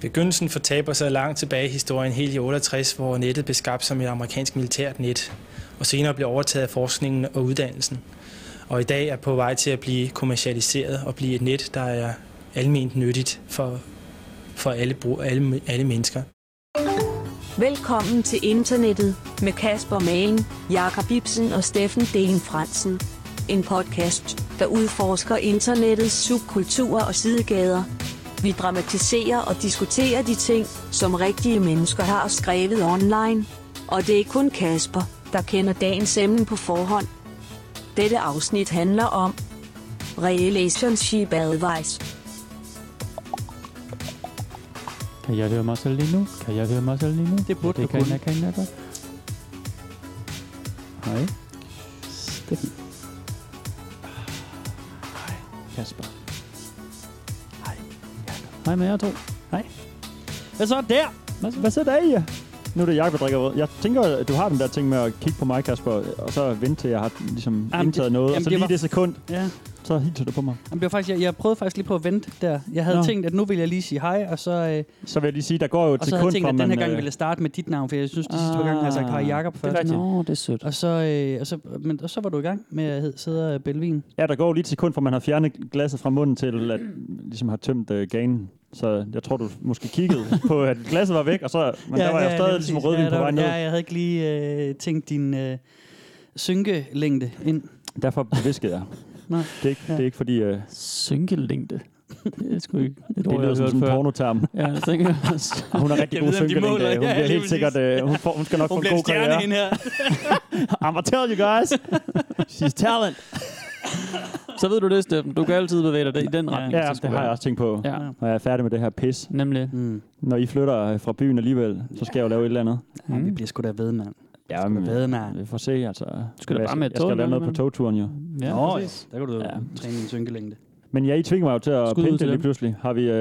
Begyndelsen fortaber sig langt tilbage i historien, helt i 68, hvor nettet blev skabt som et amerikansk militært net, og senere blev overtaget af forskningen og uddannelsen. Og i dag er på vej til at blive kommercialiseret og blive et net, der er alment nyttigt for alle mennesker. Velkommen til internettet med Kasper Magen, Jakob Ibsen og Steffen Dehn Fransen. En podcast, der udforsker internettets subkulturer og sidegader. Vi dramatiserer og diskuterer de ting, som rigtige mennesker har skrevet online. Og det er kun Kasper, der kender dagens emne på forhånd. Dette afsnit handler om Relationship Advice. Kan jeg høre mig selv lige nu? Kan jeg høre mig selv lige nu? Det burde det du kunne. Kan jeg godt. Hej. Steffen. Hej. Kasper. Hej. Jakob. Hej med jer to. Hej. Hvad så der? Hvad så der, ja? Nu er det Jakob, der drikker rød. Jeg tænker, at du har den der ting med at kigge på mig, Kasper, og så vente til, jeg har ligesom indtaget noget, og så lige det sekund, så hilser du på mig. Jamen, det var faktisk, jeg prøvede faktisk lige på at vente der. Jeg havde tænkt, at nu vil jeg lige sige hej, og så... Så vil jeg lige sige, der går jo et sekund, og så havde jeg tænkt, at den her gang ville jeg starte med dit navn, for jeg synes, de sidste gang har jeg sagt hej Jakob først. Nå, det er sødt. Og så var du i gang med at sidde og bælge vin. Ja, der går lige et sekund, for man har fjernet glasset fra munden til, at ligesom har tømt ganen. Så jeg tror, du måske kiggede på, at glasset var væk, og så, men der var jeg stadig ligesom rødvin på vej ned. Ja, jeg havde ikke lige tænkt din synkelængde ind. Derfor viskede jeg. Nej. Det er ikke fordi... Synkelængde. Det er sgu ikke det lyder som sådan en pornoterm. Ja, det tænker jeg også. Hun har rigtig god synkelængde. Hun bliver helt sikkert... Hun skal nok få en god karriere. Hun bliver her. I'm tell you guys. She's talent. Så ved du det, Steffen. Du kan altid bevæge dig i den retning. Ja, det har jeg også tænkt på, når jeg er færdig med det her pis. Nemlig. Når I flytter fra byen alligevel, så skal jeg jo lave et eller andet. Ja, vi bliver sgu da ved, mand. Ja, men vi får se, altså. Skal du bare med jeg skal lave noget på togturen, jo. Ja, der kan du træne din synkelængde. Men I tvinger mig jo til at pinte lige pludselig. Har vi...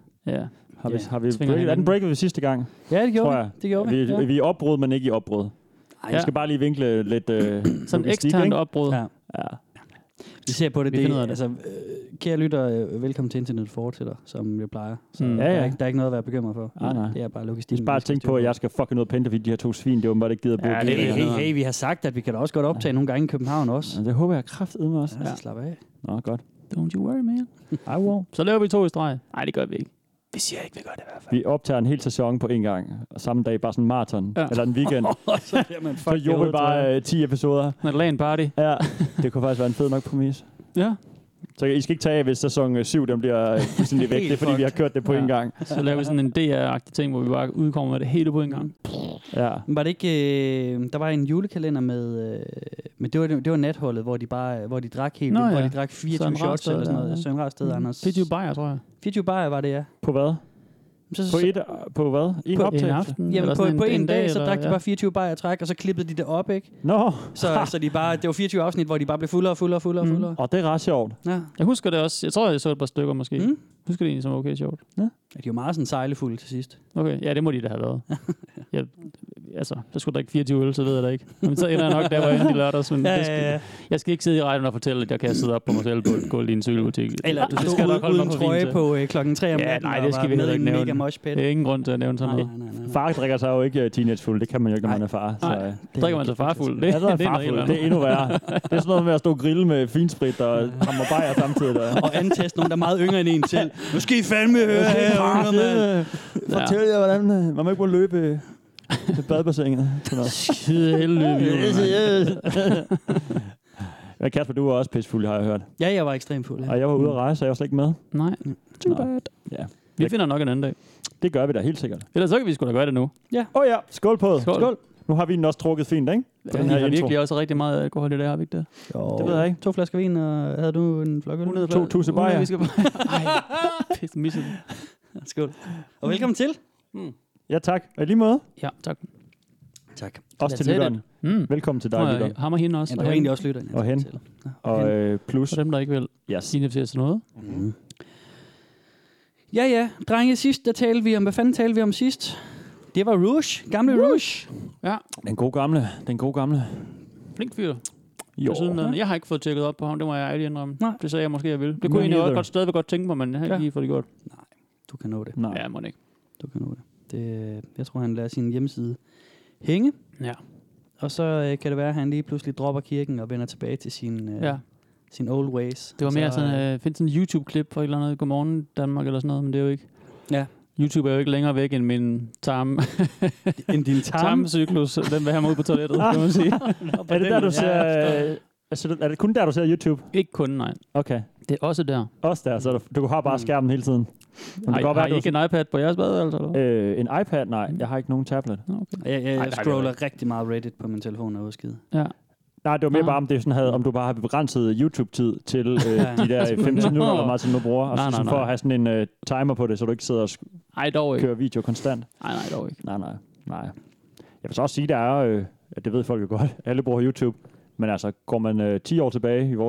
Er den breaket vi sidste gang? Ja, det gjorde vi. Vi er opbrud, men ikke i opbrud. Jeg skal bare lige vinkle lidt... Sådan eksternt opbrud. Ja. Vi ser på det. Altså, kære lytter, velkommen til Internet fortsætter, som vi plejer. Så der er ikke noget at være bekymret for. Nej. Det er bare logistik. Jeg bare tænke på, at jeg skal fucking noget pente, fordi de her to svin, det var bare ikke gider bruge. Hey, vi har sagt, at vi kan da også godt optage nogle gange i København også. Ja, det håber jeg kraftedeme også. Ja, slap af. Nå, godt. Don't you worry, man. I won't. Så laver vi 2 i streg. Nej, det gør vi ikke. Vi siger ikke, vi gør det i hvert fald. Vi optager en hel sæson på en gang, og samme dag bare sådan en maraton, eller en weekend. Så gjorde vi bare 10 episoder. Med LAN party. Ja, det kunne faktisk være en fed nok præmis. Ja. Så I skal ikke tage af, hvis sæson 7 den bliver fuldstændig væk. Det er fordi, vi har kørt det på en gang. Så laver vi sådan en DR-agtig ting, hvor vi bare udkommer med det hele på en gang. Ja. Var det ikke... der var en julekalender med... men det var natholdet, hvor de drak helt vildt. Hvor de drak 24 shots eller sådan noget. Søren Rasted, Anders. 24 bajer, tror jeg. 24 bajer var det, ja. På hvad? På hvad? En optagelse? Jamen på en dag, så drak de bare 24 bajer træk, og så klippede de det op, ikke? Nå. Så de bare, det var 24 afsnit, hvor de bare blev fuldere. Og det er ret sjovt. Ja. Jeg husker det også. Jeg tror, jeg så et par stykker måske. Husker det egentlig som okay sjovt? Ja. De er jo meget sådan sejlefulde til sidst. Okay, ja, det må de da have været. Så skulle der ikke 24 øl, så ved jeg da ikke. Men så ender jeg nok der, hvor jeg endte i lørdags. Men jeg skal ikke sidde i radioen og fortælle, at jeg kan sidde op på mig selv på et gulv i en cykelbutik. Eller du stod uden trøje på klokken 3 om natten. Ja, nej, det skal vi heller ikke nævne. Det er ingen grund til at nævne sådan noget. Far drikker sig jo ikke teenagefuld. Det kan man jo ikke, når man er far. Nej, drikker man så farfuld. Det er endnu værre. Det er sådan noget med at stå og grille med finsprit og hammer bajer samtidig. Og anteste nogen, der er meget yngre end en selv. Nu skal I fandme høre her. Fortæl jer, hvordan man ikke må løbe til badebassinet. Skide helvede. Ja, Kasper, du var også pissefuld, har jeg hørt. Ja, jeg var ekstremt fuld. Ja. Og jeg var ude at rejse, så jeg var slet ikke med. Nej, too bad. Ja. Vi finder nok en anden dag. Det gør vi da helt sikkert. Ellers så kan vi sgu da gøre det nu. Ja. Ja, skål på. Skål. Nu har vi den også trukket fint, ikke? Ja, vi har virkelig også rigtig meget alkohol i det her, har vi ikke det? Jo. Det ved jeg ikke. 2 flasker vin, og havde du en flok øl? 2 tusind bajer. Ej, pisse misset. Skål. Og velkommen til. Ja, tak. Og i lige måde. Ja, tak. Tak. Også til lytteren. Velkommen til dig, lytteren. Ham og hende også. Ja, det var egentlig også lytteren. Og hen. Og plus. For dem, der ikke vil identificere til noget. Ja. Drenge, sidst der talte vi om, hvad fanden talte vi om sidst? Det var Rouge. Gamle Rouge. Ja. Den gode gamle. Flink fyr. Jo. Jeg har ikke fået tjekket op på ham, det må jeg ærligt indrømme. Nej. Det sagde jeg måske, jeg vil. Det kunne jeg egentlig også stadigvæk godt tænke mig, men jeg har ikke lige fået det gjort. Nej, du kan nå det. Nej. Ja, må ikke. Du kan nå det. Jeg tror, han lader sin hjemmeside hænge. Ja. Og så kan det være, at han lige pludselig dropper kirken og vender tilbage til sin old ways. Det var mere sådan, find sådan en YouTube-klip for et eller andet Godmorgen Danmark eller sådan noget, men det er jo ikke... Ja. YouTube er jo ikke længere væk end min end din tarmcyklus. Den vil have mig ud på toilettet, kan man sige. Er det der, du ser... er det kun der, du ser YouTube? Ikke kun, nej. Okay. Det er også der. Også der, så du har bare skærmen hele tiden. Har I ikke en iPad på jeres bad, altså? En iPad? Nej, jeg har ikke nogen tablet. Okay. Jeg scroller rigtig meget Reddit på min telefon og udskide. Ja. Nej, det var mere bare, om det sådan om du bare har begrænset YouTube-tid til de der 15 minutter, eller meget tid, du bruger. Og så for at have sådan en timer på det, så du ikke sidder og kører video konstant. Nej, dog ikke. Nej. Jeg vil så også sige, der er, det ved folk jo godt, alle bruger YouTube. Men altså, går man 10 år tilbage i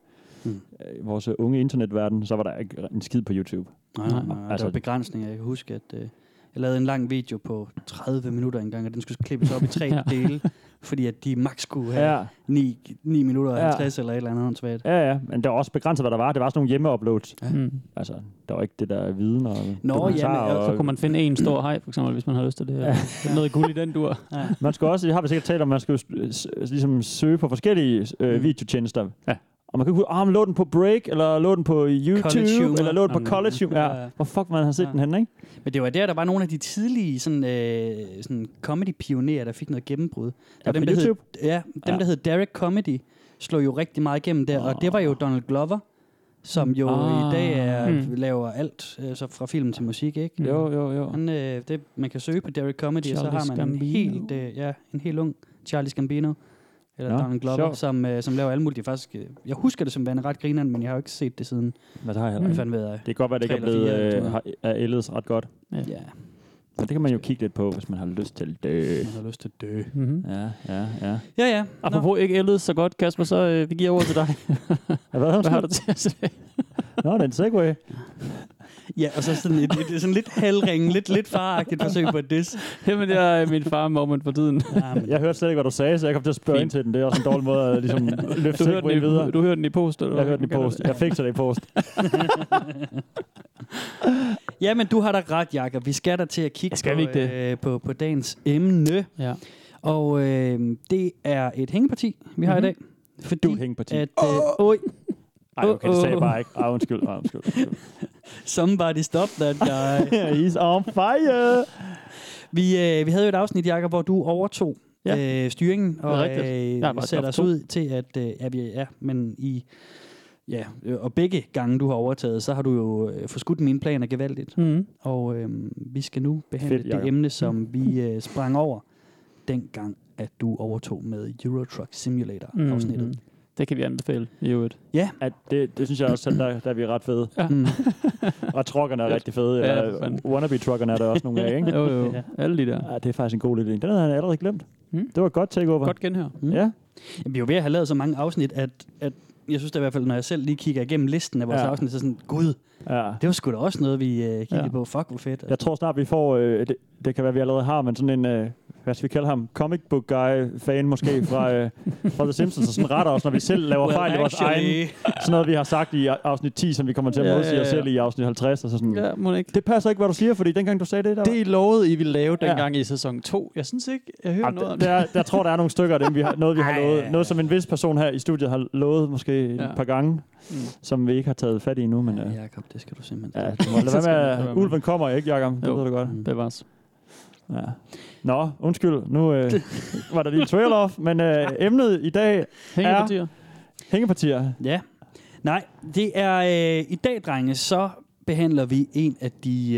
vores unge internetverden, så var der ikke en skid på YouTube. Nej. Altså, der var begrænsninger. Jeg kan huske, at jeg lavede en lang video på 30 minutter engang, og den skulle klippes op i 3 dele, fordi at de max skulle have 9 minutter og 50 eller et eller andet svært. Ja, men der var også begrænset, hvad der var. Det var sådan nogle hjemme-uploads. Ja. Altså, der var ikke det der viden og så kunne man finde en stor hej, for eksempel, hvis man havde lyst til det. Ja. Noget guld i den dur. Ja. Man skal også, jeg har sikkert talt om, man skal ligesom søge på forskellige videotjenester. Ja. Og man kan ikke lå den på Break, eller lå den på YouTube, eller lå den på College. Ja. Hvor fuck man har set den henne, ikke? Men det var der var nogle af de tidlige sådan comedy-pionerer, der fik noget gennembrud. Ja, dem, YouTube? Der hed Derek Comedy, slog jo rigtig meget igennem der, og det var jo Donald Glover, som jo i dag laver alt, så fra film til musik, ikke? Jo. Man kan søge på Derek Comedy, Charles og så har man en helt ung Charles Gambino. Eller Donald Glover, som laver alle mulige. Faktisk, jeg husker det som værende ret grineren, men jeg har jo ikke set det siden. Men det har jeg heller. Det kan godt være, at det ikke er blevet ældet ret godt. Ja. Men det kan man jo kigge lidt på, hvis man har lyst til det. Mm-hmm. Ja. Apropos ikke ældet så godt, Kasper, så vi giver ordet til dig. Hvad har du til at sige? Nå, det er en segway. Ja, og så sådan lidt halvringen, lidt faragtigt forsøg på det. Jamen, jeg er min far-moment for tiden. Jeg hørte slet ikke, hvad du sagde, så jeg kom til at spørge ind til den. Det er også en dårlig måde at ligesom, løfte segway videre. Du hørte den i post? Eller? Jeg hørte den i post. Jeg fik det i post. Ja, men du har da ret, Jakob. Vi skal da til at kigge på dagens emne. Ja. Og det er et hængeparti, vi har i dag. Fordi du er et hængeparti. Ej, okay, det sagde jeg bare ikke. Undskyld. Somebody stop that guy. He's on fire. Vi havde jo et afsnit, Jakob, hvor du overtog styringen og satte os ud til, at og begge gange, du har overtaget, så har du jo forskudt mine planer gevaldigt. Mm. Og vi skal nu behandle det emne, som vi sprang over dengang, at du overtog med Euro Truck Simulator-afsnittet. Det kan vi anbefale i øvrigt. Ja. Det synes jeg også, der er vi ret fede. Ja. Og truckerne er rigtig fede. Wannabe-truckerne er der også nogle af, ikke? Jo. Alle de der. Ja, det er faktisk en god idé. Den havde han allerede glemt. Det var et godt takeover. Godt genhør. Ja. Jamen, vi er jo ved at have lavet så mange afsnit, at jeg synes da i hvert fald, når jeg selv lige kigger igennem listen af vores afsnit, så sådan, gud, det var sgu da også noget, vi kiggede på. Fuck, hvor fedt. Altså. Jeg tror snart, vi får, det kan være, vi allerede har, men sådan en, hvad skal vi kalde ham, comic book guy-fan måske fra The Simpsons, og sådan retter os, når vi selv laver fejl i vores egen. Sådan noget, vi har sagt i afsnit 10, som vi kommer til at modsige os selv i afsnit 50. Og så sådan, det passer ikke, hvad du siger, fordi dengang du sagde det, der det lovede I ville lave dengang i sæson 2. Jeg synes ikke, jeg hører noget om det. Jeg tror, der er nogle stykker af dem, vi har lovet. Noget, som en vis person her i studiet har lovet måske et par gange, som vi ikke har taget fat i endnu. Men, Jakob, det skal du simpelthen. Ja, lad være med, ulven kommer ikke, Jakob. Det ved du godt. Det var Ja. Nå, undskyld. Nu var der lige trail off, men emnet i dag er hængepartier. Ja. Nej, det er i dag, drenge, så behandler vi en af de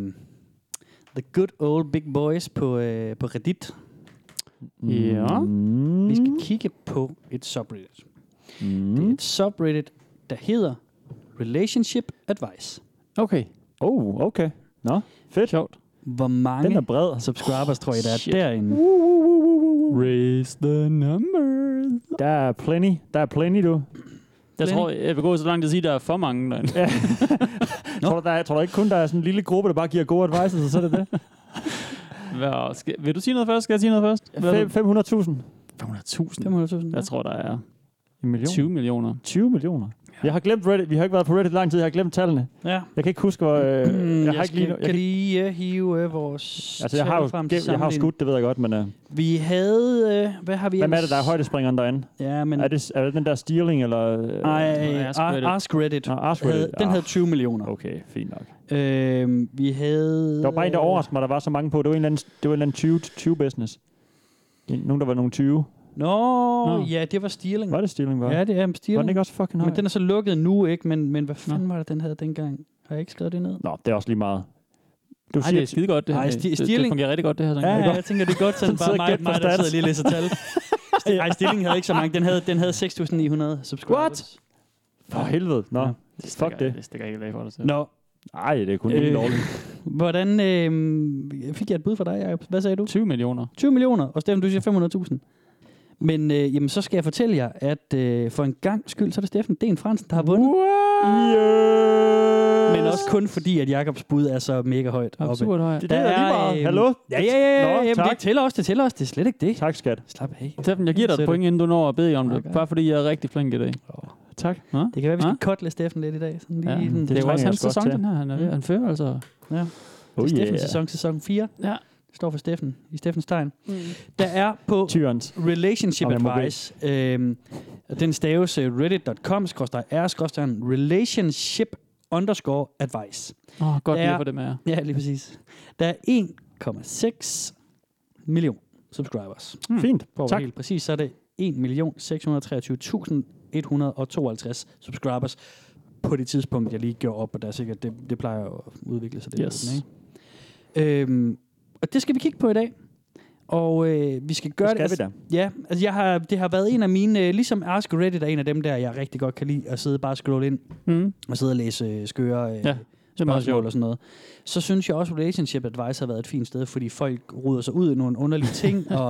the good old big boys på Reddit. Ja. Vi skal kigge på et subreddit. Det er et subreddit, der hedder Relationship Advice. Okay. Okay. Nå, fedt. Sjovt. Hvor mange den er bred. subscribers tror jeg, der er derinde? Raise the numbers. Der er plenty, du. Jeg tror, jeg vil gå så langt at sige, at der er for mange derinde. Ja. tror du ikke kun, der er sådan en lille gruppe, der bare giver gode advice, så er det det? Vil du sige noget først? Skal jeg sige noget først? 500.000. 500.000? Jeg tror, der er En million? 20 millioner. 20 millioner? Jeg har glemt Reddit. Vi har ikke været på Reddit lang tid. Jeg har glemt tallene. Ja. Jeg kan ikke huske, hvor... jeg har ikke lige... kan lige hive vores altså, jeg har jo skudt, det ved jeg godt, men... Vi havde... hvad har vi Hvem er det, der er højdespringeren derinde? Ja, men... Er det den der stealing, eller... Nej, Ask Reddit. Den havde 20 millioner. Okay, fint nok. Vi havde... Der var bare en, der overraskede mig, der var så mange på. Det var en eller anden 20 business. Nogen, der var nogle 20. Nå, ja, det var stealing. Var det stealing, var? Ja, det er stealing. Var den ikke også fucking høj? Men den er så lukket nu, ikke? Men hvad fanden var det, den havde dengang? Har jeg ikke skrevet det ned? Nå, det er også lige meget. Nej, det er skide godt, det her. Det fungerer rigtig godt, det her. Ja, jeg tænker, det er godt, sådan bare mig, der sidder lige og læser tal. Ej, Stealing havde ikke så mange. Den havde 6.900 subscribers. What? For helvede. Nå, fuck det. Det stikker ikke af for dig selv. Nå. Nej, det er kun ikke dårligt. Hvordan fik jeg et bud fra dig, Jacob? Hvad sagde du? 20 millioner. 20 millioner, og Steffen, du siger 500.000. Men jamen, så skal jeg fortælle jer, at for en gang skyld, så er det Steffen Den Fransen, der har vundet. Yes. Men også kun fordi, at Jacobs bud er så mega højt. Absurd højt. Det er lige meget. Hallo? Ja. Nå, det tæller også. Det er slet ikke det. Tak, skat. Slap af. Steffen, jeg giver dig et point, inden du når at bede om det. Bare fordi jeg er rigtig flink i dag. Tak. Det kan være, vi skal kotle Steffen lidt i dag. Sådan lige det er jo også hans sæson, den her. Han fører altså. Ja. Det er Steffens sæson 4. Ja. Står for Steffen, i Steffens tegn. Der er på Relationship Advice, den staves reddit.com/r/relationship_advice. Godt lige for det med jer. Ja, lige præcis. Der er 1,6 million subscribers. Fint, tak. Helt præcis, så er det 1.623.152 subscribers på det tidspunkt, jeg lige gjorde op, og der er sikkert, det plejer at udvikle sig. Det yes. Ikke? Og det skal vi kigge på i dag. Og vi skal gøre det. Skal vi da? Ja, altså det har været en af mine, ligesom Ask Reddit er en af dem der, jeg rigtig godt kan lide at sidde bare og scrolle ind og sidde og læse skøre spørgsmål og sådan noget. Så synes jeg også, Relationship Advice har været et fint sted, fordi folk ruder sig ud i nogle underlige ting. Og,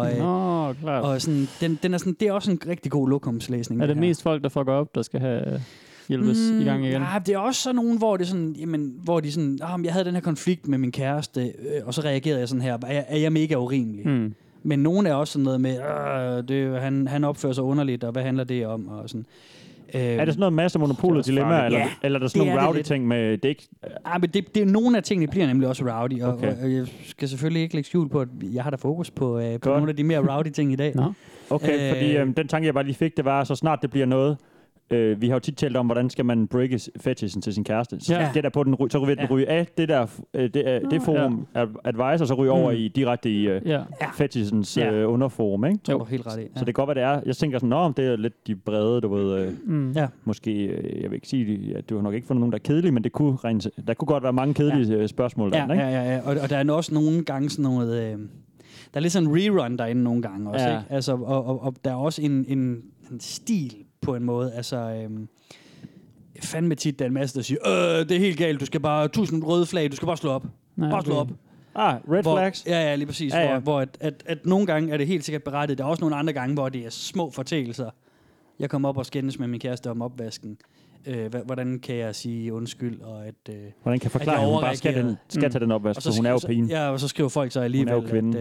og sådan, den er sådan, det er også en rigtig god lokumslæsning. Er det mest folk, der fucker op, der skal have hjælpes i gang igen? Ja, det er også sådan nogen, hvor det sådan, jamen, hvor de sådan, jeg havde den her konflikt med min kæreste, og så reagerede jeg sådan her, er jeg mega urimelig? Men nogen er også sådan noget med, han opfører sig underligt, og hvad handler det om? Og sådan. Er det sådan noget masse monopolet dilemma, eller er der sådan nogle rowdy ting med det ikke? Ja, men det nogle af tingene bliver nemlig også rowdy, og jeg skal selvfølgelig ikke lægge skjul på, at jeg har da fokus på nogle af de mere rowdy ting i dag. Okay, fordi den tanke, jeg bare lige fik, det var, så snart det bliver noget, vi har jo tit talt om, hvordan skal man breake fetishen til sin kæreste. Så det der på den, så vil den ryge af det der det forum advice, og så ryge over i direkte i fetishens underforum, ikke? Det er helt ret i. Så det kan godt være, det er. Jeg tænker sådan, det er lidt de brede, du ved. Måske, jeg vil ikke sige, at du har nok ikke fundet nogen, der er kedelige, men det kunne der kunne godt være mange kedelige spørgsmål der, ikke? Ja. Og der er også nogle gange sådan noget. Der er lidt sådan en rerun derinde nogle gange også, ikke? Altså, og der er også en stil på en måde. Altså, fandme tit, der er en masse, der siger, det er helt galt, du skal bare 1000 røde flag, du skal bare slå op. Slå op. Red flags. Ja, lige præcis. Hvor at nogle gange er det helt sikkert berettiget. Der er også nogle andre gange, hvor det er små fortællinger. Jeg kom op og skændes med min kæreste om opvasken. Hvordan kan jeg sige undskyld, og at hvordan kan jeg forklare, at hun bare skal tage den opvask, så hun er jo pigen. Ja, og så skriver folk så alligevel, hun er jo kvinde.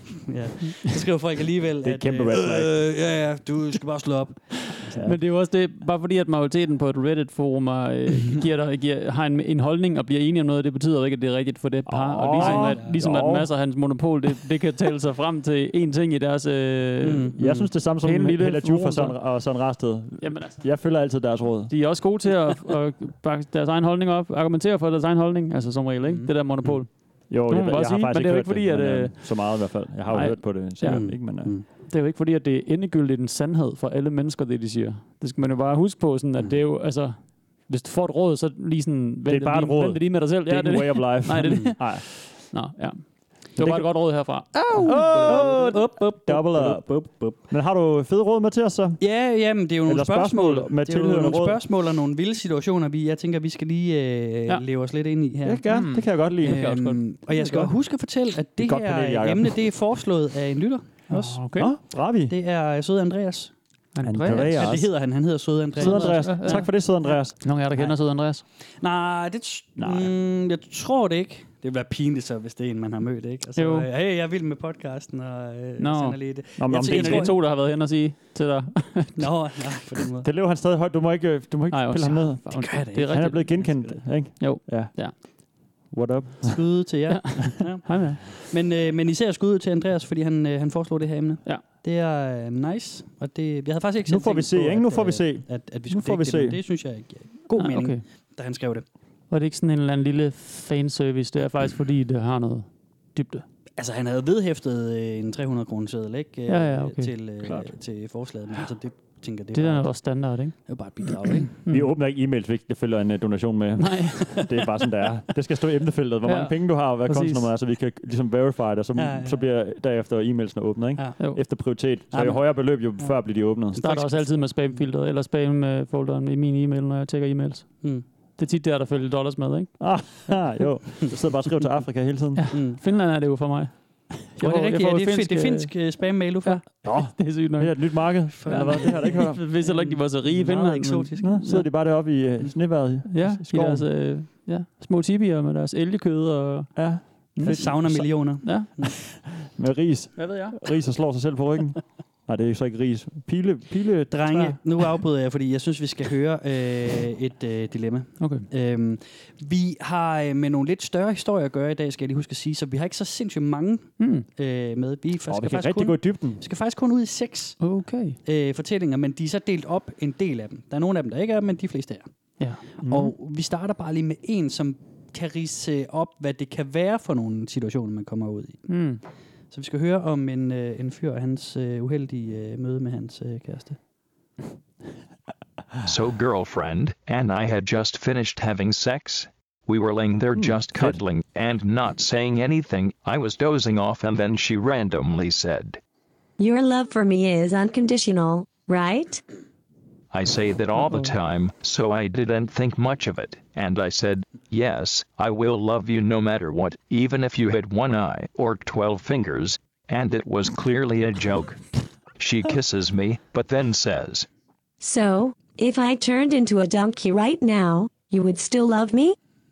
Så skriver folk alligevel, det er et kæmpe red flag. Du skal bare slå op. Men det er jo også det, bare fordi at majoriteten på et Reddit-forum har en holdning og bliver enige om noget, det betyder jo ikke, at det er rigtigt for det par. Og ligesom at masser af hans monopol, det kan tale sig frem til én ting i deres jeg synes det samme som Hella Juf og Søren Rasted. Jeg følger altid deres råd. De er også gode til at bakke deres egen holdning op, argumentere for deres egen holdning, altså som regel, ikke? Det der monopol. Jo, jeg har faktisk ikke hørt fordi, det, så meget i hvert fald. Jeg har jo hørt på det, sikkert ikke, men... Det er jo ikke fordi, at det er endegyldigt en sandhed for alle mennesker, det de siger. Det skal man jo bare huske på, sådan, at det er jo, altså... Hvis du får et råd, så lige sådan... Det er bare et råd. Vent lige med dig selv. Det er ikke en way of life. Nej, det er det. Nej. Nå, ja. Det var bare et godt råd herfra. Double up. Men har du fede råd med til os så? Ja, men det er jo nogle spørgsmål med det er jo nogle spørgsmål og nogle vilde situationer, jeg tænker, vi skal lige leve os lidt ind i her. Det kan jeg godt lide. Og jeg skal også huske at fortælle, at det her emne, det er foreslået af en lytter også. Okay. Bravi. Det er søde Andreas. Andreas. Ja, det hedder han. Han hedder Søde Andreas. Søde Andreas. Tak for det, Søde Andreas. Nogle af jer, der kender Søde Andreas? Nej, jeg tror det ikke. Det vil være pinligt så, hvis det er en, man har mødt, ikke? Altså, hey, jeg er vild med podcasten, og sender lige det. Nå, men det er en af de to, der har været hen og sige til dig. Nå, på den måde. Det lever han stadig højt. Du må ikke pille ham ned. Det gør det ikke. Han er blevet genkendt, ikke? Jo. Ja. What up? Skud til jer. Hej med. Men især skud til Andreas, fordi han foreslog det her emne. Ja. Det er nice, og det, jeg havde faktisk ikke nu får vi se, ikke? Nu får vi se. At vi skulle dække det, men det synes jeg er god mening, da han skrev det. Var det ikke sådan en eller anden lille fanservice? Det er faktisk fordi, det har noget dybde. Altså, han havde vedhæftet en 300-kroner seddel, ikke? Okay. Til forslaget, men altså, det tænker det er også standard, ikke? Det er bare et bidrag, ikke? Vi åbner ikke e-mails, hvis det følger en donation med. Nej. Det er bare sådan, det er. Det skal stå i emnefeltet, hvor mange penge du har, og hvad kontonummer er, så vi kan ligesom verify det, og så bliver derefter e-mailsene åbnet, ikke? Ja. Efter prioritet. Så jo højere beløb, jo før bliver de åbnet. Jeg starter også altid med spamfilteret, eller spam-folderen i min e-mail, når jeg tjekker e-mails. Det er tit der følger dollars med, ikke? Jo. Du sidder bare og skriver til Afrika hele tiden. Ja. Finland er det jo for mig. Det er rigtigt. Det er finsk spam-mail, du får. Ja. Nå, det er sygt nok. Det er et nyt marked. Eller hvad? Det har jeg ikke hørt. Hvis heller ikke de var så rige i Finland. Eksotisk. Sidder de bare deroppe i sneværet i skoven? I deres små tibier med deres elgekød og... Ja. Det savner millioner. Ja. Med ris. Hvad ved jeg? Ris og slår sig selv på ryggen. Nej, det er så ikke ris. Pile. Drenge, nu afbryder jeg, fordi jeg synes, vi skal høre et dilemma. Okay. Vi har med nogle lidt større historier at gøre i dag, skal jeg lige huske at sige, så vi har ikke så sindssygt mange med. Vi kan rigtig gå i dybden. Vi skal faktisk kun ud i 6 fortællinger, men de er så delt op en del af dem. Der er nogle af dem, der ikke er, men de fleste er. Ja. Og vi starter bare lige med en, som kan ridse op, hvad det kan være for nogle situationer, man kommer ud i. Så vi skal høre om en fyr og hans uheldige møde med hans kæreste. So girlfriend and I had just finished having sex. We were laying there just cuddling and not saying anything. I was dozing off and then she randomly said, "Your love for me is unconditional, right?" I say that all the time, so I didn't think much of it, and I said, yes, I will love you no matter what, even if you had one eye or 12 fingers, and it was clearly a joke. She kisses me, but then says, "So, if I turned into a donkey right now, you would still love me?"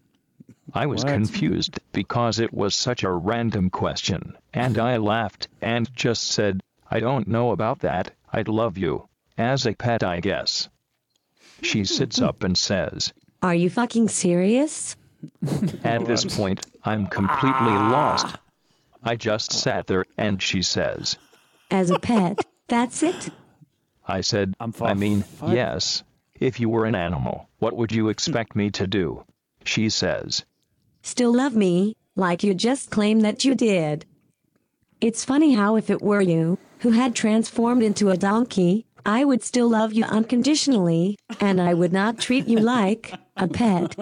I was confused because it was such a random question, and I laughed and just said, I don't know about that, I'd love you. As a pet, I guess. She sits up and says, "Are you fucking serious?" At this point, I'm completely lost. I just sat there and she says, "As a pet, that's it?" I said, I mean, yes. If you were an animal, what would you expect me to do? She says, "Still love me, like you just claimed that you did." It's funny how if it were you, who had transformed into a donkey, I would still love you unconditionally, and I would not treat you like a pet.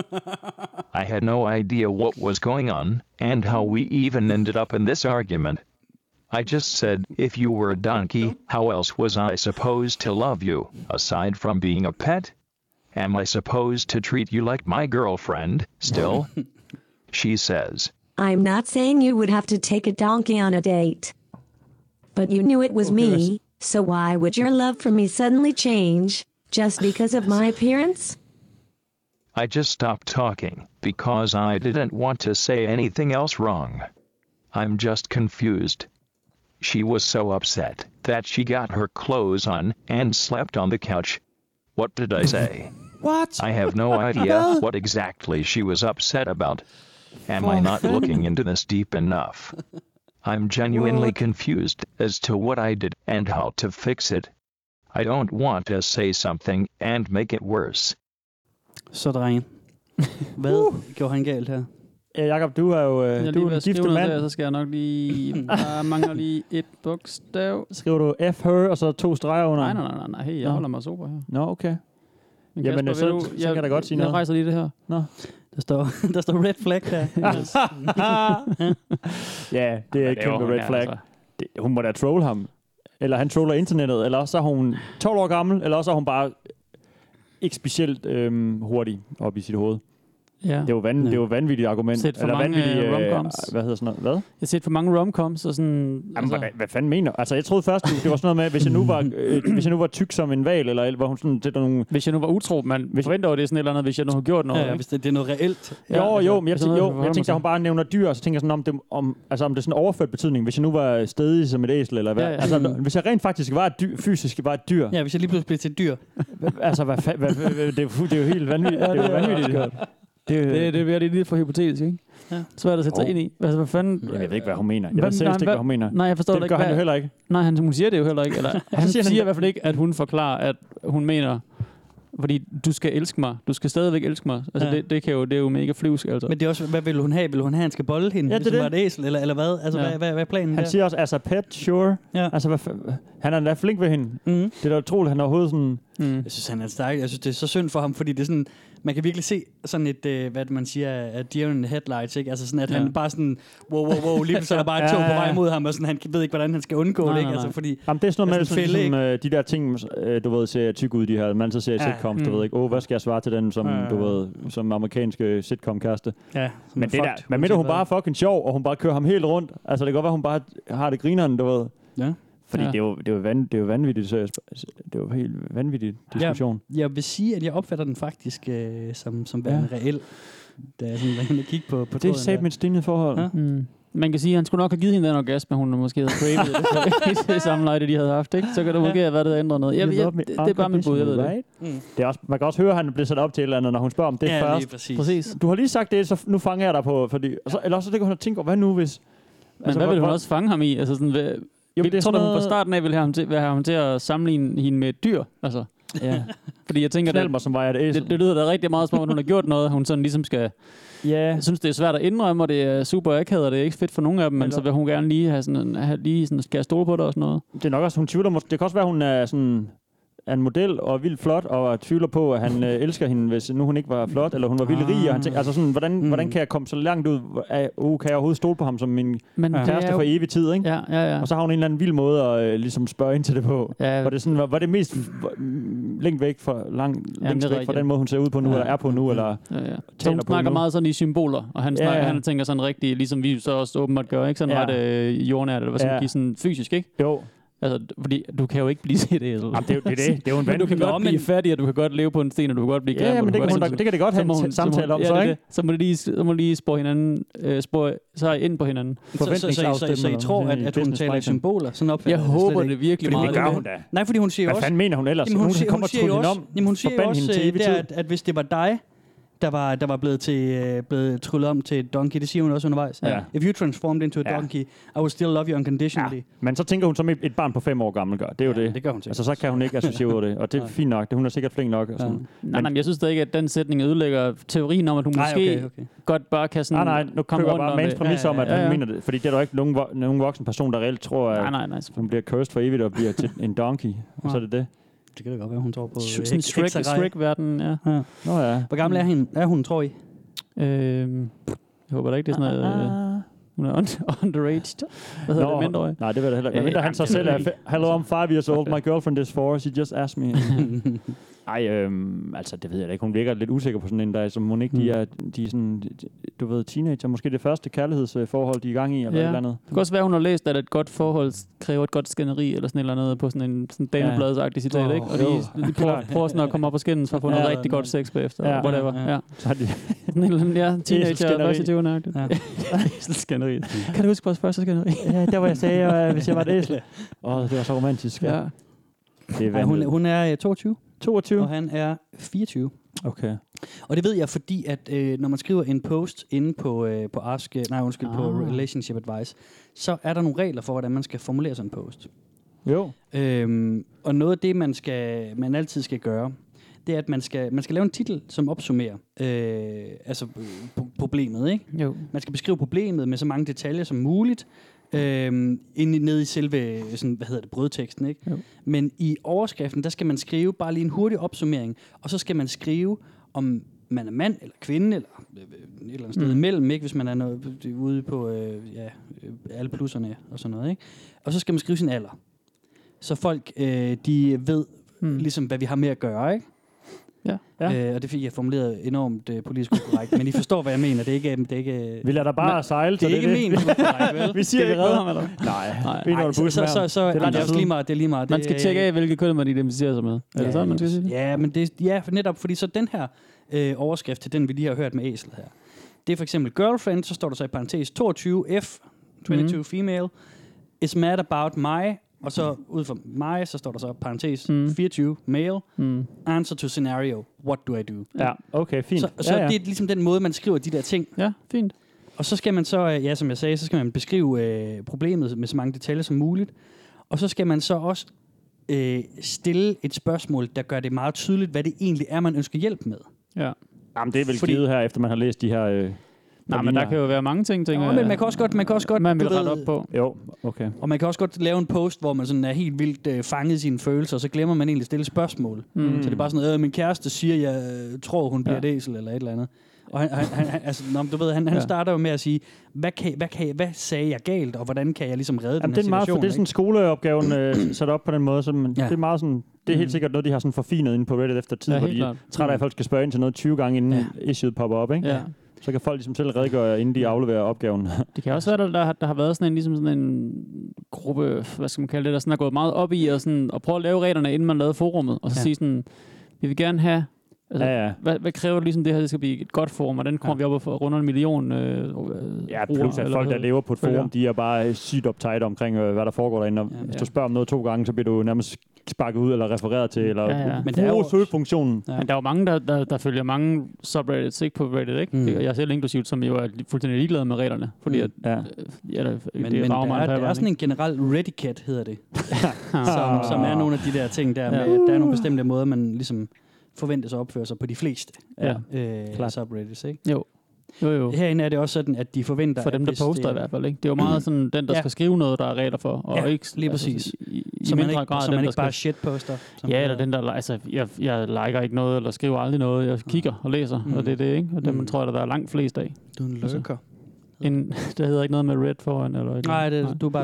I had no idea what was going on, and how we even ended up in this argument. I just said, if you were a donkey, how else was I supposed to love you, aside from being a pet? Am I supposed to treat you like my girlfriend, still? She says, I'm not saying you would have to take a donkey on a date. But you knew it was me, so why would your love for me suddenly change, just because of my appearance? I just stopped talking, because I didn't want to say anything else wrong. I'm just confused. She was so upset that she got her clothes on and slept on the couch. What did I say? What? I have no idea what exactly she was upset about. Am I not looking into this deep enough? I'm genuinely confused as to what I did and how to fix it. I don't want to say something and make it worse. Så drenge, hvad gjorde han galt her? Ja, Jakob, du er jo du er en gifte mand. Der, så skal jeg nok lige... Der mangler lige et bogstav. Skriver du F, her, og så 2 streger under? Nej. Hey, jeg holder mig super her. Nå, okay. Men jamen, Kasper, så kan jeg da godt sige noget. Jeg rejser lige det her. Nå. Der står red flag her. Ja, det er ikke kæmpe red flag. Altså. Hun må da trolle ham. Eller han troller internettet. Eller så er hun 12 år gammel. Eller så er hun bare ikke specielt hurtig op i sit hoved. Ja. Det er jo vanvittigt argument. Set for eller mange vanvittigt, romcoms. hvad hedder sådan noget? Hvad? Jeg har set for mange romcoms og sådan... Jamen, hvad fanden mener? Altså, jeg troede først, det var sådan noget med, hvis jeg nu var tyk som en val, eller hvor hun sådan sætter nogle... Hvis jeg nu var utro, man forventer jo, det er sådan et eller andet, hvis jeg nu har gjort noget. Ja, hvis det er noget reelt. Jo, men jeg tænkte, at hun bare nævner dyr, og så tænker jeg sådan, om det er sådan overført betydning, hvis jeg nu var stedig som et æsel, eller hvad? Ja. Altså, hvis jeg rent faktisk var fysisk var et dyr. Ja, hvis jeg lige pludselig blev til et dyr. Altså, det er jo helt vanvittigt. Det er jo vanvittigt. Det er virkelig lidt for hypotetisk, ikke? Ja. Svært at sætte sig ind i. Altså, hvad fanden? Jeg ved ikke, hvad hun mener. Jeg ved seriøst ikke, hvad hun mener. Nej, jeg forstår det ikke. Det gør han jo heller ikke. Nej, hun siger det jo heller ikke. Eller, han siger i hvert fald ikke, at hun forklarer, at hun mener... Fordi du skal elske mig. Du skal stadigvæk elske mig. Altså, det er jo mega flyvsk, altså. Men det er også, hvad vil hun have? Vil hun have, han skal bolde hende, hvis hun var et æsel, eller hvad? Altså, hvad er planen han der? siger også, altså pet, sure. Ja. Altså, han er da flink ved hende. Mm. Det er da utroligt, han overhovedet sådan... Jeg synes, han er stærk. Jeg synes, det er så synd for ham, fordi det er sådan... Man kan virkelig se sådan et, hvad man siger, at deer in the headlights, ikke? Altså sådan, at han bare sådan, wow, lige så er der bare et tog på vej mod ham, og sådan, han ved ikke, hvordan han skal undgå det, ikke? Altså, fordi... Jamen, det er sådan noget med, ligesom, de der ting, du ved, ser tyk ud, de her, man så ser sitcoms, du ved ikke, hvad skal jeg svare til den, som, du ved, som amerikanske sitcom-kæreste? Ja. Men det der, men med hun bare er fucking sjov, og hun bare kører ham helt rundt. Altså, det kan godt være, hun bare har det grineren, du ved. Ja. Fordi det er jo vanvittigt, så det er jo helt vanvittig diskussion. Jeg vil sige, at jeg opfatter den faktisk som værende reel, da jeg sådan rent kigge på det er sat med et stinget forhold. Ja. Man kan sige, at han skulle nok have givet hende den orgasme, hun måske havde cravet det i samme lejde, de havde haft, ikke? Så kan det måske have været, det ændret noget. Det er bare mit bud, jeg ved det. Det er også, man kan også høre, at han bliver sat op til et eller andet, når hun spørger om det først. Præcis. Du har lige sagt det, så nu fanger jeg dig på, fordi... Eller også det kan hun tænke over, hvad nu hvis... Men hvad vil hun også fange ham i? Altså sådan... Jeg tror, at hun fra starten af vil have ham til at sammenligne hende med et dyr. Altså. Ja. Fordi jeg tænker, det lyder da rigtig meget som om, at hun har gjort noget, hun sådan ligesom skal... Jeg synes, det er svært at indrømme, og det er super akavet, og det er ikke fedt for nogen af dem, men så vil hun gerne lige have sådan, skal jeg stole på det og sådan noget. Det er nok også, hun tvivler. Det kan også være, hun er sådan... er en model og er vildt flot, og tvivler på, at han elsker hende, hvis nu hun ikke var flot, eller hun var vildt rig, og han tænker, altså sådan, hvordan kan jeg komme så langt ud, kan jeg overhovedet stole på ham som min kæreste for evig tid, ikke? Ja. Og så har hun en eller anden vild måde at ligesom spørge ind til det på. Ja. Hvor det sådan, var det mest længst væk fra den måde, hun ser ud på nu, eller er på nu, eller så hun snakker meget sådan i symboler, og han tænker sådan rigtig, ligesom vi så også åbenbart gør, ikke? Sådan ret jordnært, eller hvad sådan, sådan fysisk, ikke? Jo. Altså, fordi du kan jo ikke blive set æsel. Jamen, det er jo en men du kan godt blive fattig, og du kan godt leve på en sten, og du kan godt blive grim. Ja, men det kan det godt have en samtale om, så ikke? Så må lige spore hinanden, så ind på hinanden. Så I tror, at hun taler i symboler? Sådan opfatter jeg håber det virkelig meget. Det gør hun da. Nej, fordi hun siger også... Hvad fanden mener hun ellers? Hun kommer og trullen om. Hun siger jo også, at hvis det var dig, der var blevet tryllet om til et donkey. Det siger hun også undervejs. Ja. If you transformed into a donkey, I would still love you unconditionally. Ja. Men så tænker hun, som et barn på 5 år gammel gør. Det er jo det. Det gør hun til. Altså, så kan hun ikke associere over det. Og det er fint nok. Hun er sikkert flink nok. Og sådan. Nej, men jeg synes da ikke, at den sætning ødelægger teorien om, at hun måske godt bare kan sådan... Nej, nu køber jeg bare Mans præmis om, at hun mener det. Fordi det er der ikke nogen voksen person, der reelt tror, at hun bliver cursed for evigt og bliver til en donkey. Og så er det det. Det kan da godt være, hun tror på Shrek-verden, ja. Nå ja. Hvor gammel er hun, tror I? Jeg håber da ikke, det er sådan noget... Hun er underaged. Hvad hedder det, mindreårig? Nej, det ved jeg heller ikke. Mindre han så selv er... Hello, I'm 5 years old. My girlfriend is 4. She just asked me. Altså, det ved jeg da ikke. Hun virker lidt usikker på sådan en dag, som hun ikke... De er sådan... Du ved, teenager. Måske det første kærlighedsforhold, de er i gang i, eller et eller andet. Det kan også være, hun har læst, at et godt forhold kræver et godt skænderi, eller sådan et eller andet på sådan en sådan Daneblads-agtig citat, ikke? Og de prøver sådan at komme op op og skændes for at få noget rigtig godt sex bagefter. Whatever. Ja. Så har de... teenager og først i skænderi. Kan du huske vores første skænderi? Ja, der hvor jeg sagde, hvis jeg var et æsel. Det var så romantisk. Ja. Hun er 22. 22? Og han er 24. Okay. Og det ved jeg, fordi at når man skriver en post inde på på Relationship Advice, så er der nogle regler for, hvordan man skal formulere sådan en post. Jo. Og noget af det, man altid skal gøre, det er, at man skal lave en titel, som opsummerer problemet, ikke? Jo. Man skal beskrive problemet med så mange detaljer som muligt, ned i selve sådan, brødteksten, ikke? Jo. Men i overskriften, der skal man skrive bare lige en hurtig opsummering, og så skal man skrive, om man er mand eller kvinde, eller et eller andet sted imellem, ikke? Hvis man er ude på alle plusserne og sådan noget, ikke? Og så skal man skrive sin alder. Så folk, de ved ligesom, hvad vi har med at gøre, ikke? Ja. Og det fik jeg formuleret enormt politisk ukorrekt, men I forstår, hvad jeg mener. Det er ikke Vi lader dig bare sejle. det er ikke ment ukorrekt, vel? Vi siger Skal vi ikke redde noget. ham, eller? Nej. Vi Så det er også lige meget. Det er lige meget. Man skal tjekke af, hvilke køn man identificerer sig med. Er det sådan, man skal sige det? Ja, men for netop, fordi så den her overskrift til den, vi lige har hørt med æsel her. Det er for eksempel girlfriend, så står der så i parentes 22F, 22 female, is mad about my, og så ud fra mig, så står der så parentes 24 male, answer to scenario, what do I do? Ja, okay, fint. Så det er ligesom den måde, man skriver de der ting. Ja, fint. Og så skal man så, som jeg sagde, så skal man beskrive problemet med så mange detaljer som muligt. Og så skal man så også stille et spørgsmål, der gør det meget tydeligt, hvad det egentlig er, man ønsker hjælp med. Ja. Jamen, det er vel givet her, efter man har læst de her... Nej, men der kan jo være mange ting, men man kan også godt man vil rette op på. Jo, okay. Og man kan også godt lave en post, hvor man sådan er helt vildt fanget i sine følelser, og så glemmer man egentlig at stille spørgsmål. Så det er bare sådan noget, min kæreste siger, jeg tror, hun bliver et æsel, eller et eller andet. Og han starter jo med at sige, hvad sagde jeg galt, og hvordan kan jeg ligesom redde den her situation? Det er sådan skoleopgaven sat op på den måde, så det er meget sådan, det er helt sikkert noget, de har sådan forfinet inde på Reddit efter tid, hvor de trætter af, at folk skal spørge ind til noget 20 gange, inden issueet popper op, ikke? Ja. Så kan folk ligesom selv redegøre, inden de afleverer opgaven. Det kan også være, der har været sådan en gruppe, hvad skal man kalde det, der sådan har gået meget op i at prøve at lave reglerne, inden man lavede forummet, og så sige sådan, vi vil gerne have, altså, hvad kræver det ligesom det her, det skal blive et godt forum, og den kommer vi op og runder 1 million plus at folk, der lever på et forum, de er bare sygt uptight omkring, hvad der foregår derinde. Hvis du spørger om noget 2 gange, så bliver du nærmest sparket ud, eller refereret til, eller bruger søgefunktionen. Men der er jo mange, der følger mange subreddits, ikke på Reddit, ikke? Jeg er selv inklusivt, som jo er fuldstændig ligeglade med reglerne, fordi at, men der er sådan en generel Redicat, hedder det, som er nogle af de der ting, der er nogle bestemte måder, man ligesom forventes at opføre sig på de fleste subreddits, ikke? Jo. Herinde er det også sådan, at de forventer... For dem, der poster i hvert fald, ikke? Det er jo meget sådan, den, der skal skrive noget, der er regler for, og ikke... lige præcis. I mindre grad, så man ikke bare shitposter. Ja, eller den, der... Altså, jeg liker ikke noget, eller skriver aldrig noget. Jeg kigger og læser, og det er det, ikke? Og dem tror jeg, der er langt flest af. Du er en lurker. Der hedder ikke noget med red foran, eller... Nej, du er bare en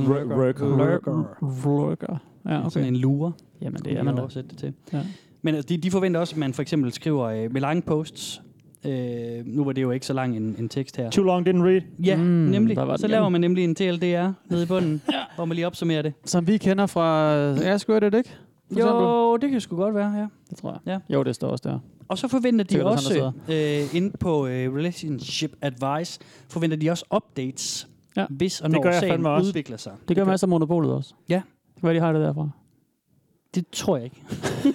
lurker. Ja, okay. Sådan en lurer. Jamen, det er man da. Oversætte det til. Ja. Men altså, de forventer også, at man for eksempel skriver med lange posts. Nu var det jo ikke så lang en tekst her. Too long didn't read. Ja, nemlig. Så laver man nemlig en TLDR nede i bunden, hvor man lige opsummerer det. Som vi kender fra Ask Reddit, ikke? Jo, det kan sgu godt være, ja. Det tror jeg. Ja. Jo, det står også der. Og så forventer de også, inde på Relationship Advice, forventer de også updates, hvis og når sagen udvikler sig. Det gør masser af Monopolet også. Ja. Hvad de har det derfra? Det tror jeg ikke.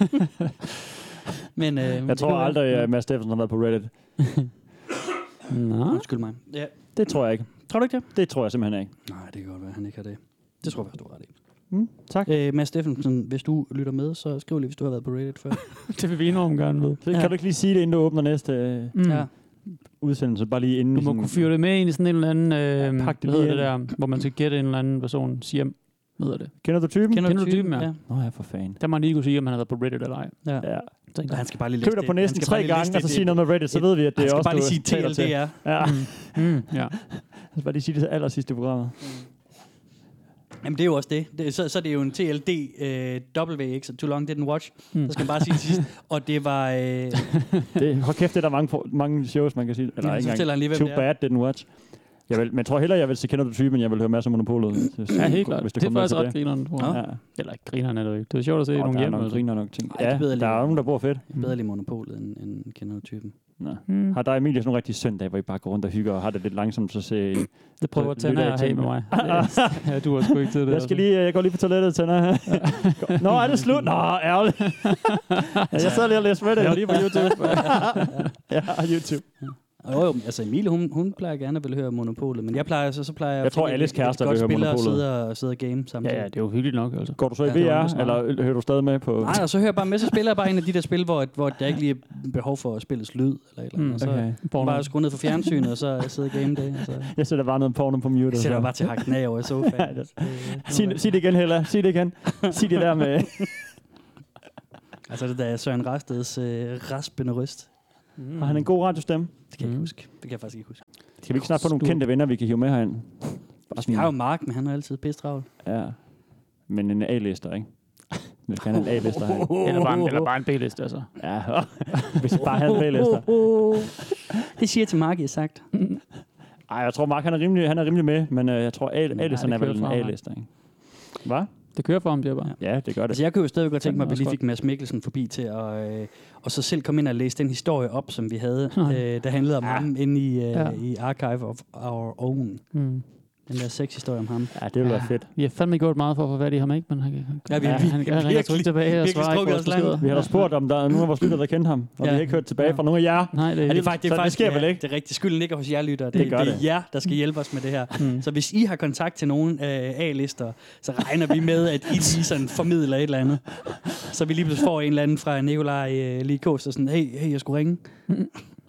Men, jeg tror aldrig, at Mads Steffensen har været på Reddit. Undskyld mig. Ja. Det tror jeg ikke. Tror du ikke det? Det tror jeg simpelthen ikke. Nej, det kan godt være, at han ikke har det. Det tror jeg, du har ret i. Tak. Mads Steffensen, hvis du lytter med, så skriv lige, hvis du har været på Reddit før. Det vil vi enormt gerne ved. Kan du ikke lige sige det, inden du åbner næste udsendelse? Bare lige inden. Du må kunne fyre det med ind i sådan en eller anden... hvad hedder det der, hvor man skal gætte en eller anden persons hjem. Hedder det. Kender du typen? Kender du typen, ja. Nå ja, for fanden. Der må man lige kunne sige, om han har været på Reddit eller ej. Ja. Han skal bare lige læse det. Køb dig på næsten 3 gange, og så sige noget med Reddit, så ved vi, at det er også... Han skal bare lige sige TLDR. Ja. Ja. Jeg skal bare lige sige det allersidste programmet. Jamen, det er jo også det. Så er det jo en TLD W, ikke? Så Too Long Didn't Watch. Så skal man bare sige sidst. Og det var... Hold kæft, det er der mange shows, man kan sige. Eller ikke engang. Too Bad Didn't Watch. Men jeg tror hellere, jeg vil se Kender du typen, jeg vil høre masser af Monopolet. Ja, helt klart. Det er faktisk ret grineren, tror jeg. Eller ikke grineren er det ikke. Det er sjovt at se nogle hjem. Der er nok ting. Ja, der er nogen, der bor fedt. Bedre lige Monopolet end Kender du typen. Har der Emilie sådan en rigtig søndag, hvor I bare går rundt og hygger og har det lidt langsomt, så se... Det prøver at tænde her med mig. Ja, du har sgu ikke til det. Jeg går lige på toilettet, tænder. Nå, er det slut? Nå, ærgerligt. Jeg sad lige og læste med det. Jeg var lige på YouTube. Ja, YouTube. Jo, altså Emilie, hun plejer gerne at ville høre Monopolet, men jeg tror, alles kærester vil høre Monopolet. Og sidde og game samtidig. Ja, det er jo hyggeligt nok, altså. Går du så i VR, eller hører du stadig med på... Nej, og så hører jeg bare med, så spiller jeg bare en af de der spil, hvor der ikke lige er behov for at spillets lyd, eller et eller andet. Så bare skrue ned for fjernsynet, og så sidde og game det. Jeg sætter bare noget porno på mute. Jeg sætter bare til hakken af over i sofaen. Sig det igen, Hella. Sig det igen. Sig det der med... Altså det der er Søren Rasteds raspende røst. Har han en god radiostemme? Det kan jeg ikke huske. Det kan jeg faktisk ikke huske. Skal vi ikke snart få nogle kendte venner, vi kan hive med herind? Vi har jo Mark, men han er altid pisse travlt. Ja, men en A-lister, ikke? Vi skal have en A-lister her. Eller bare en B-liste, altså. Ja, hvis vi bare havde en B-lister. Det siger til Mark, jeg sagt. Ej, jeg tror, Mark han er rimelig med, men jeg tror, A-listerne er vel en A-lister, ikke? Hvad? Det kører for ham, det er bare. Ja, det gør det. Altså, jeg kunne jo stadig godt tænke mig, at vi lige fik Mads Mikkelsen forbi til og så selv komme ind og læse den historie op, som vi havde, der handlede om ham inde i Archive of Our Own. Den der sexhistorie om ham. Ja, det ville være fedt. Vi har fandme gjort meget for at få fat i ham, ikke? Men han ringer trygt tilbage og svarer ikke vores beskeder. Vi har da spurgt, om der er nogen af vores lyttere, der kendte ham, og vi har ikke hørt tilbage fra nogen af jer. Nej, det er faktisk, det sker vel ikke? Det er rigtigt. Skylden ligger hos jer lyttere. Det er jer, der skal hjælpe os med det her. Så hvis I har kontakt til nogen A-lister, så regner vi med, at I lige sådan formidler et eller andet. Så vi lige pludselig får en eller anden fra Nikolaj Likås, og sådan, hey, jeg skulle ringe. Det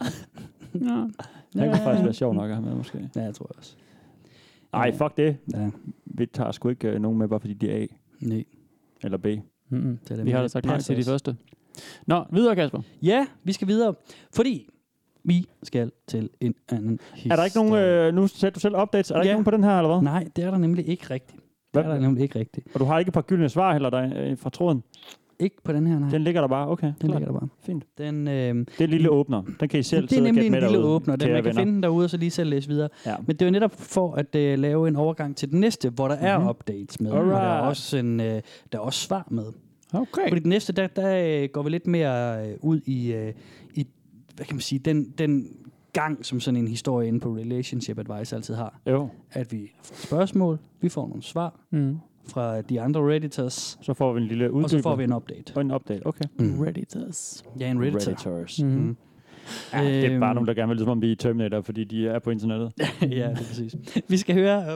kunne faktisk være sjovt nok at have med, måske. Ja, jeg tror også. Nej, fuck det. Ja. Vi tager sgu ikke nogen med, bare fordi de er A. Nej. Eller B. Vi har da sagt nej til de første. Nå, videre, Kasper. Ja, vi skal videre, fordi vi skal til en anden historie. Er der ikke nogen, nu sætter du selv updates, er der ikke nogen på den her, eller hvad? Nej, det er der nemlig ikke rigtigt. Og du har ikke et par gyldne svar heller der, fra tråden? Ikke på den her, nej. Den ligger der bare, okay. Den ligger der bare. Fint. Den, det er en lille åbner. Den kan I selv det er nemlig en lille derude, åbner. Den, man kan finde den derude, og så lige selv læse videre. Ja. Men det er jo netop for at lave en overgang til den næste, hvor der er updates med. Og der er også der er også svar med. Okay. Fordi den næste, der går vi lidt mere ud i hvad kan man sige, den gang, som sådan en historie inde på Relationship Advice altid har. Jo. At vi får spørgsmål, vi får nogle svar fra de andre Redditors. Så får vi en lille uddyber. Og så får vi en update. Og en update, okay. Redditors. Ja, en Redditor. Redditors. Ja, det er bare nogen, der gerne vil, som om vi er Terminator, fordi de er på internettet. Ja, det er præcis. Vi skal høre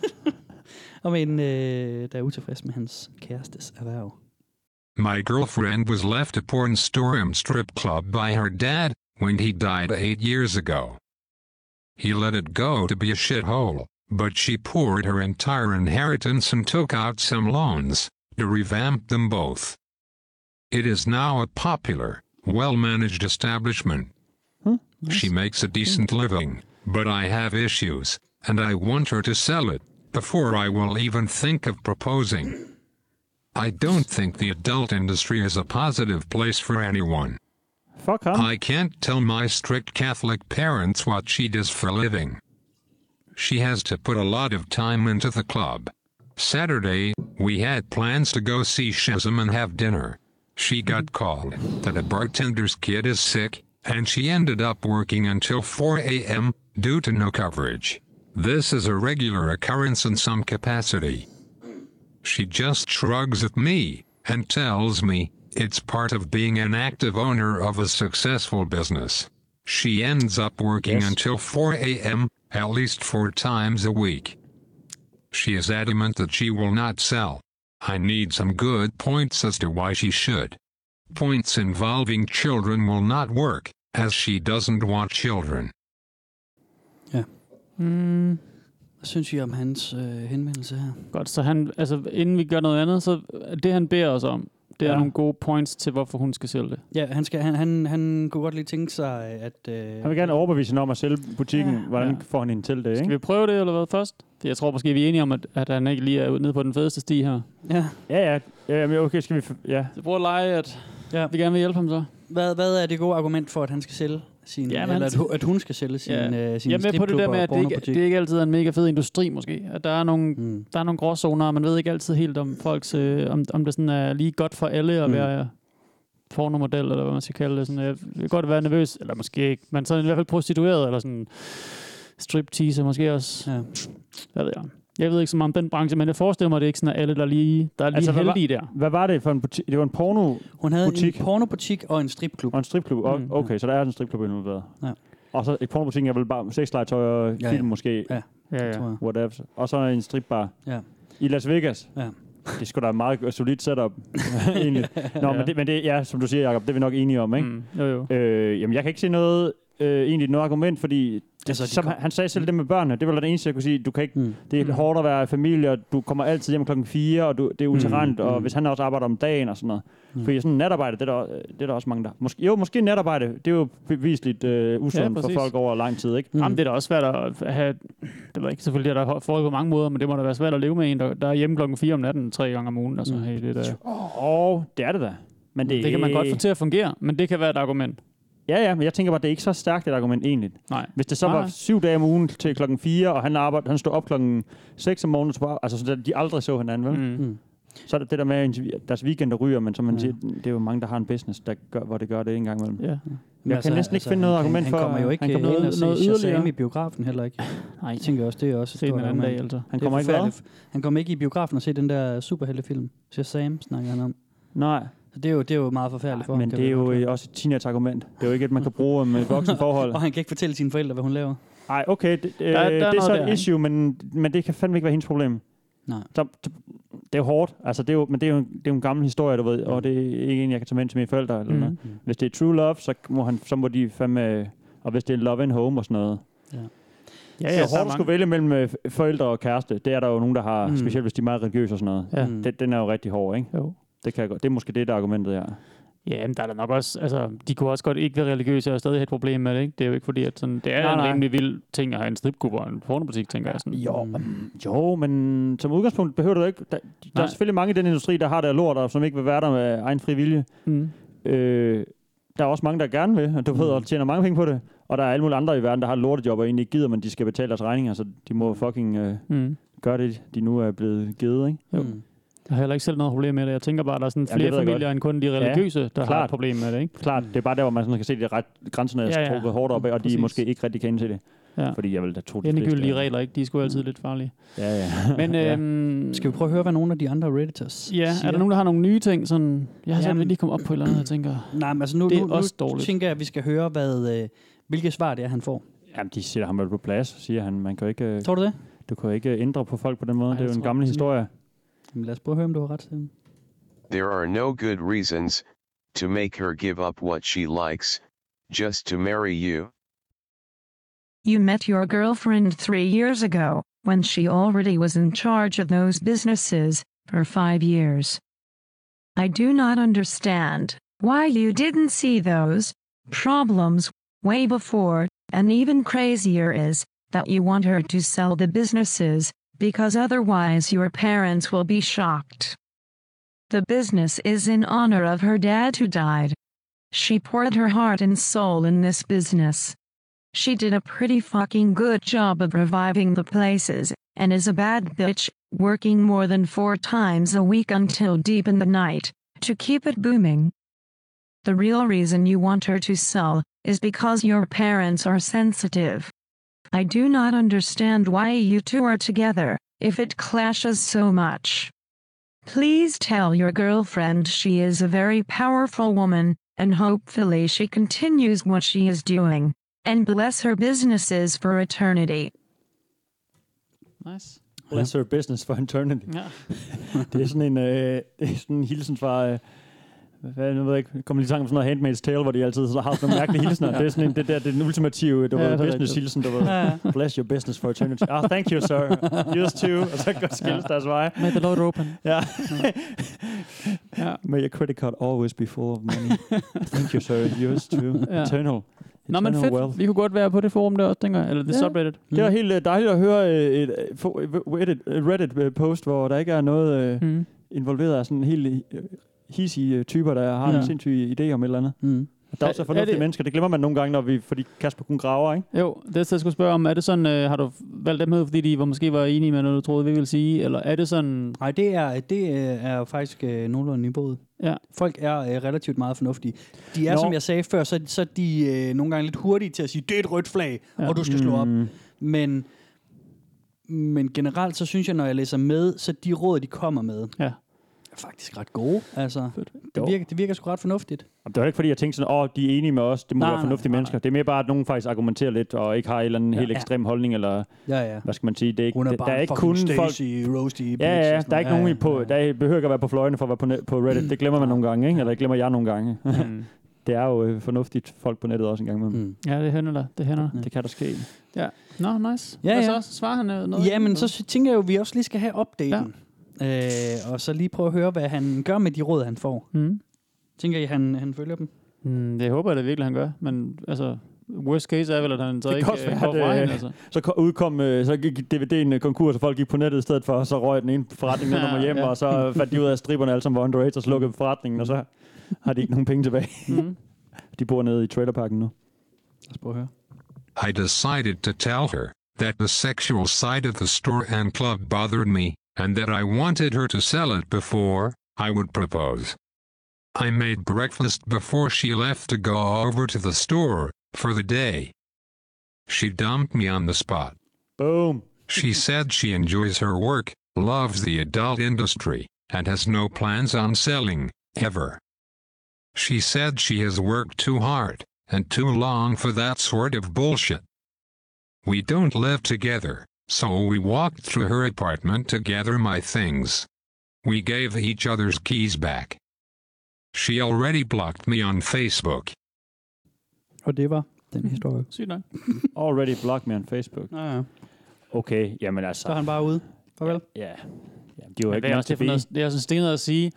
om en, der er utilfreds med hans kærestes erhverv. My girlfriend was left a porn store and strip club by her dad when he died 8 years ago. He let it go to be a shithole, but she poured her entire inheritance and took out some loans to revamp them both. It is now a popular, well-managed establishment. She makes a decent living, but I have issues, and I want her to sell it before I will even think of proposing. I don't think the adult industry is a positive place for anyone. Fuck him. I can't tell my strict Catholic parents what she does for a living. She has to put a lot of time into the club. Saturday, we had plans to go see Shazam and have dinner. She got called that a bartender's kid is sick, and she ended up working until 4 a.m. due to no coverage. This is a regular occurrence in some capacity. She just shrugs at me and tells me it's part of being an active owner of a successful business. She ends up working until 4 a.m., at least 4 times a week. She is adamant that she will not sell. I need some good points as to why she should. Points involving children will not work, as she doesn't want children. Ja. Hvad synes I om hans henvendelse her? Godt, så han, altså inden vi gør noget andet, så det han beder os om, det er nogle gode points til, hvorfor hun skal sælge det. Ja, han kunne godt lige tænke sig, at... Han vil gerne overbevise hende om at sælge butikken. Hvordan får han hende til det, ikke? Skal vi prøve det, eller hvad, først? Jeg tror måske, vi er enige om, at han ikke lige er nede på den fedeste sti her. Ja, men okay, skal vi... Ja. Så prøv at lege, at vi gerne vil hjælpe ham så. Hvad er det gode argument for, at han skal sælge sin... eller at hun skal sælge sin stripklub på det der med, at det ikke altid er en mega fed industri, måske. At der er nogle gråzoner, og man ved ikke altid helt om folks... om det sådan er lige godt for alle at være pornomodel, eller hvad man skal kalde det. Sådan, det kan godt være nervøs, eller måske ikke, men så i hvert fald prostitueret, eller sådan stripteaser måske også. Ja. Hvad ved jeg? Jeg ved ikke så meget om den branche, men jeg forestiller mig, at det ikke sådan, at alle, der er lige heldige der. Hvad var det for en butik? Det var en pornobutik? Hun havde en pornobutik og en stripklub. Og en stripklub? Okay, så der er en stripklub involveret. Ja. Og så et pornobutik er vel bare sexlegetøj og film måske? Ja. Whatever. Og så en stripbar i Las Vegas? Ja. Det er sgu da et meget solidt setup, egentlig. Nå, men det, som du siger, Jacob, det er vi nok enige om, ikke? Jo. Jamen, jeg kan ikke se noget... egentlig noget argument, fordi han sagde selv det med børnene. Det var det eneste, jeg kunne sige. Du kan ikke, det er hårdt at være familie, og du kommer altid hjem klokken 4, og det er utilregnet, og hvis han også arbejder om dagen og sådan noget. Fordi sådan natarbejde, det er der også mange, der... Måske natarbejde, det er jo bevisligt usundt for folk over lang tid, ikke? Jamen, det er da også svært at have... Det var ikke selvfølgelig, der foregår på mange måder, men det må da være svært at leve med en, der er hjemme klokken 4 om natten 3 gange om ugen. Altså, hey, det er det da. Men det kan man godt få til at fungere, men det kan være et argument. Ja, men jeg tænker bare, det er ikke så stærkt et argument egentlig. Nej. Hvis det så var 7 dage om ugen til klokken 4, og han stod op klokken 6 om morgenen, altså så de aldrig så hinanden, vel? Så er det der med, deres weekender ryger, men som man siger, det er jo mange, der har en business, hvor det gør det en gang imellem. Ja. Jeg kan næsten ikke finde noget argument for... Han kommer jo ikke ind og se Shazam i biografen heller ikke. Nej, jeg tænker også, det er også et stort argument. Altså. Han kommer ikke hvad? Han kommer ikke i biografen og se den der superheltefilm. Shazam snakker han om. Nej. Så det er jo meget forfærdeligt for ham. Men det er jo også et teenage-argument. Det er jo ikke et, man kan bruge med voksenforhold. Og han kan ikke fortælle sine forældre, hvad hun laver. Nej, okay. Det er så et issue, men det kan fandme ikke være hendes problem. Nej. Så, det er jo hårdt, altså men det er jo en gammel historie, du ved, og det er ikke en, jeg kan tage med til mine forældre. Eller noget. Hvis det er true love, så må de fandme, og hvis det er love and home og sådan noget. Ja. Det er hårdt at skulle vælge mellem forældre og kæreste. Det er der jo nogen, der har, specielt hvis de er meget religiøse og sådan noget. Ja. Den er jo rigtig hård, ikke? Jo. Det er måske det, der argumentet er. Ja, men der er da nok også, altså, de kunne også godt ikke være religiøse og stadig have et problem med det, ikke? Det er jo ikke fordi, at sådan, det er en rimelig vild ting at have en stripklub og en pornobutik, tænker jeg sådan. Jo, men som udgangspunkt behøver du ikke. Der er selvfølgelig mange i den industri, der har der lort, og som ikke vil være der med egen fri vilje. Der er også mange, der gerne vil, og du ved, og tjener mange penge på det. Og der er alle mulige andre i verden, der har lortejob og egentlig ikke gider, men de skal betale deres regninger, så de må fucking gøre det, de nu er blevet givet, ikke? Jo. Jeg har heller ikke selv noget problem med det. Jeg tænker bare, at der er sådan flere familier end kun de religiøse, der har et problem med det, ikke? Klart, det er bare der, hvor man sådan kan se, at grænserne er trukket hårdt op, og de måske ikke rigtig kan ind til det. Ja. Fordi jeg vil da tro, det endegyldige regler, ikke? De er sgu altid lidt farlige. Ja. Men, skal vi prøve at høre, hvad nogle af de andre Redditors siger? Er der nogen, der har nogle nye ting? Sådan, jeg har sådan lige kommet op på et eller andet, jeg tænker. Nej, men altså nu tænker jeg, at vi skal høre, hvilke svar det er, han får. Jamen, de siger ham på plads, siger han. Man kan ikke... Tror du det? Du kan ikke ændre på folk på den måde. Det er jo en gammel historie. Lad os prøve at høre, om du har ret til. There are no good reasons to make her give up what she likes just to marry you. You met your girlfriend 3 years ago, when she already was in charge of those businesses for 5 years. I do not understand why you didn't see those problems way before, and even crazier is that you want her to sell the businesses, because otherwise your parents will be shocked. The business is in honor of her dad who died. She poured her heart and soul in this business. She did a pretty fucking good job of reviving the places, and is a bad bitch, working more than 4 times a week until deep in the night, to keep it booming. The real reason you want her to sell is because your parents are sensitive. I do not understand why you two are together, if it clashes so much. Please tell your girlfriend she is a very powerful woman, and hopefully she continues what she is doing, and bless her businesses for eternity. Nice. Bless her business for eternity. Ja. Det er sådan en hilsen fra... Jeg ved ikke, jeg kommer lige i tanke om sådan noget Handmaid's Tale, hvor de altid så har sådan nogle mærkelige hilsener. Det er sådan det er den ultimative, business-hilsen, bless your business for eternity. Thank you, sir. Yours too. Og så går skilles deres veje. May the Lord open. Ja. May your credit card always be full of money. Thank you, sir. Yours too. Eternal. Nå, men fedt. Well. Vi kunne godt være på det forum der også, tænker jeg. Eller det subreddit. Det var helt dejligt at høre et Reddit-post, hvor der ikke er noget involveret af sådan helt... hissige typer, der har en sindssyg idé om et eller andet. Der er også fornuftige mennesker. Det glemmer man nogle gange, fordi Kasper kun graver, ikke? Jo, det så jeg skulle spørge om, er det sådan, har du valgt dem med, fordi de måske var enige med noget, du troede, vi ville sige, eller er det sådan... Nej, det er faktisk nogenlunde niveauet. Ja. Folk er relativt meget fornuftige. De er, som jeg sagde før, så er de nogle gange lidt hurtige til at sige, det er et rødt flag, og du skal slå op. Men generelt, så synes jeg, når jeg læser med, så de råd, de kommer med, er faktisk ret gode. Altså, det virker sgu ret fornuftigt. Det var ikke fordi, jeg tænkte sådan, de er enige med os, det må være fornuftige mennesker. Det er mere bare, at nogen faktisk argumenterer lidt, og ikke har en eller anden helt ekstrem holdning, eller hvad skal man sige. Det er ikke, hun er bare der er ikke kun Stacey, roasty bitch. Der er ikke nogen der behøver ikke at være på fløjene for at være på Reddit. Det glemmer man nogle gange, ikke? Eller det glemmer jeg nogle gange. Det er jo fornuftigt folk på nettet også en gang imellem. Ja, det hænder der. Det kan der ske. Ja. Nå, nice. Ja, Hvad ja. så? Svarer han noget? Ja, men så tænker jeg jo, at vi også lige skal have updaten. Og så lige prøve at høre, hvad han gør med de råd, han får. Tænker I, han følger dem? Det håber jeg da virkelig, han gør. Men altså, worst case er vel, at han så ikke går fra hende. Altså. Så gik DVD'en konkurs, og folk gik på nettet i stedet for, og så røg den ene forretning ned nummer hjem, og så fandt de ud af, at stripperne alle sammen var underage, og slukkede forretningen, og så har de ikke nogen penge tilbage. De bor nede i trailerparken nu. Lad os prøve at høre. I decided to tell her that the sexual side of the store and club bothered me, and that I wanted her to sell it before I would propose. I made breakfast before she left to go over to the store for the day. She dumped me on the spot. Boom. She said she enjoys her work, loves the adult industry, and has no plans on selling, ever. She said she has worked too hard and too long for that sort of bullshit. We don't live together, so we walked through her apartment to gather my things. We gave each other's keys back. She already blocked me on Facebook. Og det var den historie. Sygt nok. Already blocked me on Facebook. Ja. Okay, jamen altså. Så er han bare ude. Farvel. Ja. De er jo ikke det er nok også til det, det er sådan stenet at sige.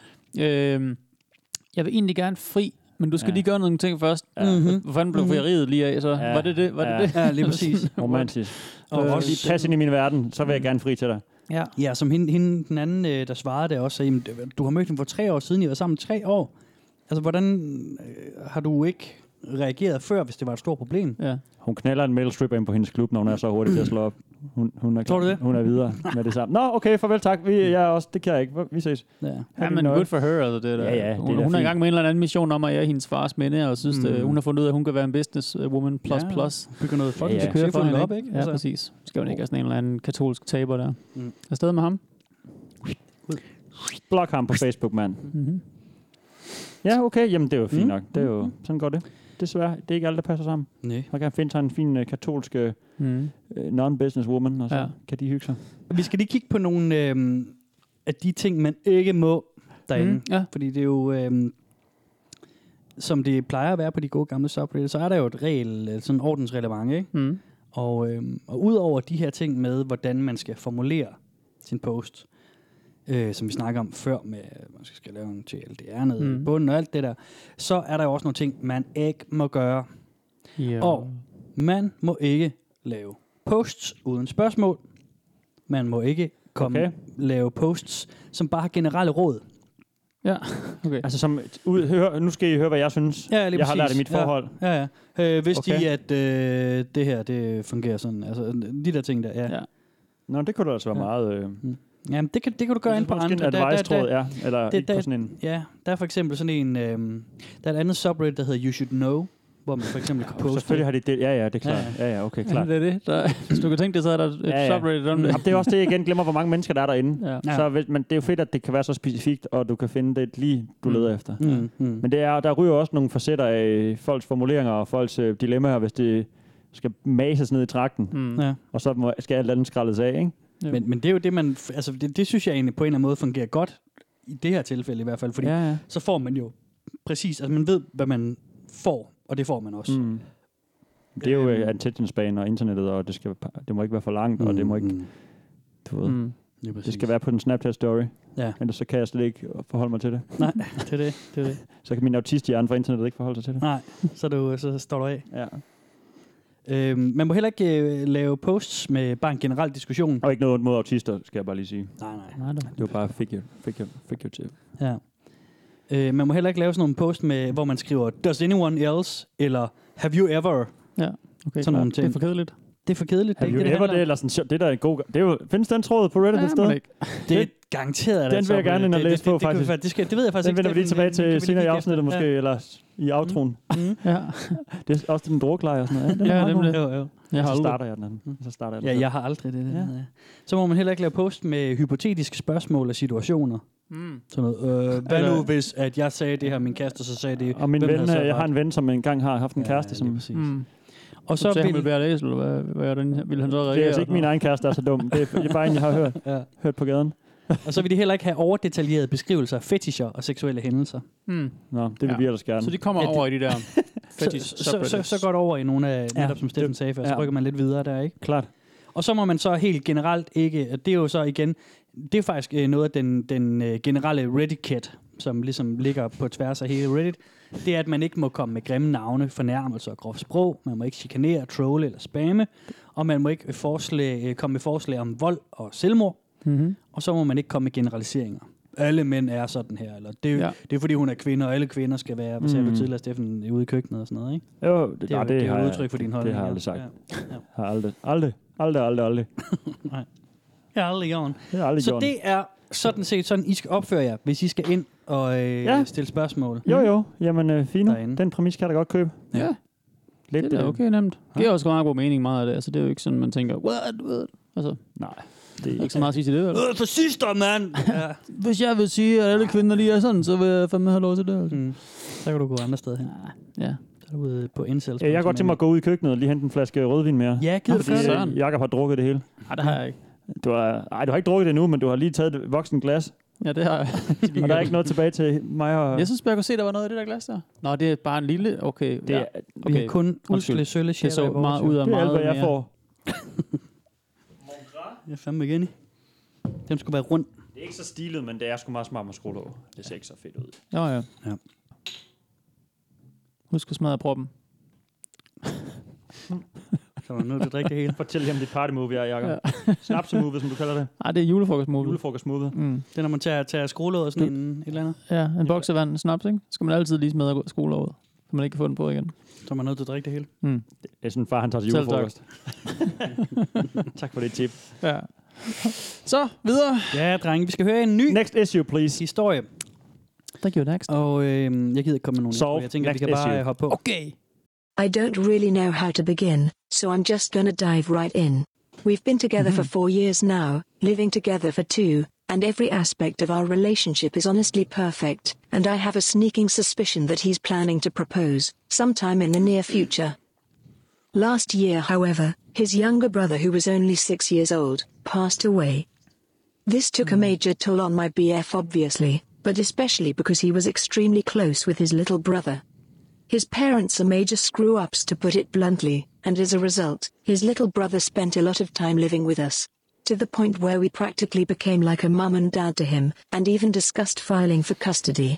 Jeg vil egentlig gerne fri, men du skal lige gøre nogle ting først. Hvor fanden blev frieriet lige af? Så var det det? Var det det? Ja, lige præcis. Romantisk. Og også pas ind i min verden, så vil jeg gerne fri til dig. Ja, som hende den anden, der svarede det også, sagde, du har mødt hende for 3 år siden, I var sammen 3 år. Altså, hvordan har du ikke reageret før, hvis det var et stort problem? Ja. Hun knalder en mailstrip ind på hendes klub, når hun er så hurtig til at slå op. Hun er, tror du det? Hun er videre med det samme. Nå, okay, farvel, tak. Det kan jeg ikke. Vi ses. Ja, men good for her. Altså det der. Ja, hun er i gang med en eller anden mission om at ære hendes fars minde, og synes, hun har fundet ud af, at hun kan være en businesswoman plus. Bygger noget folk, det kører for hende op, ikke? Ja, præcis. Skal hun ikke have sådan en eller anden katolsk taber der. Afsted med ham. Blok ham på Facebook, mand. Ja, okay. Jamen, det er jo fint nok. Det er jo, sådan går det. Desværre, det er ikke alt, der passer sammen. Nej. Man kan finde sig en fin katolsk non-business woman, og så kan de hygge sig. Vi skal lige kigge på nogle af de ting, man ikke må derinde. Fordi det er jo, som det plejer at være på de gode gamle subreddits, så er der jo et sådan ordensreglement, ikke? Og ud over de her ting med, hvordan man skal formulere sin post, som vi snakker om før, med man skal lave en TLDR nede i bunden og alt det der, så er der jo også nogle ting, man ikke må gøre. Og man må ikke lave posts uden spørgsmål. Man må ikke lave posts, som bare har generelle råd. Ja, okay. Altså som, nu skal I høre, hvad jeg synes. Ja, jeg har lært i mit forhold. Ja. Vidste I, at det her, det fungerer sådan? Altså, de der ting der, ja. Nå, det kunne da altså være meget... Jamen, det kan du gøre ind på andre. Det er en advice-tråd, eller ikke på sådan en... Ja, der er for eksempel sådan en... der er et andet subreddit, der hedder You Should Know, hvor man for eksempel kan poste... Selvfølgelig har de det. Ja, det er klart. Ja, okay, klart. Ja, det er det. Hvis du kan tænke det, så er der et subreddit om det. Jamen, det er også det, jeg igen glemmer, hvor mange mennesker der er derinde. Ja. Så, men det er jo fedt, at det kan være så specifikt, og du kan finde det lige, du leder efter. Men der ryger også nogle facetter af folks formuleringer og folks dilemmaer, hvis det skal mases ned i trakten. Og så skal alt andet skrælles af, ikke? Men det er jo det, man... Altså, det synes jeg egentlig på en eller anden måde fungerer godt, i det her tilfælde i hvert fald, fordi så får man jo præcis... Altså, man ved, hvad man får, og det får man også. Det er jo attention span og internettet, og det må ikke være for langt, og det må ikke... Du ved, det skal være på den Snapchat-story. Ja. Ellers så kan jeg slet ikke forholde mig til det. Nej, det er det. Så kan min autist-hjerne fra internettet ikke forholde sig til det. Nej, så står du af. Ja. Man må heller ikke lave posts med bare en generel diskussion. Og ikke noget mod autister, skal jeg bare lige sige. Nej. Det var bare figure tip. Ja. Man må heller ikke lave sådan nogle post med, hvor man skriver, does anyone else, eller have you ever? Ja, okay. Sådan nogle ting. Det er for kedeligt. Det er for kedeligt. Have you ever det, eller sådan, det der er en god... Det er jo, findes den tråd på Reddit et sted? Det er garanteret. Den vil jeg gerne ind og læse på, faktisk. Det ved jeg faktisk ikke. Den vender vi lige tilbage til senere i afsnittet, måske, eller i outroen. Ja. Det er også den drukleje og sådan noget. Ja, nemlig. Jo. Så starter jeg den. Ja, jeg har aldrig det. Så må man heller ikke lave post med hypotetiske spørgsmål og situationer. Sådan noget. Hvad nu, hvis at jeg sagde det her, min kæreste så sagde det? Og min ven, jeg har en ven, som engang har haft en kæreste, som... Og så vil han være læs, eller hvad vil han så reagere? Det er altså ikke min egen kæreste, der er så dum. Det er bare en, jeg har hørt på gaden. Og så vil de heller ikke have overdetaljerede beskrivelser af fetischer og seksuelle hændelser. Nå, det vil vi ellers gerne. Så de kommer over i de der fetish så går det over i nogle af, netop som Steffen sagde før, så rykker man lidt videre der, ikke? Klart. Og så må man så helt generelt ikke, det er jo så igen, det er faktisk noget af den generelle Reddit-cat, som ligesom ligger på tværs af hele Reddit, det er, at man ikke må komme med grimme navne, fornærmelser og groft sprog, man må ikke chikanere, trolle eller spamme, og man må ikke komme med forslag om vold og selvmord, og så må man ikke komme med generaliseringer. Alle mænd er sådan her, eller det er fordi hun er kvinde, og alle kvinder skal være, hvad sagde du tidligere, Steffen, ude i køkkenet og sådan noget, ikke? Jo, det er jo udtryk for din holdning. Det har jeg aldrig sagt. Ja. Har aldrig. Nej. Jeg har aldrig gjort. Så det er sådan, I skal opføre jer, hvis I skal ind og stille spørgsmål. Jo. Jamen, fint. Derinde. Den præmis kan jeg da godt købe. Ja. Lidt, det er okay nemt. Det er også meget god mening meget af det. Altså, det er jo ikke sådan, man tænker, what? Altså, nej. Det er ikke så meget at sige til det, eller? Fascister, mand! Ja. Hvis jeg vil sige, at alle kvinder lige er sådan, så vil jeg fandme have lov til det. Altså. Så kan du gå andre steder hen. Ja. Så er du ude på incels. Jeg kan godt tænke mig at gå ud i køkkenet og lige hente en flaske rødvin mere. Ja, gider du gøre det? Jakob har drukket det hele. Nej, det har jeg ikke. Du har ikke drukket det endnu, men du har lige taget et voksen glas. Ja, det har jeg. Og der er ikke noget tilbage til mig og... Jeg synes, jeg kunne se, der var noget i det der glas der. Nå, det er bare en lille... Okay. Det er, Vi har kun usle sølle det så meget ud af det er meget alt, hvad jeg mere. får. Jeg er fandme igen i. Den skulle være rund. Det er ikke så stilet, men det er sgu meget smart med skruelåg. Det ser ikke så fedt ud. Ja. Husk at smadre proppen. Så var nu, du drikker det hele. Fortæl lige om dit party-movie, Jakob. Ja. Snapse-movie, som du kalder det. Nej, det er julefrokostmovie. Julefrokostmovie. Mm. Det er, når man tager skruelåget og sådan et eller andet. Ja, en boksevand, en snaps, ikke? Skal man altid lige smadre skruelåget, så man ikke kan få den på igen. Så er man nødt til at drikke det hele. Mm. Det er sådan, far han tager til julefrokost. Tak for det tip. Ja. Så, videre. Ja, drenge, vi skal høre en ny Next issue, please. Historie. Thank you, next. Og jeg gider ikke komme med nogen Solve. Jeg tænker, vi kan Next bare issue. hoppe på. Okay. I don't really know how to begin, so I'm just gonna dive right in. We've been together for 4 years now, living together for 2, and every aspect of our relationship is honestly perfect, and I have a sneaking suspicion that he's planning to propose, sometime in the near future. Last year, however, his younger brother, who was only 6 years old, passed away. This took a major toll on my BF, obviously, but especially because he was extremely close with his little brother. His parents are major screw-ups, to put it bluntly, and as a result, his little brother spent a lot of time living with us, to the point where we practically became like a mum and dad to him, and even discussed filing for custody.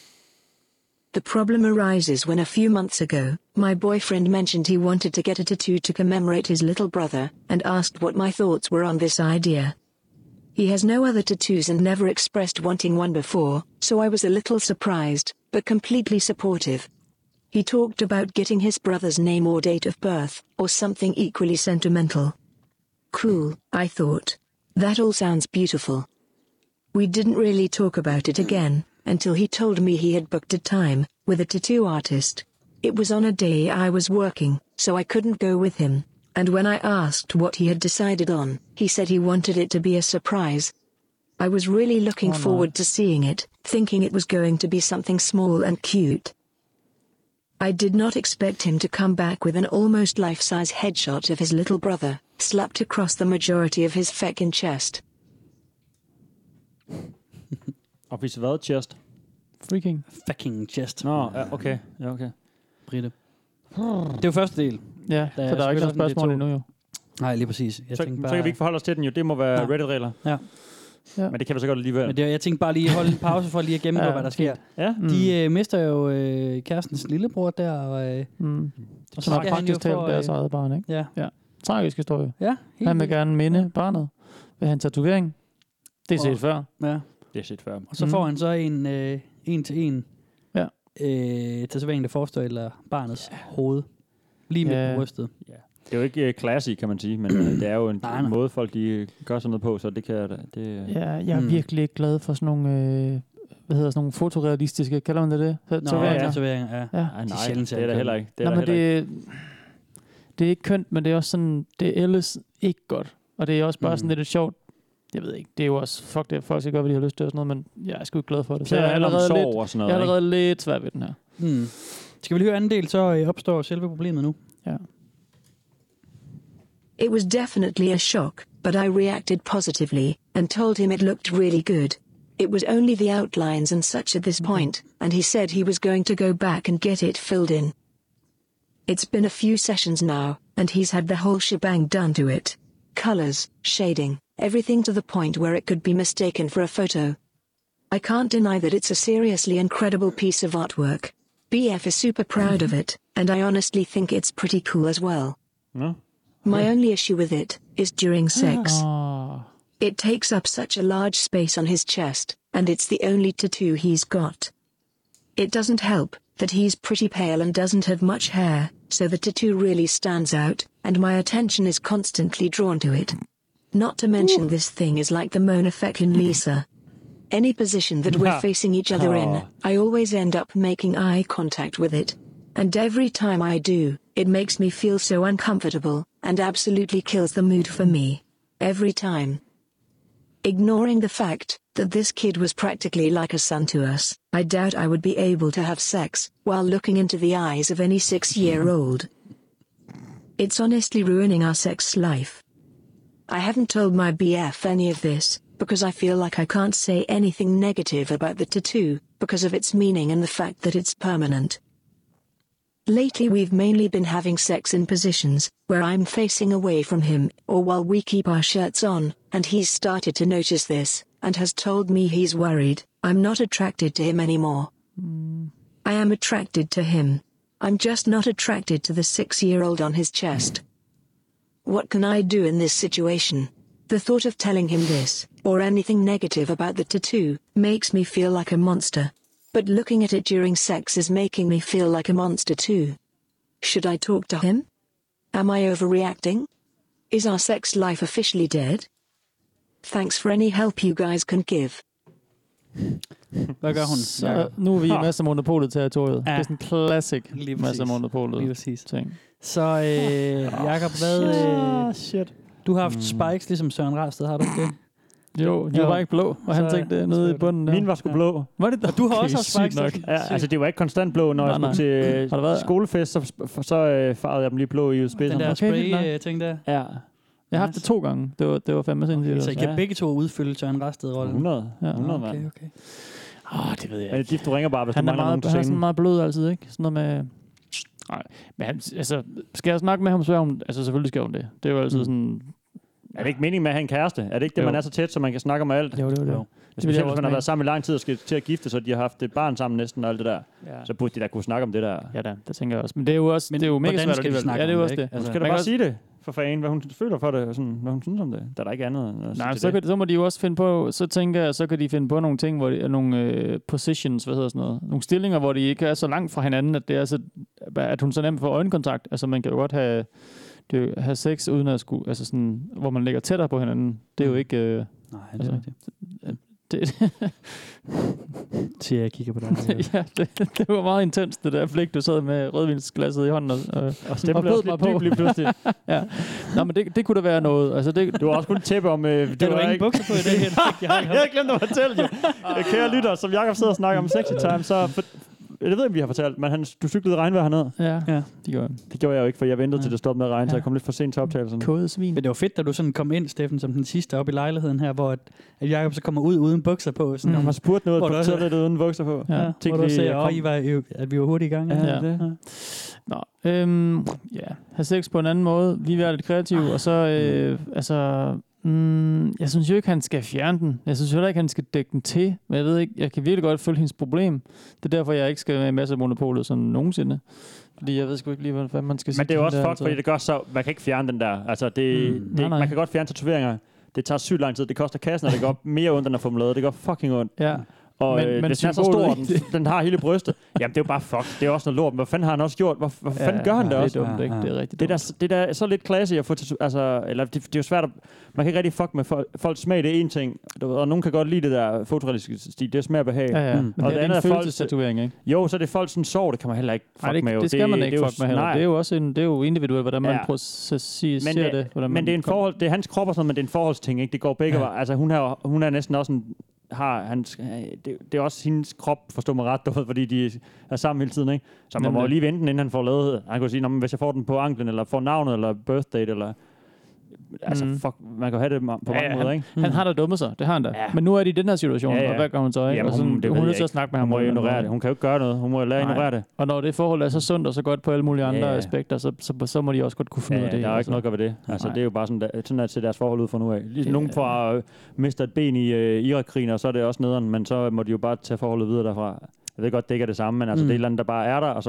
The problem arises when a few months ago, my boyfriend mentioned he wanted to get a tattoo to commemorate his little brother, and asked what my thoughts were on this idea. He has no other tattoos and never expressed wanting one before, so I was a little surprised, but completely supportive. He talked about getting his brother's name or date of birth, or something equally sentimental. Cool, I thought. That all sounds beautiful. We didn't really talk about it again, until he told me he had booked a time, with a tattoo artist. It was on a day I was working, so I couldn't go with him, and when I asked what he had decided on, he said he wanted it to be a surprise. I was really looking forward to seeing it, thinking it was going to be something small and cute. I did not expect him to come back with an almost life-size headshot of his little brother, slapped across the majority of his feckin' chest. Og hvis hvad? Chest? Freaking. Fucking chest. Nå, ja, okay. Ja, okay. Britte. Det er jo første del. Ja, så der er ikke noget spørgsmål endnu, jo. Nej, lige præcis. Så kan vi ikke forholde os til den jo. Det må være Reddit-regler. Ja. Men det kan vi så godt alligevel. Men jeg tænkte bare lige holde en pause for lige at gennemgå, hvad der sker. Ja. De mister jo kærestens lillebror der, og så har faktisk talt deres eget barn, ikke? Ja. Tragisk historie. Ja, han vil gerne minde barnet ved hans tatovering. Det er set før. Ja. Det er set før. Og så får han så en til en tatovering, der forestiller barnets hoved. Lige midt på brystet. Ja. Det er jo ikke classy, kan man sige, men det er jo en måde, folk de gør sådan noget på, så det kan... Ja, jeg er virkelig glad for sådan nogle... sådan nogle fotorealistiske, kalder man det? Tatoveringer, ja. Nej, det er der heller ikke. Det er ikke kønt, men det er også sådan... Det er ellers ikke godt. Og det er også bare sådan lidt sjovt. Jeg ved ikke, det er jo også... Fuck det, folk skal gøre, hvad de har lyst til og sådan noget, men jeg er sgu ikke glad for det. Så jeg er allerede lidt svær ved den her. Skal vi lige høre anden del, så opstår selve problemet nu. Ja. It was definitely a shock, but I reacted positively, and told him it looked really good. It was only the outlines and such at this point, and he said he was going to go back and get it filled in. It's been a few sessions now, and he's had the whole shebang done to it. Colors, shading, everything to the point where it could be mistaken for a photo. I can't deny that it's a seriously incredible piece of artwork. BF is super proud of it, and I honestly think it's pretty cool as well. No? My only issue with it is during sex. It takes up such a large space on his chest, and it's the only tattoo he's got. It doesn't help that he's pretty pale and doesn't have much hair, so the tattoo really stands out, and my attention is constantly drawn to it. Not to mention this thing is like the Mona Fecklin Lisa. Any position that we're facing each other in, I always end up making eye contact with it. And every time I do, it makes me feel so uncomfortable, and absolutely kills the mood for me. Every time. Ignoring the fact that this kid was practically like a son to us, I doubt I would be able to have sex while looking into the eyes of any 6-year-old. It's honestly ruining our sex life. I haven't told my BF any of this, because I feel like I can't say anything negative about the tattoo, because of its meaning and the fact that it's permanent. Lately we've mainly been having sex in positions where I'm facing away from him, or while we keep our shirts on, and he's started to notice this, and has told me he's worried I'm not attracted to him anymore. I am attracted to him. I'm just not attracted to the 6-year-old on his chest. What can I do in this situation? The thought of telling him this, or anything negative about the tattoo, makes me feel like a monster. But looking at it during sex is making me feel like a monster too. Should I talk to him? Am I overreacting? Is our sex life officially dead? Thanks for any help you guys can give. Hvad gør hun? Så nu er vi i Mads og Monopolet-territoriet. Det er sådan en classic Mads og Monopolet-ting. Så Jakob, hvad... Shit. Du har haft spikes ligesom Søren Rasted, har du ikke det? Jo, de var bare ikke blå, og han tænkte nede i bunden der. Min var sgu blå. Var det der? Og du har også haft spikes nok. Ja, altså det var ikke konstant blå, når jeg skulle til skolefest, så farvede jeg dem lige blå i spidsen. Den der spray-ting der? Ja. Jeg har haft det 2 gange. Det var fandme sindssygt. Okay, så I kan begge to udfylde Søren Rasted-rollen? 100. Ja. 100 mand. Okay. Det ved jeg ikke. Du ringer bare, hvis han du mangler nogen til scenen. Han er sådan meget blød altid, ikke? Sådan noget med... Nej, men han, altså, skal jeg snakke med ham, så er hun... Altså, selvfølgelig skal hun det. Det er jo altid sådan... Er det ikke meningen med at have en kæreste? Er det ikke det, man er så tæt, så man kan snakke om alt? Jo. Hvis man har været sammen i lang tid og skal til at gifte, så de har haft et barn sammen næsten og alt det der. Ja. Så burde de da kunne snakke om det der. Ja da, det tænker jeg også. Men det er jo også det er jo mega svært alligevel. Ja, det er jo også det. Altså, skal du bare sige det for fanden, hvad hun føler for det, og sådan, hvad hun synes om det. Der er der ikke andet. Nej, så må de jo også finde på, så tænker jeg, så kan de finde på nogle ting, hvor det er nogle positions, hvad hedder sådan noget. Nogle stillinger, hvor de ikke er så langt fra hinanden, at det er så, at hun så nemt får øjenkontakt. Altså man kan jo godt have sex uden at skulle, altså sådan, hvor man ligger tættere på hinanden. Det er jo ikke... Nej, det er rigtigt. Til jeg kigger på dig. Ja, det var meget intens, det der blik, du sad med rødvinsglasset i hånden og stemte også lidt dybt lige pludselig. Ja. Nå, men det kunne da være noget. Altså, du har også kun tæppe om... det var ingen bukser på i det her. Jeg havde glemt at fortælle jo. Kære lytter, som Jakob sidder og snakker om sexy time, så... Jeg ved ikke, vi har fortalt, men du cyklede regnvejr hernede. Ja, det gjorde jeg. Det gjorde jeg jo ikke, for jeg ventede til det stoppede med at regne, så jeg kom lidt for sent til optagelsen. Kodesvin. Men det var fedt, da du sådan kom ind, Steffen, som den sidste op i lejligheden her, hvor at Jakob så kommer ud uden bukser på. Sådan, man har spurgt noget på toilettet uden bukser på. Ja, hvor du ser, at vi var hurtigt i gang. Ja. Nå, have sex på en anden måde. Vi er lidt kreative, og så, jeg synes jo ikke, han skal fjerne den. Jeg synes heller ikke, han skal dække den til. Men jeg ved ikke, jeg kan virkelig godt følge hendes problem. Det er derfor, jeg ikke skal med en masse Monopolet sådan nogensinde. Fordi jeg ved sgu ikke lige, hvad man skal sige. Men det er jo også fuck, fordi det gør så... Man kan ikke fjerne den der. Altså, nej. Man kan godt fjerne tatoveringer. Det tager sygt lang tid. Det koster kassen, og det går mere ondt, end at få dem lavet. Det går fucking ondt. Ja. Og men det er så stor, den har hele brystet. Jamen, det er jo bare fuck. Det er også noget lort. Hvad fanden har han også gjort? Hvad fanden gør han det også? Det er dumt, ikke? Det er rigtig dumt. Det er så lidt classy at få til... Altså, eller det er jo svært at... Man kan ikke rigtig fuck med folks smag. Det er en ting. Og nogen kan godt lide det der fotorealistiske stil. Det er smag og behag. Ja. Men og det er en følelsestatovering, ikke? Jo, så er det folk sådan sår. Det kan man heller ikke fuck med. Det skal man ikke fuck med heller. Det er jo også det er jo individuelt, hvordan man processerer det. Men det er en forhold... Det er hans krop og sådan, men det er en forholdsting, ikke? Det går begge veje. Altså, hun er næsten også en... det er også hendes krop, forstår mig ret, fordi de er sammen hele tiden, ikke? Så man må jo lige vente, inden han får lavet. Han kan sige, hvis jeg får den på anklen, eller får navnet, eller birthdate, eller... altså, fuck, man kan have det på mange måder, ikke? Han har da dummet sig, det har han da. Ja. Men nu er de i den her situation, og hvad gør hun så, ikke? Jamen, hun er nødt til at snakke med ham. Hun må ignorere det. Hun kan jo ikke gøre noget. Hun må lære at ignorere det. Og når det forhold er så sundt og så godt på alle mulige andre aspekter, så må de også godt kunne finde ud af det. Der er ikke noget at gøre ved det. Altså, det er jo bare sådan at se deres forhold ud fra nu af. Nogen får mistet et ben i Irak-krigen, og så er det også nederen, men så må de jo bare tage forholdet videre derfra. Jeg ved godt, det ikke er det samme, men altså, det er et eller andet, der bare er der, og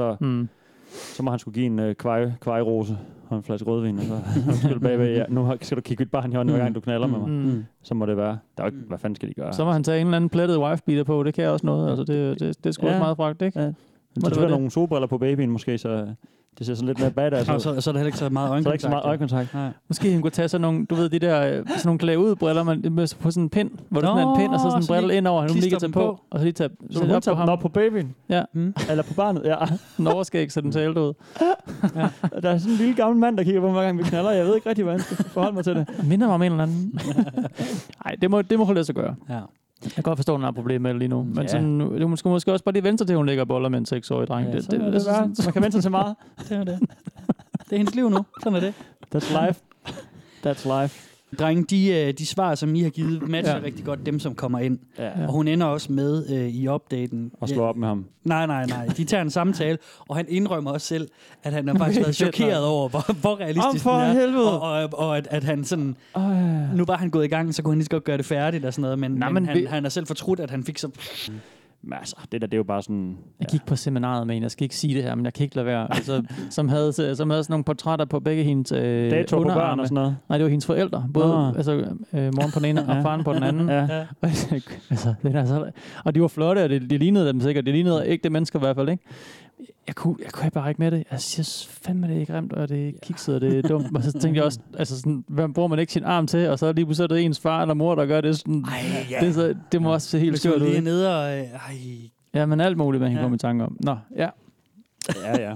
så må han skulle give en kvejrose og en flaske rødvin, og så skal bagved, nu skal du kigge et barn i hånden, hver gang du knaller med mig. Så må det være. Der er ikke, hvad fanden skal de gøre? Så må han tage en eller anden plettet wife-beater på, det kan også noget. Altså, det er sgu også meget fragt, ikke? Ja. Så skal nogle solbriller på babyen måske, så det ser sådan lidt mere badass ud. Så er der heller ikke så meget øjenkontakt. Så er der ikke så meget øjenkontakt. Måske han kunne tage sådan nogle, du ved, de der sådan nogle klæde ud briller på sådan en pind, hvor der er en pind, og så sådan en brille ind over, han lige kan tage på, og så lige tage så op på ham. På babyen? Ja. Eller på barnet, ja. En overskæg, så den ser ældre ud. Ja. Der er sådan en lille gammel mand, der kigger på mig, hver gang vi knaller. Jeg ved ikke rigtig, hvordan jeg skal forholde mig til det. Minder mig om en eller anden. Nej, det må holde sig gøre. Ja. Jeg kan godt forstå, at hun har problemer med det lige nu. Men sådan, du skal måske også bare lige vente sig til, hun ligger boller med en 6-årig dreng. Ja, man kan vente sig til meget. Det er det. Det er hendes liv nu. Sådan er det. That's life. That's life. Drenge, de svar, som I har givet, matcher rigtig godt dem, som kommer ind. Ja. Og hun ender også med i opdaten. Og slå op med ham. Nej. De tager en samtale, og han indrømmer også selv, at han har faktisk været chokeret over, hvor realistisk den er. Helvede. Og at han sådan... Nu var han gået i gang, så kunne han lige så godt gøre det færdigt og sådan noget, men han har selv fortrudt, at han fik så... Altså, det er jo bare sådan... Jeg gik på seminaret med en, jeg skal ikke sige det her, men jeg kan ikke lade være. Altså, som havde sådan nogle portrætter på begge hendes dato på børn og sådan noget? Nej, det var hendes forældre. Både moren på den ene og faren på den anden. Ja. Og de var flotte, og det lignede dem sikkert. Det lignede ægte mennesker i hvert fald, ikke? Jeg kunne bare ikke med det. Jeg synes fandme, det er grimt, og det er kikset, og det er dumt. Og så tænkte jeg også, altså sådan, hvad bruger man ikke sin arm til? Og så lige pludselig er det ens far eller mor, der gør det sådan. Det må også se helt skørt ud. Lige nede og... Ja, men alt muligt, man kan komme i tanke om. Nå, ja. Ja.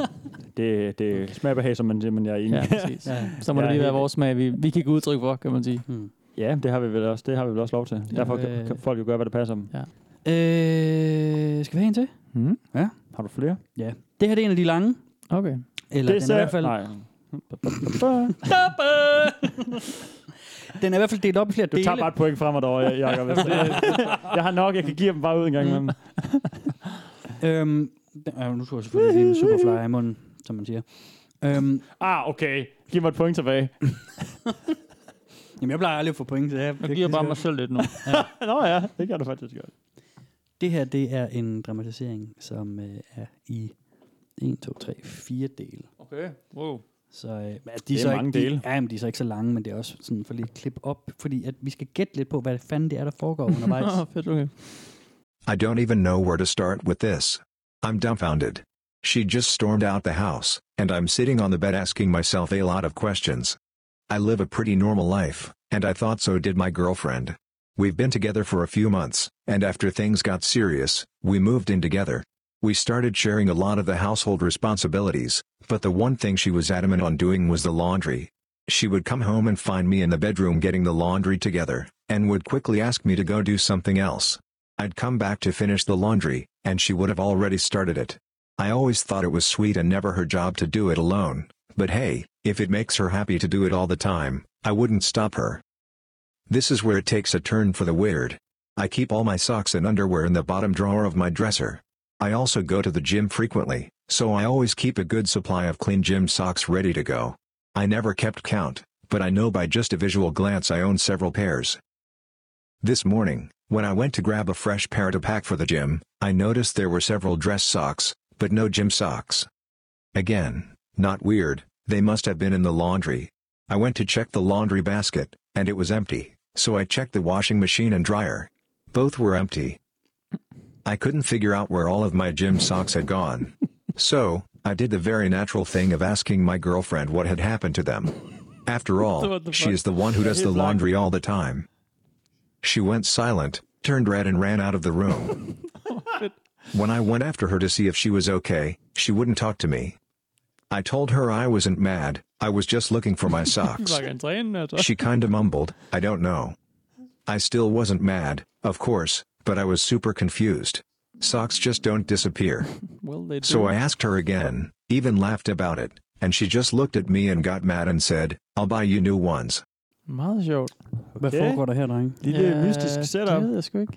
Det smager behag, som man siger, men jeg er enig. Ja, præcis. Så må det lige være vores smag. Vi kan udtryk for, kan man sige. Ja, det har vi vel også. Det har vi vel også lov til. Derfor kan folk jo gøre, hvad det passer dem. Ja. Skal vi have en til? Ja. Har du flere? Ja. Det her det er en af de lange. Okay. Eller det den er i hvert fald... Nej. Den er i hvert fald delt op i flere dele. Du tager bare et point frem og derovre, Jacob. Jeg har nok, jeg kan give dem bare ud en gang med dem. Nu tror jeg selvfølgelig, det er en superfly i munden, som man siger. Okay. Giv mig et point tilbage. Jamen, jeg plejer aldrig at få point til det. Jeg giver bare mig selv lidt nu. Nå ja, det kan du faktisk godt. Det her, det er en dramatisering, som er i 1, 2, 3, 4 dele. Okay, wow. Så de er så mange dele. Ja, men de er så ikke så lange, men det er også sådan for lige et klip op, fordi at vi skal gætte lidt på, hvad fanden det er, der foregår undervejs. Fedt, okay. I don't even know where to start with this. I'm dumbfounded. She just stormed out the house, and I'm sitting on the bed asking myself a lot of questions. I live a pretty normal life, and I thought so did my girlfriend. We've been together for a few months, and after things got serious, we moved in together. We started sharing a lot of the household responsibilities, but the one thing she was adamant on doing was the laundry. She would come home and find me in the bedroom getting the laundry together, and would quickly ask me to go do something else. I'd come back to finish the laundry, and she would have already started it. I always thought it was sweet and never her job to do it alone, but hey, if it makes her happy to do it all the time, I wouldn't stop her. This is where it takes a turn for the weird. I keep all my socks and underwear in the bottom drawer of my dresser. I also go to the gym frequently, so I always keep a good supply of clean gym socks ready to go. I never kept count, but I know by just a visual glance I own several pairs. This morning, when I went to grab a fresh pair to pack for the gym, I noticed there were several dress socks, but no gym socks. Again, not weird, they must have been in the laundry. I went to check the laundry basket, and it was empty, so I checked the washing machine and dryer. Both were empty. I couldn't figure out where all of my gym socks had gone. So, I did the very natural thing of asking my girlfriend what had happened to them. After all, she is the one who does the laundry all the time. She went silent, turned red and ran out of the room. When I went after her to see if she was okay, she wouldn't talk to me. I told her I wasn't mad, I was just looking for my socks. She kinda mumbled, I don't know. I still wasn't mad, of course, but I was super confused. Socks just don't disappear. Well, they do. So I asked her again, even laughed about it, and she just looked at me and got mad and said, I'll buy you new ones. Meget sjovt. Hvad foregår der her, drenge? Lille mystisk setup. Det ved jeg sgu ikke.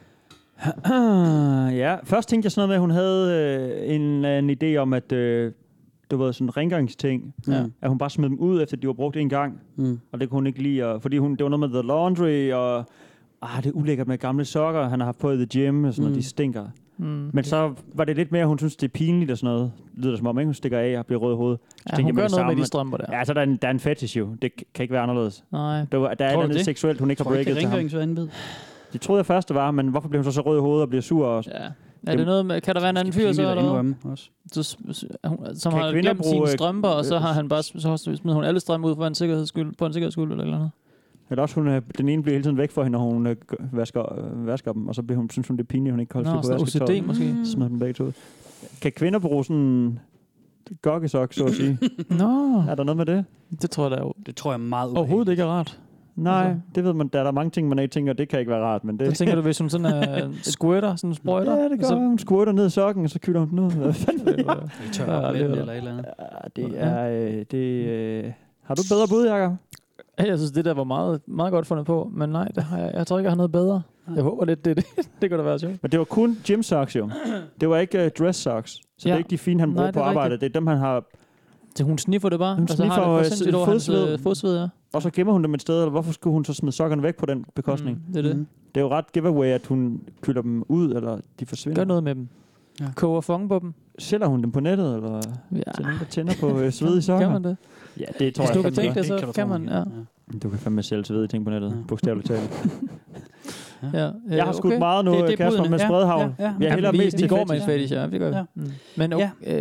Ja, først tænkte jeg sådan noget med, at hun havde en idé om, at det var sådan en rengøringsting. Ja. At hun bare smed dem ud, efter de var brugt en gang. Og det kunne hun ikke lide. Fordi det var noget med The Laundry, og det er ulækkert med gamle sokker, han har haft på i The Gym, og sådan noget, de stinker. Men så var det lidt mere, hun synes, det er pinligt og sådan noget. Det lyder som om, ikke? Hun stikker af og bliver rød i hovedet. Ja, hun gør noget med de strømper der. Ja, så der er en fetish jo. Det kan ikke være anderledes. Nej. Der er noget seksuelt, hun ikke har breaket til ham. Det troede jeg først, det var, men hvorfor bliver hun så rød i hovedet og bliver sur også? Ja. Er det noget med, kan der være en anden fyr så, eller hvad? Som har glemt sine strømper, og så har han bare, så smider hun alle strømper ud for en sikkerhedsskyld, eller noget. Eller også den ene bliver hele tiden væk for hende, når hun vasker dem, og så bliver synes hun, det er pinligt, hun ikke kan holde styr på vasketøjet. OCD måske. Smider dem begge ud. Kan kvinder bruge sådan gokkesok, så at sige? Nå. Er der noget med det? Det tror jeg, der er. Det tror jeg meget overhovedet ikke er rart. Nej, det ved man. Der er mange ting, man ikke tænker, det kan ikke være rart. Men det... Så tænker du, hvis hun sådan er squirter, sådan en sprøjter? Ja, det gør hun. Squirter ned i sokken, og så kylder hun den ud. Hvad fanden ved jeg? Vi tør op med eller et eller andet. Det er... Har du bedre bud, Jacob? Jeg synes, det der var meget, meget godt fundet på, men nej, det har jeg tror ikke, jeg har noget bedre. Jeg håber lidt, det kan da være sjovt. Men det var kun gym socks jo. Det var ikke dress socks. Så det er ikke de fine, han bruger på arbejdet. Det er dem, han har... Så hun sniffer det bare? Hun sniffer fodsved, ja. Og så gemmer hun dem et sted, eller hvorfor skulle hun så smide sokkerne væk på den bekostning? Det er det. Det er jo ret giveaway, at hun kylder dem ud, eller de forsvinder. Gør noget med dem. Ja. Koger fong på dem. Sælger hun dem på nettet, eller til nogen, der tænder på sved i sokker? Kan man det? Ja, det tror jeg. Hvis du kan tænke det, så kan man, ja. Du kan fandme sælge sved i ting på nettet, bogstaveligt talt. Ja. Jeg har skudt meget nu, Kasper, med spredhavn. Jeg hælder mest til går med fetish, ja. Det gør vi. Men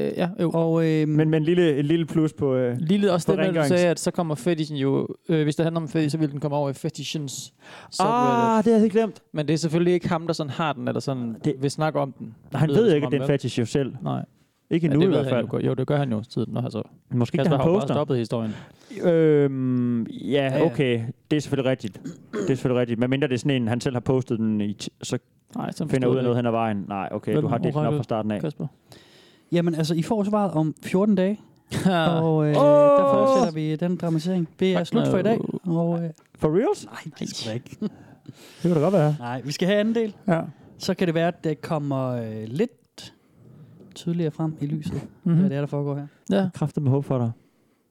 men en lille plus på lille også det, du sagde, at så kommer fetishen jo... hvis det handler om fetish, så vil den komme over i fetishens subreddit. Det havde jeg glemt. Men det er selvfølgelig ikke ham, der sådan har den, eller sådan vil snakke om den. Han ved ikke, at det er en fetish jo selv. Nej. Ikke nu i hvert fald. Jo, det gør han jo tiden, når han så... Måske kan han poster. Bare stoppet historien. Ja, okay. Det er selvfølgelig rigtigt. Men mindre det er sådan en, han selv har postet den, så finder ud af noget hen ad vejen. Nej, okay, du har delt den op fra starten af. Kasper? Jamen, altså, I får svaret om 14 dage. Og der fortsætter vi den dramatisering. Det er slut for i dag. Og, for reals? Nej, det skal ikke. Det kan da godt være. Nej, vi skal have anden del. Ja. Så kan det være, at det kommer lidt tydeligere frem i lyset, hvad det er, der foregår her. Ja. Kræfter med håb for dig.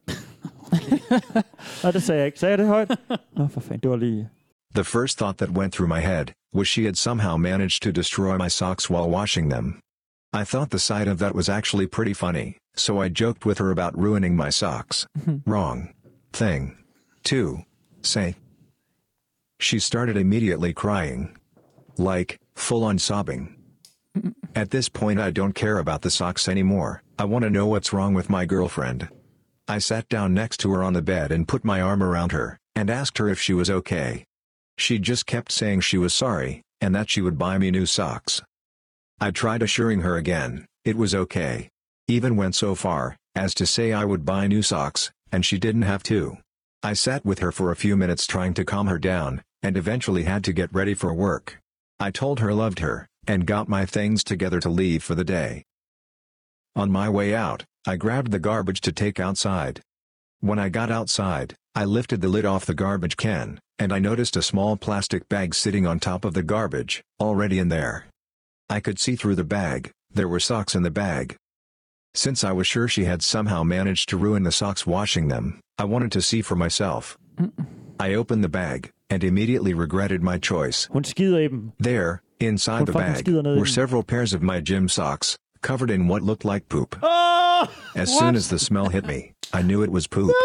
Nej, det sagde jeg ikke. Sagde jeg det højt? Nå, for fanden, det var lige... The first thought that went through my head was she had somehow managed to destroy my socks while washing them. I thought the sight of that was actually pretty funny, so I joked with her about ruining my socks. Wrong thing to say. She started immediately crying. Like, full-on sobbing. At this point I don't care about the socks anymore. I want to know what's wrong with my girlfriend. I sat down next to her on the bed and put my arm around her, and asked her if she was okay. She just kept saying she was sorry, and that she would buy me new socks. I tried assuring her again, it was okay. Even went so far, as to say I would buy new socks, and she didn't have to. I sat with her for a few minutes trying to calm her down, and eventually had to get ready for work. I told her I loved her, and got my things together to leave for the day. On my way out, I grabbed the garbage to take outside. When I got outside, I lifted the lid off the garbage can, and I noticed a small plastic bag sitting on top of the garbage, already in there. I could see through the bag, there were socks in the bag. Since I was sure she had somehow managed to ruin the socks washing them, I wanted to see for myself. I opened the bag, and immediately regretted my choice. Hun skider i dem. There, inside the bag, were several pairs of my gym socks, covered in what looked like poop. As soon as the smell hit me, I knew it was poop.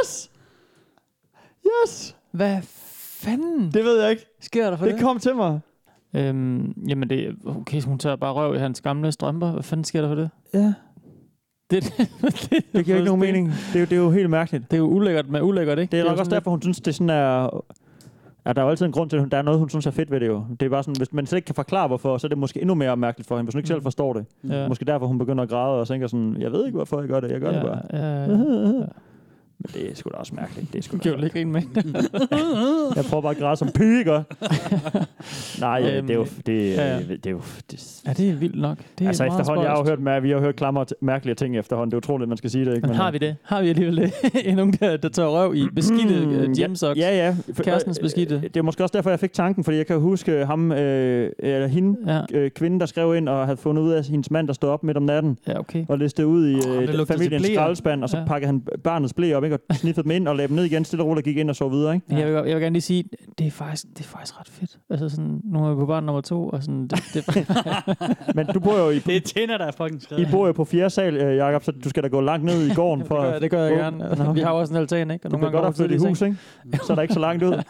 Yes! Hvad fanden? Det ved jeg ikke. Sker der for det? Det kom til mig. Jamen det okay, hun tager bare røv i hans gamle strømper. Hvad fanden sker der for det? Ja. Det giver ikke nogen mening. Det er jo helt mærkeligt. Det er jo ulækkert med ulækkert, ikke? Det er nok også derfor, hun synes, det sådan er... Ja, der er jo altid en grund til, at der er noget, hun synes er fedt ved det jo. Det er bare sådan, hvis man slet ikke kan forklare, hvorfor, så er det måske endnu mere mærkeligt for hende, hvis hun ikke selv forstår det. Ja. Måske derfor, hun begynder at græde og tænker sådan, jeg ved ikke, hvorfor jeg gør det, jeg gør det bare. Ja. Men det er sgu da også mærkeligt. Det er sgu Kan du ikke grine med? Jeg prøver bare at græde som piger. Nej, det er jo... Det er jo Ja, det er vildt nok. Det er altså meget efterhånden, spøjst. vi har jo hørt klamre mærkelige ting efterhånden. Det er utroligt, man skal sige det. Ikke? Men har vi det? Har vi alligevel det? Nogen, der tager røv i beskidte gymsocks? Ja. Kærestens beskidte. Det er måske også derfor, jeg fik tanken, fordi jeg kan huske ham, eller hende, kvinden, der skrev ind og havde fundet ud af hendes mand, der stod op midt om natten. Ja, okay. Og listede ud i familiens skraldespand, og så pakkede han barnets ble op, ikke? Og sniffede dem ind og lagde dem ned igen, stille og roligt, gik ind og så videre. Ikke? Ja. Jeg vil gerne lige sige, det er faktisk ret fedt. Altså sådan, nu er jeg på barn nummer 2, og sådan... Men du bor jo i... Det er tænder, der er fucking skrevet. I bor jo på 4. sal, Jakob, så du skal da gå langt ned i gården for... det gør jeg gerne. Altså, vi har også en altan, ikke? Og du kan godt have flyttet i hus, ikke? Så er der ikke så langt ud.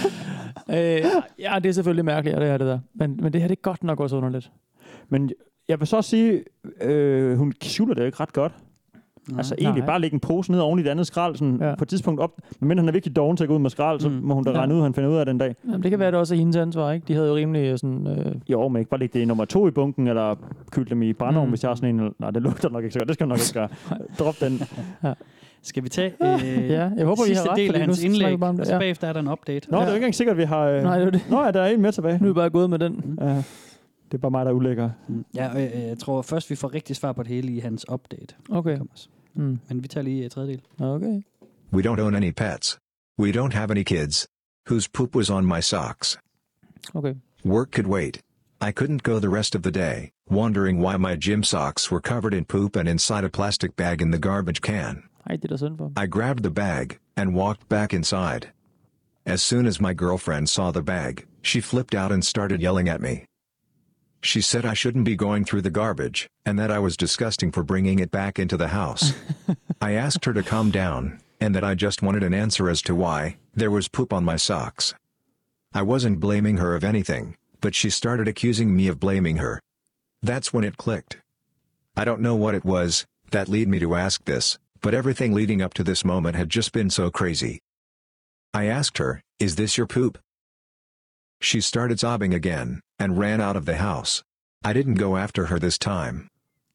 Ja, det er selvfølgelig mærkeligt, det der. Men det her, det er godt nok også underligt. Men jeg vil så sige, hun skjuler det jo ikke ret godt. Altså egentlig bare lægge en pose ned oven i det andet skrald, sådan på et tidspunkt op. Men han er virkelig doven til at gå ud med skrald, så må hun da regne ud, han finder ud af den dag. Jamen, det kan være, det også er hendes ansvar, ikke? De havde jo rimelig sådan... Jo, men ikke bare lægge det i nummer 2 i bunken, eller kylde dem i brændeovn, hvis jeg har sådan en... Nej, det lugter nok ikke så godt. Det skal nok ikke gøre. Drop den. Skal vi tage ja, jeg håber, sidste vi har ret, del af hans indlæg, og så bagefter er der en update. Nå, det er jo ikke engang sikkert, at vi har... Nej, det er det. Nå, ja, der er en med tilbage. Nu er vi bare gået med den. Ja. Det er bare mig, der er ulækker. Ja, jeg tror først, vi får rigtig svar på det hele i hans update. Okay. Men vi tager lige tredje del. Okay. We don't own any pets. We don't have any kids. Whose poop was on my socks. Okay. Work could wait. I couldn't go the rest of the day, wondering why my gym socks were covered in poop and inside a plastic bag in the garbage can. Ej, det er synd for. I grabbed the bag and walked back inside. As soon as my girlfriend saw the bag, she flipped out and started yelling at me. She said I shouldn't be going through the garbage, and that I was disgusting for bringing it back into the house. I asked her to calm down, and that I just wanted an answer as to why there was poop on my socks. I wasn't blaming her of anything, but she started accusing me of blaming her. That's when it clicked. I don't know what it was that led me to ask this, but everything leading up to this moment had just been so crazy. I asked her, "Is this your poop?" She started sobbing again, and ran out of the house. I didn't go after her this time.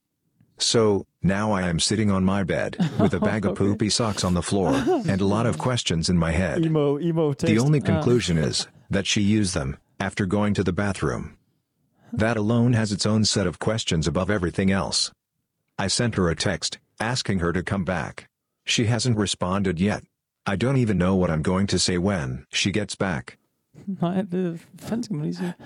So, now I am sitting on my bed, with a bag of poopy socks on the floor, and a lot of questions in my head. Emo The only conclusion is that she used them after going to the bathroom. That alone has its own set of questions above everything else. I sent her a text, asking her to come back. She hasn't responded yet. I don't even know what I'm going to say when she gets back. Nej, det fanden skal man lige sige.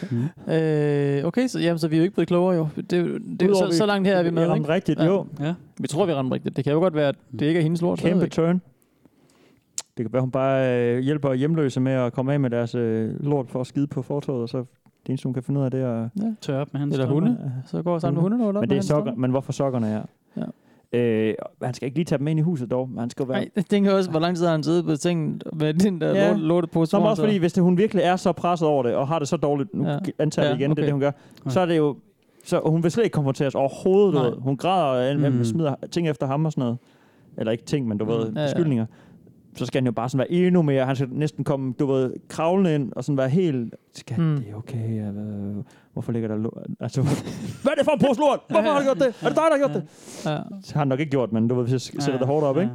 Okay, så vi er jo ikke blevet klogere jo. Så langt her er vi med, ikke? Rigtigt, jo. Ja. Vi tror, vi rammer rigtigt. Det kan jo godt være, at det ikke er hendes lort. Kæmpe turn. Det kan være, hun bare hjælper hjemløse med at komme af med deres lort for at skide på fortovet, og så det eneste, hun kan finde ud af, det er tørre op med hans eller hunde. Så går sammen med hundene eller men det er sokker, men hvorfor sokkerne er? Ja. Han skal ikke lige tage dem ind i huset dog, men han skal være... Nej, jeg tænker også, hvor lang tid har han siddet på sengen med den der lortet på. Så også fordi, hvis hun virkelig er så presset over det, og har det så dårligt, nu antager det igen, okay. Det hun gør, så er det jo... Så hun vil slet ikke konfronteres overhovedet. Hun græder og smider ting efter ham og sådan noget. Eller ikke ting, men du ved, beskyldninger. Så skal han jo bare sådan være endnu mere. Han skal næsten komme, du ved, kravlende ind og sådan være helt... Skat, det er okay. Ja, hvorfor ligger der lort? Altså, hvad er det for en pose lort? Hvorfor har du gjort det? Er det dig, der har gjort det? Ja. Så har han nok ikke gjort, men du ved, hvis jeg sætter det hårdt op, ikke?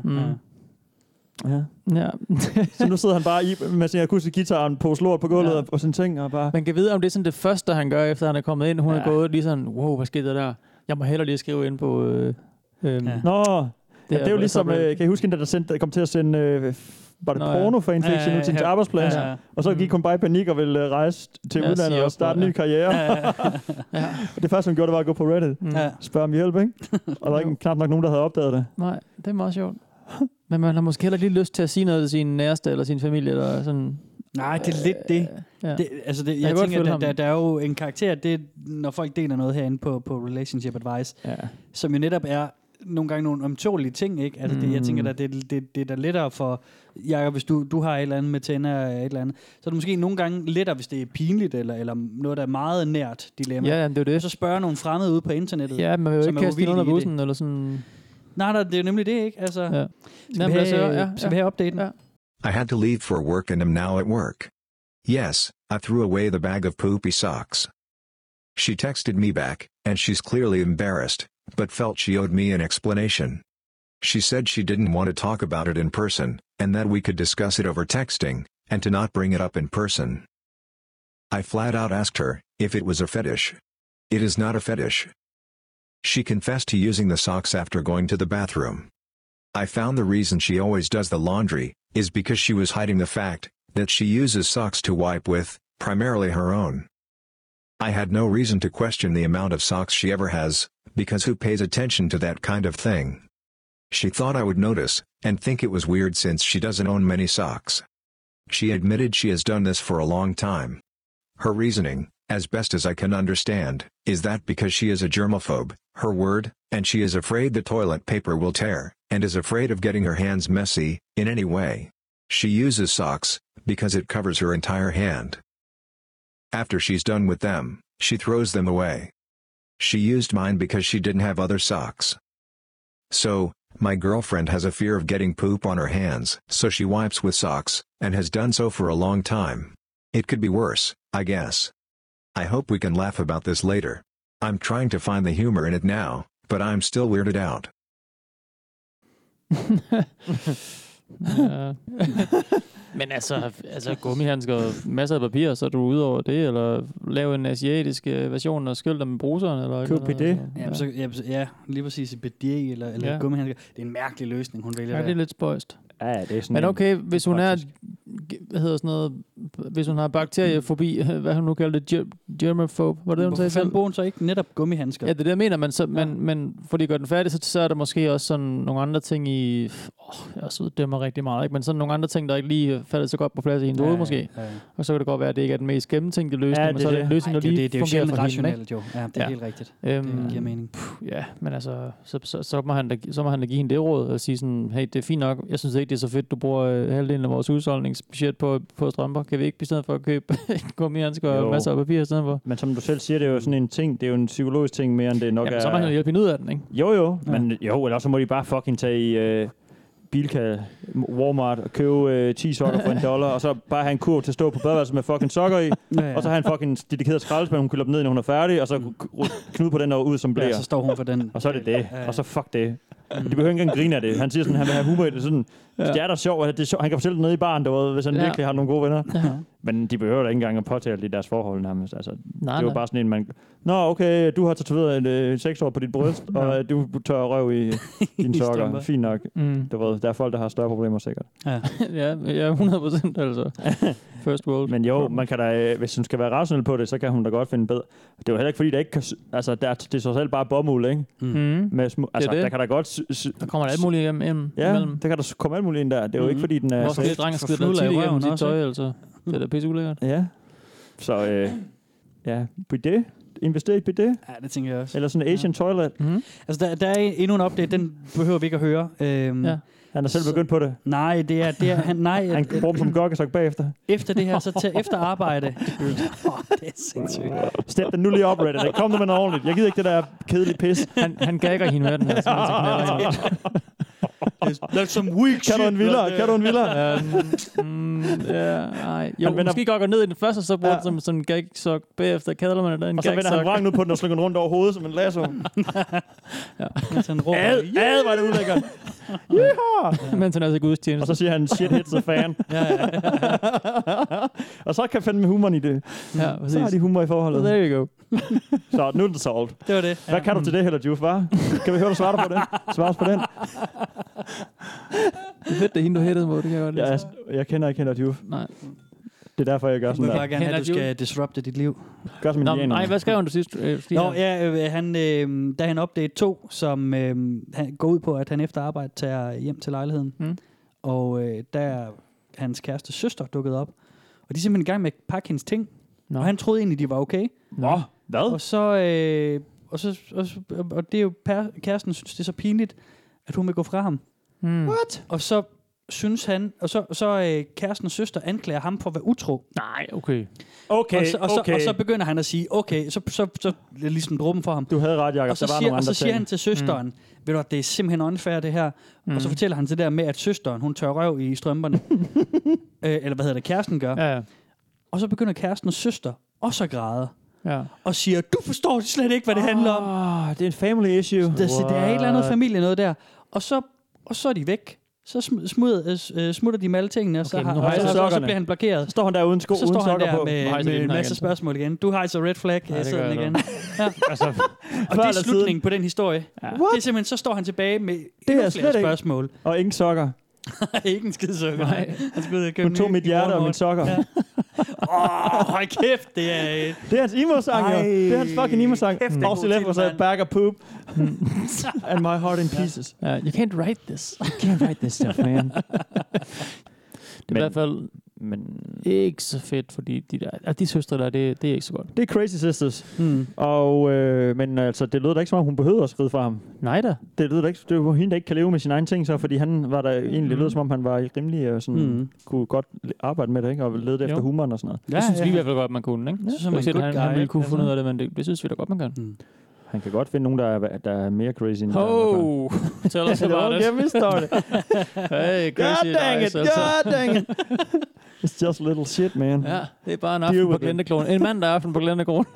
Ja. Så nu sidder han bare med sin akustiske guitar og en pose lort på gulvet og sådan ting. Og bare... Man kan vide, om det er sådan det første, han gør, efter han er kommet ind. Hun er gået lige sådan, wow, hvad skete der der? Jeg må hellere lige skrive ind på... Nå... Det er jo ligesom, kan I huske hende, der kom til at sende var det porno-fanfiction ud til sin arbejdsplads, og så gik hun bare i panik og ville rejse til udlandet og starte en ny karriere. Og det første, hun gjorde, det var at gå på Reddit. Spørge om hjælp, ikke? Og der er ikke knap nok nogen, der havde opdaget det. Nej, det er meget sjovt. Men man har måske heller ikke lige lyst til at sige noget til sin næreste eller sin familie, eller sådan... Nej, det er lidt det. Jeg tænker, der er jo en karakter, det når folk deler noget herinde på Relationship Advice, som jo netop er nogle gange nogle omtålige ting, ikke? Altså jeg tænker, at det er da lettere for Jakob, hvis du har et eller andet med tænder et eller andet, så er det måske nogle gange lettere, hvis det er pinligt, eller noget, der er meget nært dilemma. Ja, det er det. Så spørger nogle fremmede ude på internettet. Ja, man vil jo ikke kaste ind under bussen, eller sådan... Nej, det er jo nemlig det, ikke? Altså, skal vi have updaten? Ja. I had to leave for work and am now at work. Yes, I threw away the bag of poopy socks. She texted me back, and she's clearly embarrassed, but felt she owed me an explanation. She said she didn't want to talk about it in person, and that we could discuss it over texting, and to not bring it up in person. I flat out asked her if it was a fetish. It is not a fetish. She confessed to using the socks after going to the bathroom. I found the reason she always does the laundry is because she was hiding the fact that she uses socks to wipe with, primarily her own. I had no reason to question the amount of socks she ever has, because who pays attention to that kind of thing? She thought I would notice, and think it was weird since she doesn't own many socks. She admitted she has done this for a long time. Her reasoning, as best as I can understand, is that because she is a germaphobe, her word, and she is afraid the toilet paper will tear, and is afraid of getting her hands messy, in any way. She uses socks, because it covers her entire hand. After she's done with them, she throws them away. She used mine because she didn't have other socks. So, my girlfriend has a fear of getting poop on her hands, so she wipes with socks, and has done so for a long time. It could be worse, I guess. I hope we can laugh about this later. I'm trying to find the humor in it now, but I'm still weirded out. Ja. Men altså gummihandsker og masser af papir, så er du ude over det, eller lave en asiatisk version og skyld dig med bruseren, eller KPD? Ja, lige præcis et bidet eller gummihandsker. Det er en mærkelig løsning, hun vælger. Ja, det er lidt spøjst. Ja, det er sådan. Men okay, hvis hun er, hvis hun har bakteriefobi, hvad hun nu kalder det, germaphobe, var det hun sagde selv? Hvorfor bruger hun så ikke netop gummihandsker? Ja, det er det, jeg mener, men fordi at gøre den færdig, så er der måske også sådan nogle andre ting i, jeg dømmer rigtig meget, ikke? Men sådan nogle andre ting, der ikke lige falder så godt på plads i en hoved måske. Ja. Og så kan det godt være, at det ikke er den mest gennemtænkte løsning, men så er det en løsning, der lige fungerer for hende. Det er jo rationelt, jo. Ja, det er helt rigtigt. Det giver mening. Ja, men altså, så må han da give hende det råd og sige sådan, hey, det er fint nok, jeg synes ikke, det er så fedt, du bruger halvdelen af vores husholdningsbudget på strømper. Kan vi ikke i stedet for at købe gummihandsker og masser af papir i stedet for? Men som du selv siger, det er jo sådan en ting, det er jo en psykologisk ting mere, end det nok er... så må han jo hjælpe hende ud af den, ikke? Jo, men eller så må de bare fucking tage i Bilka, Walmart og købe 10 sokker for $1, og så bare have en kurv til at stå på badeværelset med fucking sokker i, og så have en fucking dedikeret skraldespand, hun køler dem ned, når hun er færdig, og så knude på den og ud som blære. Ja, så står hun for den. Og så er det det, og så fuck det. De behøver ikke engang grine af det. Han siger sådan, han vil have humor i det. Sådan, det er da sjovt. Det er sjovt. Han kan fortælle det nede i baren, derude, hvis han virkelig har nogle gode venner. Ja. Men de behøver da ikke engang at påtale det i deres forhold nærmest. Altså, det er jo bare sådan en, man... Nå, okay, du har tatoveret en 6 år på dit bryst, og du tør røv i dine sokker. Fint nok. Du ved, der er folk, der har større problemer sikkert. Ja, 100% altså. First world. Men jo, man kan da, hvis hun skal være rationel på det, så kan hun da godt finde bedre. Det er jo heller ikke, fordi der ikke kan... Altså, det er så selv bare bomuld, ikke? Med altså, der kan der godt... Der kommer alt muligt imellem. Ja, der kan der komme alt muligt ind der. Det er jo ikke, fordi den er... Hvorfor det drenge skidt der tit igennem sit tøj, altså? Det er da pisse ulækkert. Ja. Så, bidet. Investere i et bidet. Ja, det tænker jeg også. Eller sådan en Asian toilet. Altså, der er endnu en update, den behøver vi ikke at høre. Han er selv begyndt på det. Nej, det er han bruger dem som gokkesok bagefter. Efter det her, så efter arbejde. Det er sindssygt. Step den nu lige op, Reddit. Kom nu med noget ordentligt. Jeg gider ikke det der kedelige pis. Han gagger hende med den her. That's some weak shit. Kan du en villa? Nej. Jo, måske går ned i den første, så bruger den som en gag-sok. Bagefter kalder man det en og så vender han vrang ud på den og slynger den rundt over hovedet som en lasso. Ad, var det ulækkert. Mens han er så gudstjeneste. Og så siger han, shit hits a fan. Og så kan fandme humoren i det. Ja, præcis. Så har de humor i forholdet. There you go. Så nu er det solved. Det var det. Hvad kan du til det, Hella Juf, hva'? Kan vi høre dig svare på den? Svare os på den. Det er fedt, det er hende, du hættede på. Det kan jeg godt lide. Jeg kender ikke Hella Juf. Nej. Det er derfor, jeg gør sådan der. Jeg vil bare gerne have, at du skal disrupte dit liv. Gør som en nej, hvad skrev han du sidst? Der er en update 2, som han går ud på, at han efter arbejde tager hjem til lejligheden. Og der er hans kæreste søster dukket op. Og de er simpelthen i gang med at pakke hendes ting. Og han troede egentlig, de var okay. Nå, hvad? Og det er jo kæresten synes, det er så pinligt, at hun vil gå fra ham. What? Og så synes han, og så kærestens søster anklager ham for at være utro. Nej, okay. Og så begynder han at sige, okay, så ligesom dråben for ham. Du havde ret, Jacob. Og så siger han til søsteren, ved du, det er simpelthen unfair det her. Og så fortæller han det der med, at søsteren, hun tør røv i strømperne. Eller hvad hedder det, kæresten gør. Ja. Og så begynder kærestens søster også at græde. Ja. Og siger, du forstår slet ikke, hvad det handler om. Det er en family issue. Det er et eller andet familie noget der. Og så og så er de væk. Så smutter de med alle tingene, og, Okay, så bliver han blokeret. Står han der uden så står han der med en masse igen. spørgsmål igen. Du hejser red flag, jeg sidder den igen. Ja. Altså, og det er slutningen på den historie. Ja. Det er simpelthen, så står han tilbage med endnu flere spørgsmål. Og ingen sokker. Ikke en skide sokker. Nej. Hun tog mit hjerte og mine sokker. Ja. Hold kæft, det er hans emo-sang, jo. Det er hans fucking emo-sang. Også left was a bag of poop. And my heart in pieces. You can't write this. You can't write this stuff, man. Det er i hvert fald ikke så fedt, fordi de søstre der, det er ikke så godt. Det er Crazy Sisters. Og, men altså, det lød da ikke, som om hun behøvede at skride fra ham. Nej da. Det lød da ikke, det var hende, der ikke kan leve med sine egne ting, så, fordi han var der egentlig lød, som om han var rimelig og sådan, kunne godt arbejde med det, ikke? Og lede efter humoren og sådan noget. Det synes vi i hvert fald godt, man kunne, ikke? Så synes han ville kunne finde ud af det, men det synes vi da godt, man kan. Han kan godt finde nogen, der er mere crazy end tell us about it. Hey, crazy guys. God dang it. It's just little shit, man. Ja, det er bare en aften på Glendekronen. En mandag aften på Glendekronen.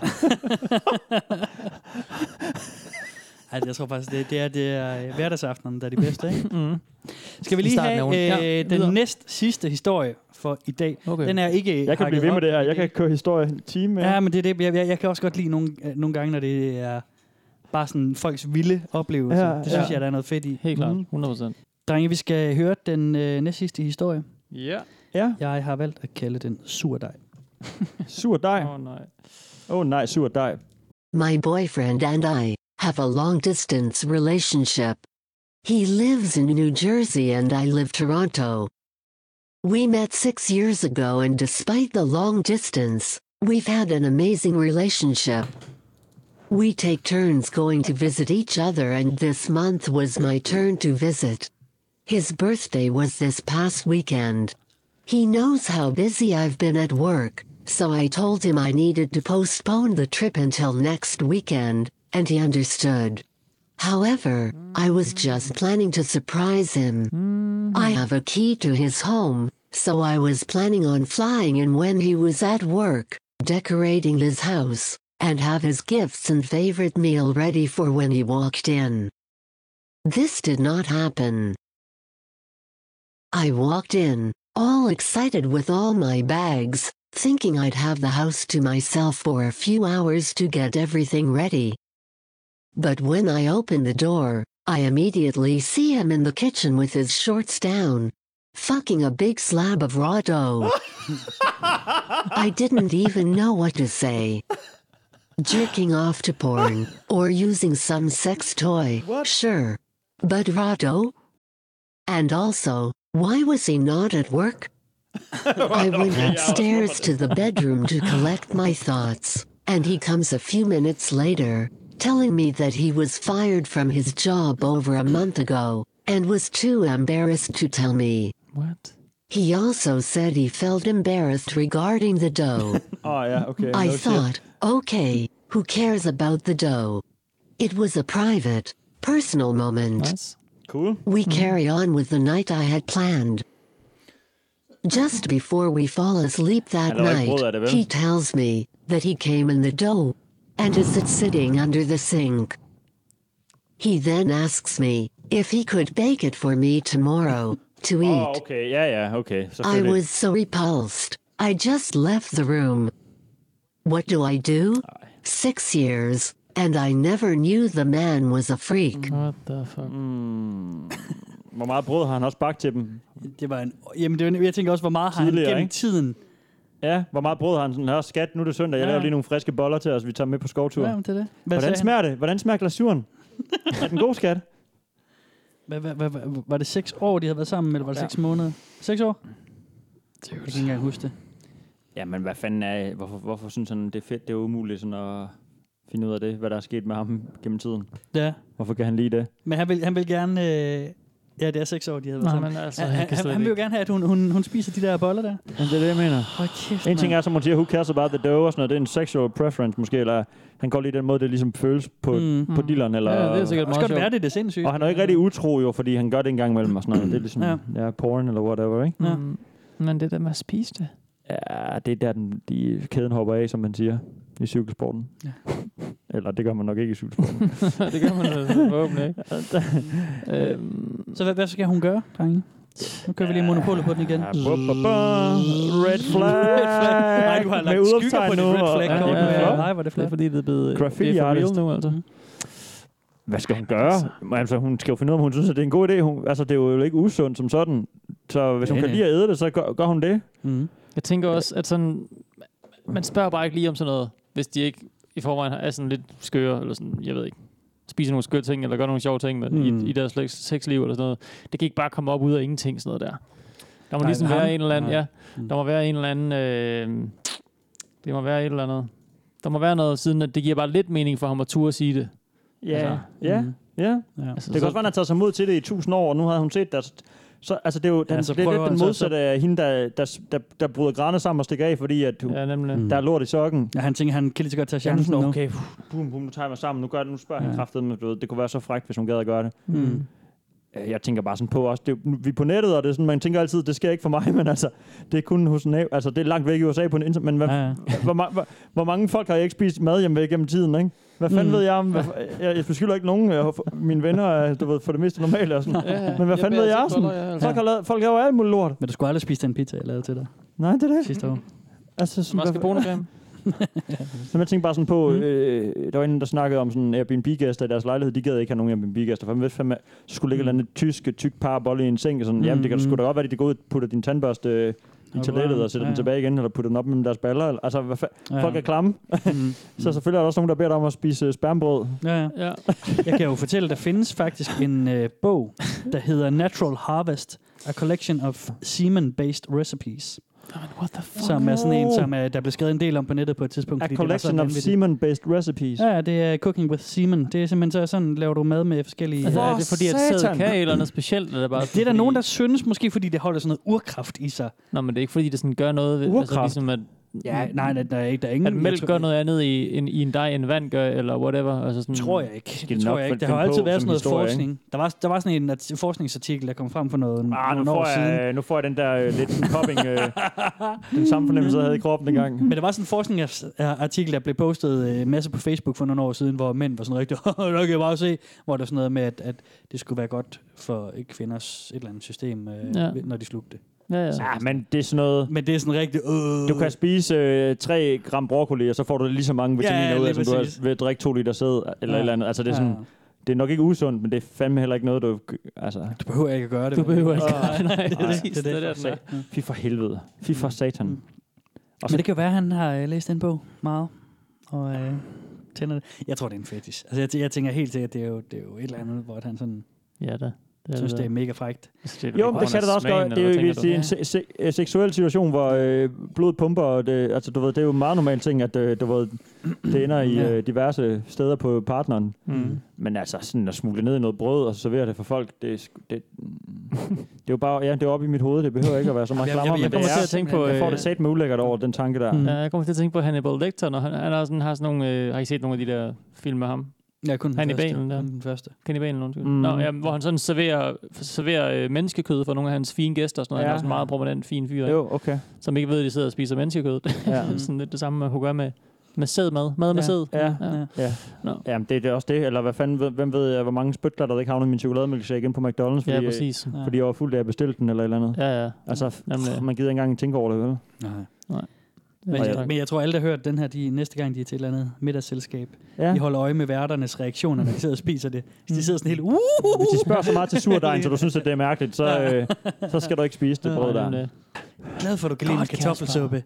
Ej, jeg tror faktisk, det er hverdagsaftenerne, der er de bedste, ikke? Skal vi lige have den næst sidste historie for i dag? Okay. Den er ikke. Jeg kan blive ved med det her. Jeg kan køre historie en time med. Ja, men det er det. Jeg kan også godt lide nogle gange, når det er bare sådan folks vilde oplevelser. Ja, det synes jeg, der er noget fedt i. Helt klart. 100%. Drenge, vi skal høre den næst sidste historie. Ja. Jeg har valgt at kalde den Surdej. Surdej? Nej, surdej. My boyfriend and I have a long-distance relationship. He lives in New Jersey and I live Toronto. We met 6 years ago and despite the long distance, we've had an amazing relationship. We take turns going to visit each other and this month was my turn to visit. His birthday was this past weekend. He knows how busy I've been at work, so I told him I needed to postpone the trip until next weekend, and he understood. However, I was just planning to surprise him. I have a key to his home, so I was planning on flying in when he was at work, decorating his house, and have his gifts and favorite meal ready for when he walked in. This did not happen. I walked in, all excited with all my bags, thinking I'd have the house to myself for a few hours to get everything ready. But when I open the door, I immediately see him in the kitchen with his shorts down, fucking a big slab of raw dough. I didn't even know what to say. Jerking off to porn, or using some sex toy, sure. But raw dough? And also, why was he not at work? I went upstairs to the bedroom to collect my thoughts, and he comes a few minutes later, telling me that he was fired from his job over a month ago, and was too embarrassed to tell me. What? He also said he felt embarrassed regarding the dough. Oh, yeah, okay. I thought, okay, who cares about the dough? It was a private, personal moment. Nice. Cool. We carry on with the night I had planned. Just before we fall asleep that night, he tells me that he came in the dough, and is it sitting under the sink. He then asks me if he could bake it for me tomorrow to eat. Oh, okay. Yeah, okay. I was so repulsed. I just left the room. What do? 6 years, and I never knew the man was a freak. What the fuck? Hvor meget brød har han også bagt til dem? Det var jeg tænker også, hvor meget har han gennem tiden. Ja, hvor meget brød har han sådan, her skat, nu er det søndag, jeg laver lige nogle friske boller til os, vi tager med på skovtur. Ja, det er det. Hvordan smager det? Hvordan smager glasuren? Er den god, skat? Var det 6 år, de havde været sammen, eller var det 6 måneder? 6 år? Jeg kan ikke engang huske det. Jamen, hvad fanden er... Hvorfor synes han, det er fedt, det er umuligt sådan at finde ud af det, hvad der er sket med ham gennem tiden? Ja. Hvorfor kan han lide det? Men han vil gerne... ja, det er 6 år, de havde været sammen. Altså, han vil jo gerne have, at hun spiser de der boller der. Men det er det, jeg mener. Kæft, en ting er, som hun siger, who cares about the dough og sådan noget. Det er en sexual preference måske, eller han går lige den måde, det ligesom føles på dilleren. Eller, ja, det er sikkert meget sjovt. Det er sindssygt. Og han er jo ikke rigtig utro jo, fordi han gør det en gang imellem og sådan noget. Det er ligesom porn eller whatever, ikke? Ja. Men det der med at spise det. Ja, det er der, kæden hopper af, som man siger, i cykelsporten. Ja. Eller det gør man nok ikke i cykelsporten. Det gør man forhåbentlig ikke. Så hvad skal hun gøre, drenge? Nu kører vi lige monopolet på den igen. Red flag. Nej, du har lagt skygger på dit red flag. Nej, var det flot. Fordi det er blevet graffiti artist nu, altså. Hvad skal hun gøre? Altså, hun skal jo finde ud af, om hun synes, at det er en god idé. Altså, det er jo ikke usundt som sådan. Så hvis hun kan lide at æde det, så gør hun det. Jeg tænker også, at sådan... Man spørger bare ikke lige om sådan noget, hvis de ikke i forvejen er sådan lidt skøre, eller sådan, jeg ved ikke, spiser nogle skøre ting, eller gør nogle sjove ting med, i deres sexliv, eller sådan noget. Det kan ikke bare komme op ud af ingenting, sådan noget der. Der må ligesom være en eller anden, der må være en eller anden, det må være et eller andet. Der må være noget, siden at det giver bare lidt mening for ham at turde sige det. Ja. Altså, det kan også være, han har taget sig mod til det i 1000 år, og nu havde hun set det. Så altså det er jo det er lidt den modsatte af hende der bryder græne sammen og stikker af, fordi at der er lort i sokken. Ja, han tænker, han kan lige så godt tage chancen nu. Okay, nu tager jeg mig sammen. Nu spørger han kraftigt med det kunne være så frækt, hvis hun gad at gøre det. Jeg tænker bare sådan på også, vi er på nettet, og det er sådan, man tænker altid, det sker ikke for mig, men altså, det er kun hos altså det er langt væk i USA på en internet, men hvor mange folk har jeg ikke spist mad hjemme gennem tiden, ikke? Hvad fanden ved jeg om? Jeg beskylder ikke nogen, mine venner er, du ved, for det meste normale og sådan. Men hvad fanden ved jeg sådan? Folk laver alt muligt lort. Men du skulle aldrig spise den pizza, jeg lavede til dig. Nej, det er det. Sidste år. Altså sådan, man skal bonuscreme. Så jeg tænkte bare sådan på, der var en, der snakkede om sådan Airbnb-gæster i deres lejlighed, de gad ikke have nogen Airbnb-gæster, for man ved fandme, så skulle ligge et eller andet tyk parbolle i en seng, og sådan, jamen det kan sgu da godt være, at de går ud og putter din tandbørste i toilettet og sætter den tilbage igen, eller putter den op mellem deres baller, altså folk er klamme. Så selvfølgelig er der også nogen, der beder dig om at spise spermbrød. Ja. Jeg kan jo fortælle, der findes faktisk en bog, der hedder Natural Harvest, A Collection of Semen-Based Recipes. What the fuck? Som er sådan en, som der blev skrevet en del om på nettet på et tidspunkt. A collection of semen-based recipes. Ja, det er cooking with semen. Det er simpelthen sådan, laver du mad med forskellige... Altså, er det fordi, at sæd kan eller noget specielt? Eller bare det er der nogen, der synes, måske fordi det holder sådan noget urkraft i sig. Nå, men det er ikke fordi, det sådan gør noget... Urkraft? Altså, ligesom at, ja, nej, der er ingen... At mælk gør noget andet i en dej, end vand gør, eller whatever. Altså sådan, tror jeg ikke. Det tror jeg ikke. Der har altid været sådan noget forskning. Der var sådan en forskningsartikel, der kom frem for nogle år siden. Nu får jeg den der lidt popping, den samme fornemmelse, jeg havde i kroppen dengang. Men der var sådan en forskningsartikel, der blev postet masse på Facebook for nogle år siden, hvor mænd var sådan rigtig, der kan jeg bare se, hvor der var sådan noget med, at det skulle være godt for kvinders et eller andet system, når de slugte. Ja, men det er sådan noget... Men det er sådan rigtig... Du kan spise 3 gram broccoli, og så får du lige så mange vitaminer ud af, som du har ved at drikke 2 liter sæd, eller et eller andet. Altså, det er sådan... Det er nok ikke usundt, men det er fandme heller ikke noget, du... Altså... Du behøver ikke at gøre det. Du behøver ikke at gøre det. Nej, det er det. Fy for helvede. Fy for satan. Men det kan jo være, at han har læst den bog meget, og tænder det. Jeg tror, det er en fetish. Altså, jeg tænker helt til, at det er jo et eller andet, hvor han sådan... Ja, da. Jeg synes, det er mega frækt. Jo, det kan det også godt. Det er jo en seksuel situation, hvor blod pumper. Og det, altså, du ved, det er jo en meget normal ting, at det ender i diverse steder på partneren. Men altså, sådan at smugle ned i noget brød og servere det for folk, det er jo bare, det er oppe i mit hoved. Det behøver ikke at være så meget klammer, men jeg får det sat med ulækkert over den tanke der. Ja, jeg kommer til at tænke på Hannibal Lecter, når han har sådan nogle... har I set nogle af de der film med ham? Ja, kun den første. Kannibalen, undskyld. Nå, ja, hvor han sådan serverer menneskekød for nogle af hans fine gæster og sådan noget. Han er sådan en meget prominent, fin fyr. Jo, okay. Som ikke ved, at de sidder og spiser menneskekød. Ja. Sådan lidt det samme, man kunne gøre med sædmad. Mad med sæd. Ja. Jamen, det er også det. Eller hvad fanden, hvem ved jeg, hvor mange spytkler, der ikke havner i min chokolademilkshake ind på McDonald's, fordi, præcis. Fordi jeg var fuldt af at bestille den eller et eller andet. Ja. Altså, man gider ikke engang tænke over det, vel? Nej. Men jeg tror, alle, der har hørt den her, næste gang de er til et eller andet middagsselskab, de holder øje med værternes reaktioner, når de sidder og spiser det. Hvis de sidder sådan helt... Hvis de spørger så meget til surdejen, så du synes, at det er mærkeligt, så skal du ikke spise det brød der. Glad for, du kan lide en kartoffelsuppe.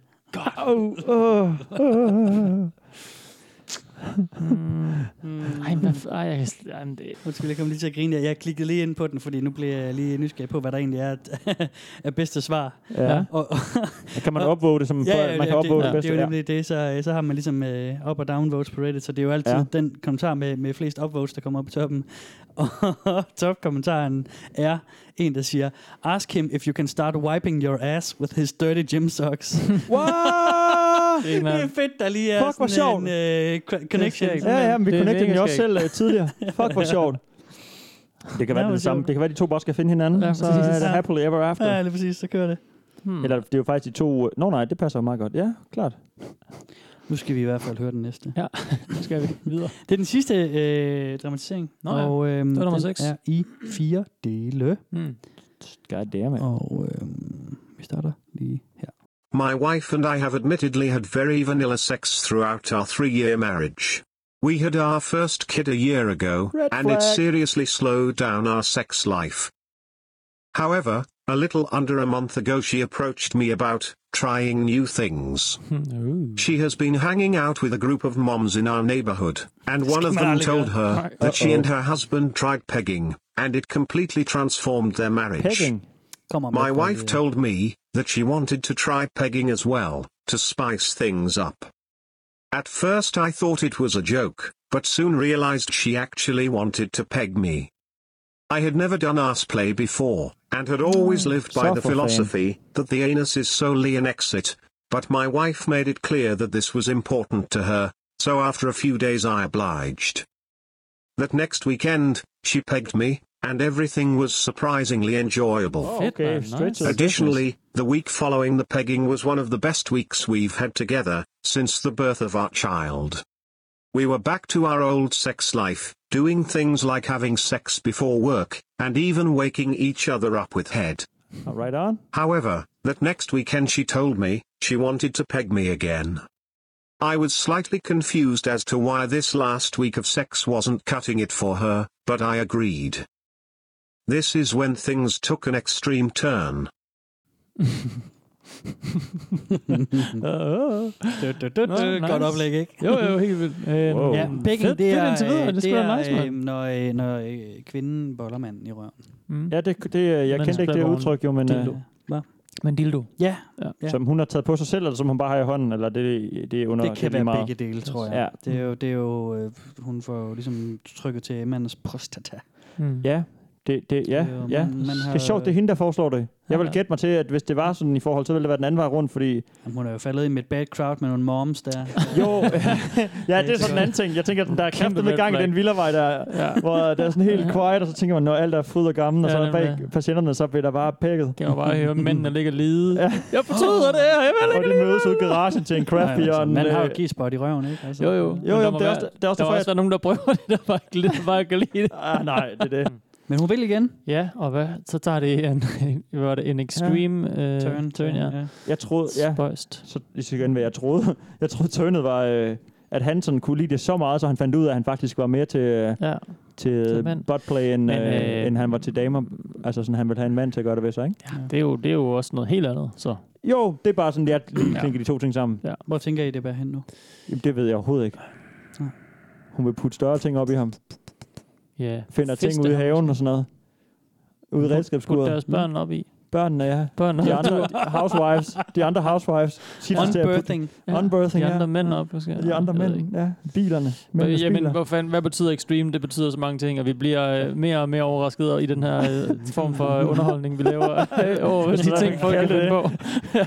Undskyld, jeg kom lige til at grine. Jeg klikkede lige ind på den, fordi nu bliver jeg lige nysgerrig på, hvad der egentlig er af bedste svar. Ja. Kan man upvote det, som man kan upvote det bedste? Det er jo nemlig det, så har man ligesom up- og downvotes på Reddit, så det er jo altid den kommentar med flest upvotes, der kommer op i toppen. Og topkommentaren er en, der siger, ask him if you can start wiping your ass with his dirty gym socks. Wow! Det er fedt, der lige er sådan en connection. Ja, men vi connectede jo også selv tidligere. Fuck, hvor sjovt. Det kan være det samme. Det kan være, de to bare skal finde hinanden. Ja, så er det happily ever after. Ja, lige præcis, så kører det. Eller det er jo faktisk de to... nej, det passer jo meget godt. Ja, klart. Nu skal vi i hvert fald høre den næste. Ja, nu skal vi videre. Det er den sidste dramatisering. Nå ja, og det var nummer den 6. er i 4 dele. God damn it. Og vi starter lige her. My wife and I have admittedly had very vanilla sex throughout our 3-year marriage. We had our first kid a year ago, and it seriously slowed down our sex life. However, a little under a month ago she approached me about trying new things. She has been hanging out with a group of moms in our neighborhood, and one of them told her that she and her husband tried pegging, and it completely transformed their marriage. Pegging? My wife told me that she wanted to try pegging as well, to spice things up. At first I thought it was a joke, but soon realized she actually wanted to peg me. I had never done ass play before, and had always lived by the philosophy that the anus is solely an exit, but my wife made it clear that this was important to her, so after a few days I obliged. That next weekend, she pegged me, and everything was surprisingly enjoyable. Okay, Additionally, the week following the pegging was one of the best weeks we've had together, since the birth of our child. We were back to our old sex life, doing things like having sex before work, and even waking each other up with head. Right on. However, that next weekend she told me she wanted to peg me again. I was slightly confused as to why this last week of sex wasn't cutting it for her, but I agreed. This is when things took an extreme turn. Godt oplæg, ikke? Jo, helt vildt. Ja, pegging, det er, indtil videre. Det er nice, man. når kvinden boller manden i røven. Ja, jeg kendte ikke det udtryk, jo, men... Men dildo. Ja. Som hun har taget på sig selv, eller som hun bare har i hånden, eller det er under... Det kan være begge dele, tror jeg. Ja. Det er jo hun får jo ligesom trykket til mandens prostata. Ja. Det er sjovt, det er hende, der foreslår det. Jeg vil gætte mig til, at hvis det var sådan i forhold, så ville det være den anden vej rundt, fordi... Jamen, hun er jo faldet i med et bad crowd med nogle moms der. Jo, ja, det er sådan en anden ting. Jeg tænker, der er kæmpe med gang i den villavej der, hvor der er sådan helt quiet, og så tænker man, når alt er fryd og gammel, og så bag patienterne, så bliver der bare pækket. Kan man bare høre mændene ligger lide. Ja. Jeg fortryder det her, jeg vil ikke. Og de mødes ude i garagen til en craft beer. Ja, man har jo G-spot i røven, ikke? Altså. Jo, der er også nogen, der prøver det, der bare ikke kan lide det. Nej, det er det. Men hun vil igen. Ja, og hvad? Så tager det en extreme turn, ja. Jeg troede, så igen, hvad jeg troede. Jeg troede, turnet var, at han sådan kunne lide det så meget, så han fandt ud af, at han faktisk var mere til buttplay, end han var til damer. Altså sådan, han ville have en mand til at gøre det ved sig, ikke? Ja, det er jo også noget helt andet, så. Jo, det er bare sådan, at jeg klinker de to ting sammen. Ja. Hvor tænker I, det bærer hen nu? Jamen, det ved jeg overhovedet ikke. Hun vil putte større ting op i ham. Yeah. Finder ting ude i haven og sådan noget. Ude i redskabsskuret. Putte deres børn op i. Børnene, ja. De andre housewives. Unbirthing. Unbirthing, de andre mænd op, måske. De andre mænd, ja. Bilerne. Jamen, hvad betyder extreme? Det betyder så mange ting, og vi bliver mere og mere overrasket i den her form for underholdning, vi laver. Over de ting, folk kan finde på.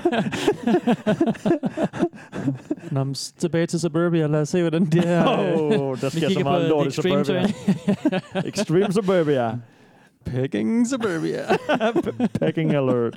Nå, tilbage til Suburbia. Lad os se, hvordan det her... der sker så meget lort i Suburbia. Extreme Suburbia. Pegging Suburbia. Pegging alert.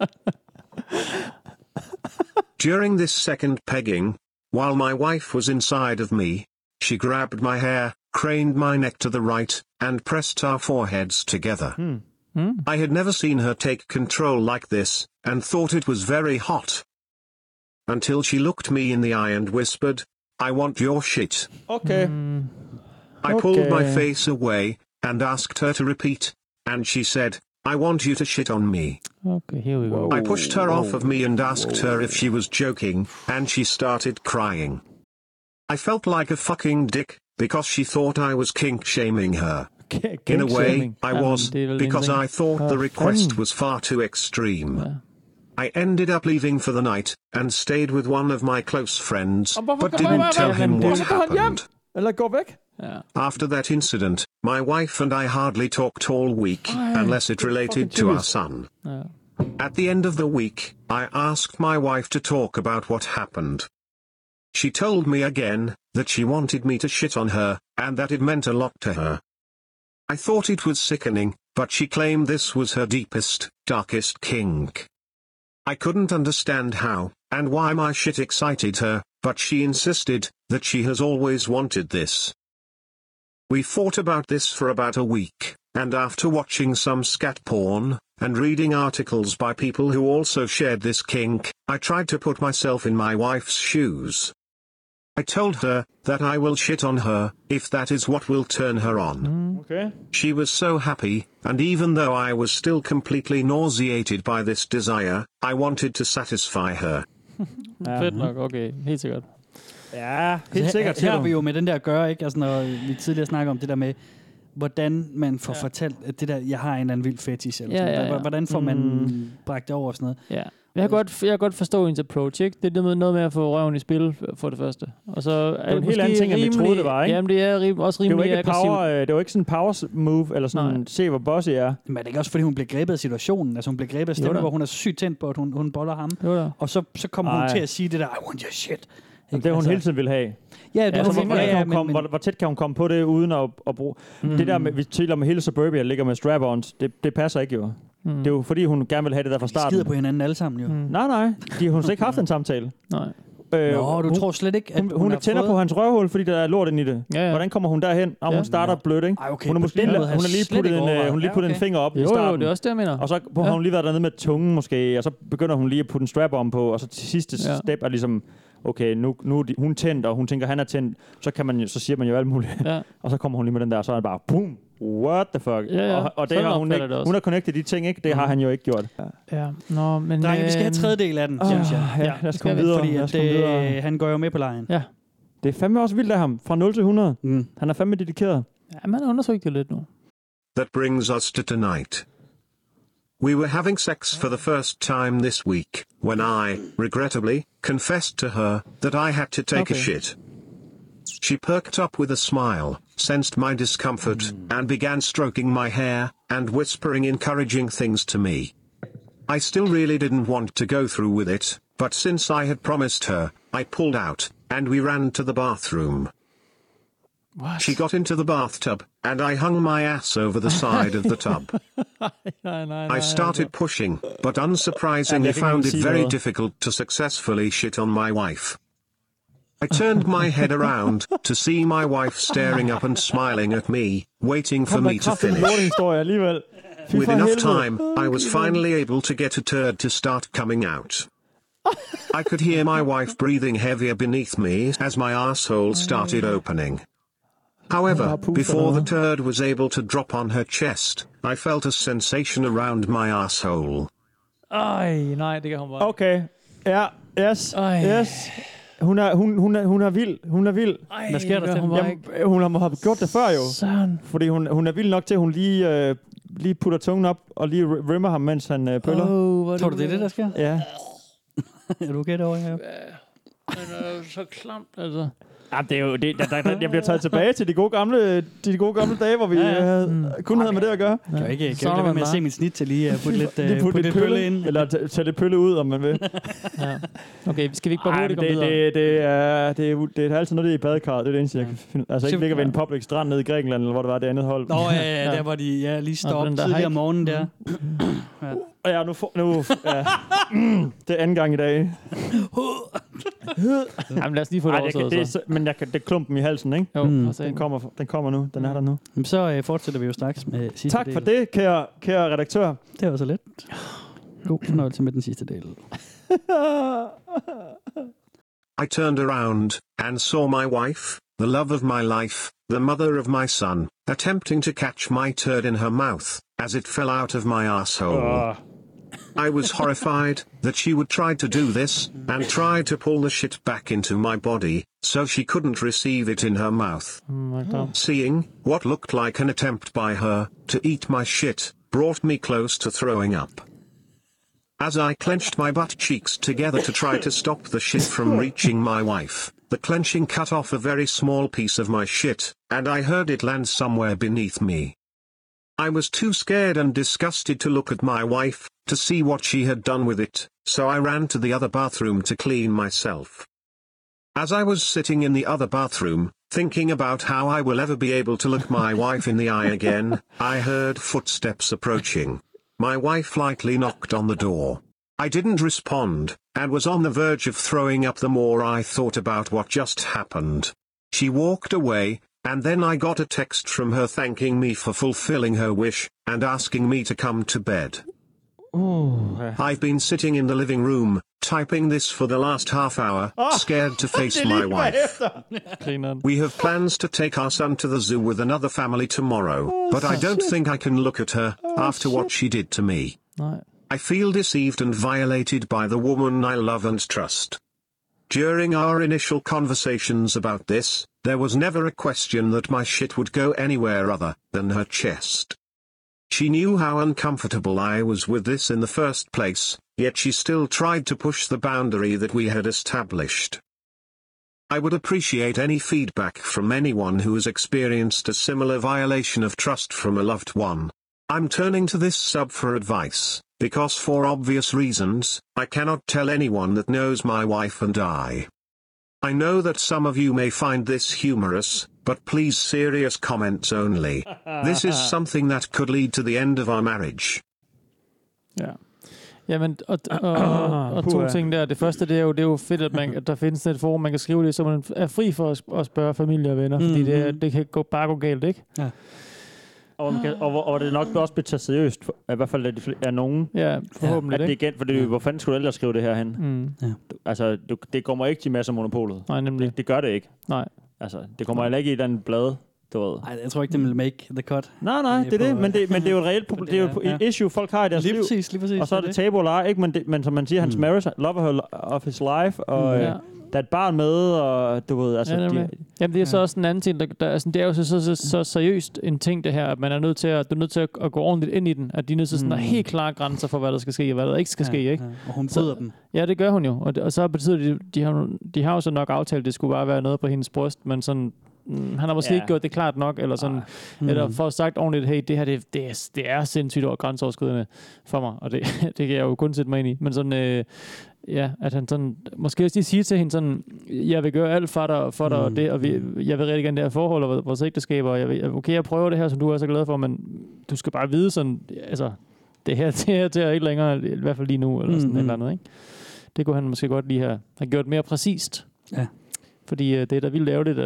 During this second pegging, while my wife was inside of me, she grabbed my hair, craned my neck to the right, and pressed our foreheads together. I had never seen her take control like this, and thought it was very hot. Until she looked me in the eye and whispered, "I want your shit." Okay. I pulled my face away, and asked her to repeat, and she said, "I want you to shit on me." Okay, here we go. I pushed her off of me and asked her if she was joking, and she started crying. I felt like a fucking dick, because she thought I was kink-shaming her. In a way, I was, because I thought the request was far too extreme. I ended up leaving for the night, and stayed with one of my close friends, but didn't tell him what happened. Eller gå væk. After that incident, my wife and I hardly talked all week, unless it related to our son. At the end of the week, I asked my wife to talk about what happened. She told me again that she wanted me to shit on her, and that it meant a lot to her. I thought it was sickening, but she claimed this was her deepest, darkest kink. I couldn't understand how, and why my shit excited her, but she insisted that she has always wanted this. We fought about this for about a week, and after watching some scat porn, and reading articles by people who also shared this kink, I tried to put myself in my wife's shoes. I told her that I will shit on her, if that is what will turn her on. Okay. She was so happy, and even though I was still completely nauseated by this desire, I wanted to satisfy her. Fedt nok, okay. Helt sikkert. Ja, helt sikkert. Her har vi jo med den der at gøre, ikke? Altså, når vi tidligere snakker om det der med, hvordan man får fortalt, at det der, jeg har en eller anden vild fetish, eller sådan noget. Hvordan får man bragt det over og sådan noget? Ja. Jeg kan godt forstå hendes approach, ikke? Det er noget med at få røven i spil for det første. Og så er det en helt anden ting, end vi troede, det var, ikke? Jamen, det er også rimelig aggressivt. Det var ikke sådan en power move, eller sådan se, hvor bossy er. Men det er ikke også, fordi hun blev grebet af situationen. Altså, hun blev grebet af stemmen, hvor hun er sygt tændt på, at hun boller ham. Og så kommer hun til at sige det der, I want your shit. Det hun hele tiden vil have. Ja, det hvor tæt kan hun komme på det, uden at bruge... Det der med, vi taler med hele Suburbia, ligger med strap-ons, det passer ikke jo. Det er jo fordi, hun gerne vil have det der fra starten. De skider på hinanden alle sammen jo. Nej. Hun har slet ikke haft en samtale. Nej. Du tror slet ikke, at hun tænder på hans røvhul, fordi der er lort ind i det. Ja. Hvordan kommer hun derhen? Hun starter blødt, ikke? Okay, hun har lige puttet en finger op i starten. Jo, det er også det, jeg mener. Og så har hun lige været dernede med tungen måske, og så begynder hun lige at putte en strap om på, og så til sidste step er ligesom, okay, nu hun tændt, og hun tænker, han er tændt, så siger man jo alt muligt. Ja. Og så kommer hun lige med den der, og så er det bare, boom, what the fuck? Ja. Og det har hun ikke. Hun har connected de ting, ikke? Det har han jo ikke gjort. Ja. Nå, men... Drenge, vi skal have tredjedel af den, synes jeg. Ja, lad os komme videre. Fordi han går jo med på lejen. Ja. Det er fandme også vildt af ham, fra 0 til 100. Han er fandme dedikeret. Ja, man undersøgte det lidt nu. That brings us to tonight. We were having sex for the first time this week, when I, regrettably, confessed to her that I had to take a shit. She perked up with a smile, sensed my discomfort, and began stroking my hair, and whispering encouraging things to me. I still really didn't want to go through with it, but since I had promised her, I pulled out, and we ran to the bathroom. What? She got into the bathtub, and I hung my ass over the side of the tub. I started pushing, but unsurprisingly found it very difficult to successfully shit on my wife. I turned my head around to see my wife staring up and smiling at me, waiting for me to finish. With enough time, I was finally able to get a turd to start coming out. I could hear my wife breathing heavier beneath me as my asshole started opening. However, before the turd was able to drop on her chest, I felt a sensation around my asshole. Nej, det kan hun bare. Okay. Ja, yes. Hun er vild. Hun er vild. Hvad sker der til hun? Hun har gjort det før jo. Sådan. Fordi hun er vild nok til, at hun lige putter tungen op og lige rimmer ham, mens han pøller. Tror du, det er det, der sker? Ja. Er du okay derovre, ja? Det er så klamt, altså. Ja, det er jo det. Jeg bliver taget tilbage til de gode gamle dage, hvor vi kun havde med det at gøre. Kan du ikke lade være med at se mit snit til lige at putte lidt pølle ind? Eller tage lidt pølle ud, om man vil. Ja. Okay, skal vi ikke bare hurtigt komme videre? Det er altid noget, det er i badekarret. Det er det eneste, jeg kan finde. Altså ikke ligger ved en public strand nede i Grækenland, eller hvor det var det andet hold. Nå ja, der var de lige stod op tidligere om morgenen der. Ja, nu det er anden gang i dag. Jamen lad os lige få det overstået. Men det er klumpen i halsen, ikke? Jo, den kommer nu. Den er der nu. Så fortsætter vi jo straks med sidste del. Tak for det, kære redaktør. Det var så let. God fornøjelse med den sidste del. I turned around and saw my wife, the love of my life, the mother of my son, attempting to catch my turd in her mouth as it fell out of my asshole. I was horrified that she would try to do this, and try to pull the shit back into my body, so she couldn't receive it in her mouth. Seeing what looked like an attempt by her to eat my shit brought me close to throwing up. As I clenched my butt cheeks together to try to stop the shit from reaching my wife, the clenching cut off a very small piece of my shit, and I heard it land somewhere beneath me. I was too scared and disgusted to look at my wife, to see what she had done with it, so I ran to the other bathroom to clean myself. As I was sitting in the other bathroom, thinking about how I will ever be able to look my wife in the eye again, I heard footsteps approaching. My wife lightly knocked on the door. I didn't respond, and was on the verge of throwing up the more I thought about what just happened. She walked away, and then I got a text from her thanking me for fulfilling her wish, and asking me to come to bed. I've been sitting in the living room, typing this for the last half hour, scared to face my wife. We have plans to take our son to the zoo with another family tomorrow, but I don't think I can look at her after what she did to me. I feel deceived and violated by the woman I love and trust. During our initial conversations about this, there was never a question that my shit would go anywhere other than her chest. She knew how uncomfortable I was with this in the first place, yet she still tried to push the boundary that we had established. I would appreciate any feedback from anyone who has experienced a similar violation of trust from a loved one. I'm turning to this sub for advice, because for obvious reasons, I cannot tell anyone that knows my wife and I. I know that some of you may find this humorous, but please serious comments only. This is something that could lead to the end of our marriage. Ja. Jamen, og to ting der. Det første, det er jo fedt, at der findes et forum, man kan skrive det, så man er fri for at spørge familie og venner, fordi det kan bare gå galt, ikke? Ja. Og det er nok også blevet taget seriøst, i hvert fald af nogen. Ja, forhåbentlig, at det igen, for hvor fanden skulle du ellers skrive det her hen? Ja. Altså, det kommer ikke til masser af monopolet. Nej, nemlig. Det gør det ikke. Nej. Altså, det kommer heller ikke i et andet blad, du ved. Nej, jeg tror ikke, det vil make the cut. Nej, det er det, men det er jo et reelt problem. Det er jo et issue, folk har i deres liv. Lige præcis. Og så er det tabu eller ej, ikke? Men som man siger, hans marriage, love her of his life, og der er et barn med, og du ved, altså... Jamen, det er så også en anden ting, altså, det er jo så seriøst en ting, det her, at man er nødt til at gå ordentligt ind i den, at de er nødt til sådan at helt klare grænser for, hvad der skal ske, og hvad der ikke skal ske, ikke? Og hun bryder dem. Ja, det gør hun jo, og så betyder det, de har jo så nok aftalt, at det skulle bare være noget på hendes bryst, men sådan... Han har måske ikke gjort det klart nok, eller sådan, eller for sagt ordentligt, hey, det her, det er sindssygt og grænseoverskridende for mig, og det kan jeg jo kun sætte mig ind i, men sådan, at han sådan, måske også lige sige til hende sådan, jeg vil gøre alt for dig og det, og jeg vil rigtig gerne det her forhold, og vores ægteskab, og jeg prøver det her, som du er så glad for, men du skal bare vide sådan, altså, det her er ikke længere, i hvert fald lige nu, eller sådan et eller andet, ikke? Det kunne han måske godt lige have gjort mere præcist. Ja. Fordi det er da vildt ærgerligt,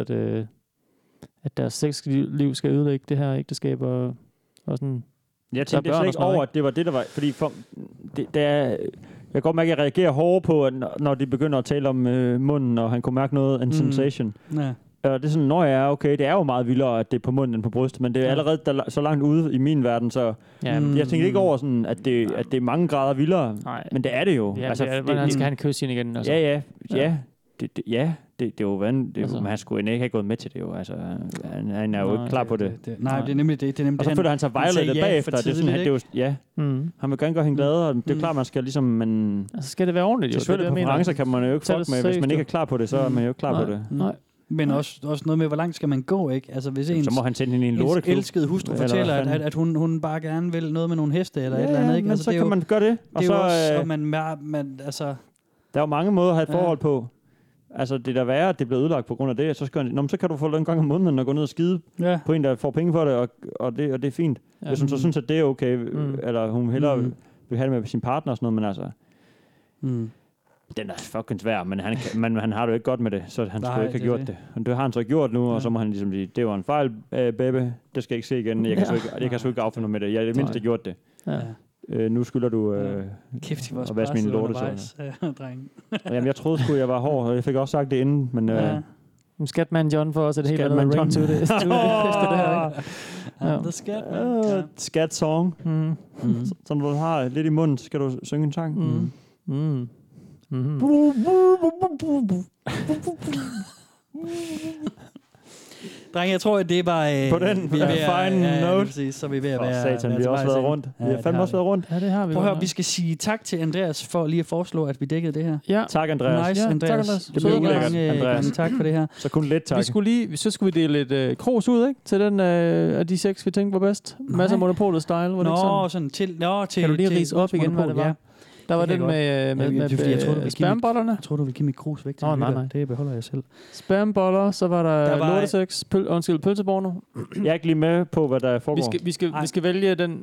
at deres sexliv skal ødelægge det her ægteskab og sådan. Jeg tænkte slet ikke over, at det var det, der var... Fordi jeg kan godt mærke, at jeg reagerer hårdere på, når de begynder at tale om munden, og han kunne mærke noget, en sensation. Ja. Og det er sådan, okay, det er jo meget vildere, at det er på munden end på brystet, men det er allerede så langt ude i min verden, så jeg tænkte ikke over, sådan, at det er mange grader vildere, men det er det jo. Ja, altså, han skal have en kys ind igen. Altså. Ja. Det er jo vandt, men han skulle ikke have gået med til det jo. Altså, han er jo ikke klar på det. Nej, det er nemlig det. Og så føler han sig violated bagefter. Det er sådan, han vil gerne gøre hende glad, og det er klart, man skal ligesom... Men altså, skal det være ordentligt? Jo, selvfølgelig konferencer kan man jo ikke fuck med. Hvis man ikke er klar på det, så er man jo ikke klar på det. Nej. Men også noget med, hvor langt skal man gå, ikke? Altså, hvis så må han sende hende i en lorteklub. Elskede hustru fortæller, at hun bare gerne vil noget med nogle heste eller et eller andet, ikke? Men altså, så kan man gøre det. Og så også, man altså... Der er jo mange måder at have et forhold på. Altså, det der værre, at det bliver ødelagt på grund af det, så kan du få en gang om måneden og gå ned og skide på en, der får penge for det, og det er fint. Hvis hun så synes, at det er okay, eller hun hellere vil have det med sin partner og sådan noget, men altså... Den er fucking svær, men han har det jo ikke godt med det, så han skulle ikke have gjort det. Og det har han så gjort nu, og så må han ligesom sige, det var en fejl, baby, det skal jeg ikke se igen, jeg kan så ikke affinde med det, jeg har det mindste gjort det. Nu skylder du at vaske mine lortesøgner. Jamen, jeg troede sgu, jeg var hård, og jeg fik også sagt det inden, men... Skatman John for os et helt andet ring to det. The Skatman. Skat song. Så når du har lidt i munden, så skal du synge en sang. Drenge, jeg tror, at det var... på den fine note. Præcis, så er vi ved at være... Satan, vi har også været rundt. Vi har fandme også været rundt. Ja, det har vi. Prøv at høre, vi skal sige tak til Andreas for lige at foreslå, at vi dækkede det her. Ja. Tak, Andreas. Nice, Andreas. Tak, Andreas. Det blev lækkert, Andreas. Tak for det her. Så kun lidt tak. Så skulle vi dele lidt kros ud, ikke? Til den af de 6, vi tænkte var bedst. Masser af Monopolet-style. Sådan til... Kan du lige rise op igen, hvad det var? Der var den med spambollerne. Jeg tror, du vil give mit krus væk til nej. Det beholder jeg selv. Spamboller, så var der lortesex, pølseporno. Jeg er ikke lige med på, hvad der foregår. Vi skal vælge den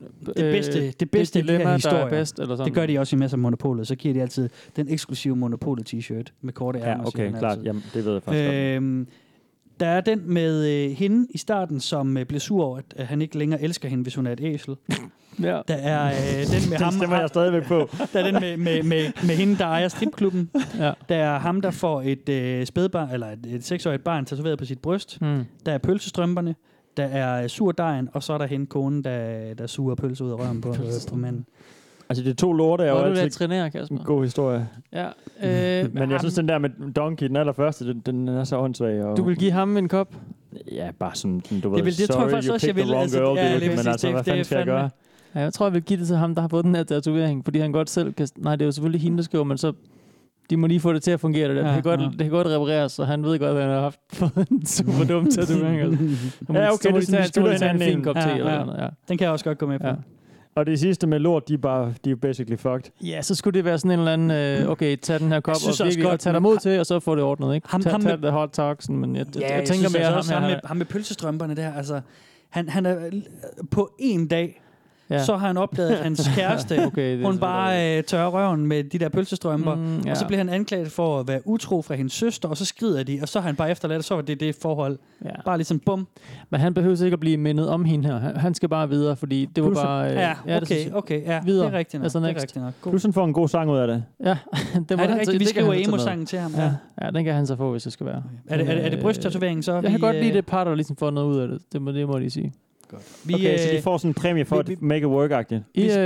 det bedste dilemma, der er bedst. Eller sådan. Det gør de også i masser af Monopolet. Så giver de altid den eksklusive Monopolet-t-shirt med korte ærmer. Ja, okay, klart. Jamen, det ved jeg faktisk der er den med hende i starten, som bliver sur over, at han ikke længere elsker hende, hvis hun er et æsel. Ja. Der er den med ham. Den stemmer jeg stadigvæk på. Der er den med hende, der ejer stripklubben. Ja. Der er ham, der får et spædbarn, eller et 6-årigt barn tatoveret på sit bryst. Der er pølsestrømperne. Der er surdejen, og så er der hende konen, der suger pølse ud af røven på manden. Altså, det er 2 lorte, er jo altid en god historie. Ja. Men jeg synes, den der med Donkey, den allerførste, den er så åndssvag. Og du vil give ham en kop? Ja, bare sådan, du ved, det tror jeg faktisk også, jeg vil. Men altså, hvad fanden skal jeg gøre? Ja, jeg tror, jeg vil give det til ham, der har fået den her tatovering, fordi han godt selv kan... Nej, det er jo selvfølgelig hende, der skriver, men så... De må lige få det til at fungere. Det kan godt repareres, så han ved godt, at han har fået en super dum tatovering. Ja, okay, det er sådan, en fin kop te eller noget. Ja. Den kan jeg også godt gå med på. Ja. Og det sidste med lort, de er basically fucked. Ja, så skulle det være sådan en eller anden, okay, tag den her kop og tage dig mod til, og så få det ordnet, ikke? Tag det hot talksen, men jeg tænker mere ham med pølsestrømperne der, altså, han er på en dag, så har han opdaget, at hans kæreste, hun bare tørrer røven med de der pølsestrømper, og så bliver han anklaget for at være utro fra hendes søster, og så skrider de, og så har han bare efterladt, så var det forhold. Ja. Bare ligesom bum. Men han behøver ikke at blive mindet om hende her. Han skal bare videre, fordi det var bare... okay, videre. Det er rigtigt nok. Altså det er rigtigt nok. Pludselig får en god sang ud af det. Ja, det er rigtigt. Vi skriver emo-sangen til ham. Ja, den kan han så få, hvis det skal være. Er det brysttatoveringen så? Jeg kan godt lide det par, der ligesom får noget ud af det. Det må de sige. Godt. Okay, så de får sådan en præmie for at make it work-agtigt.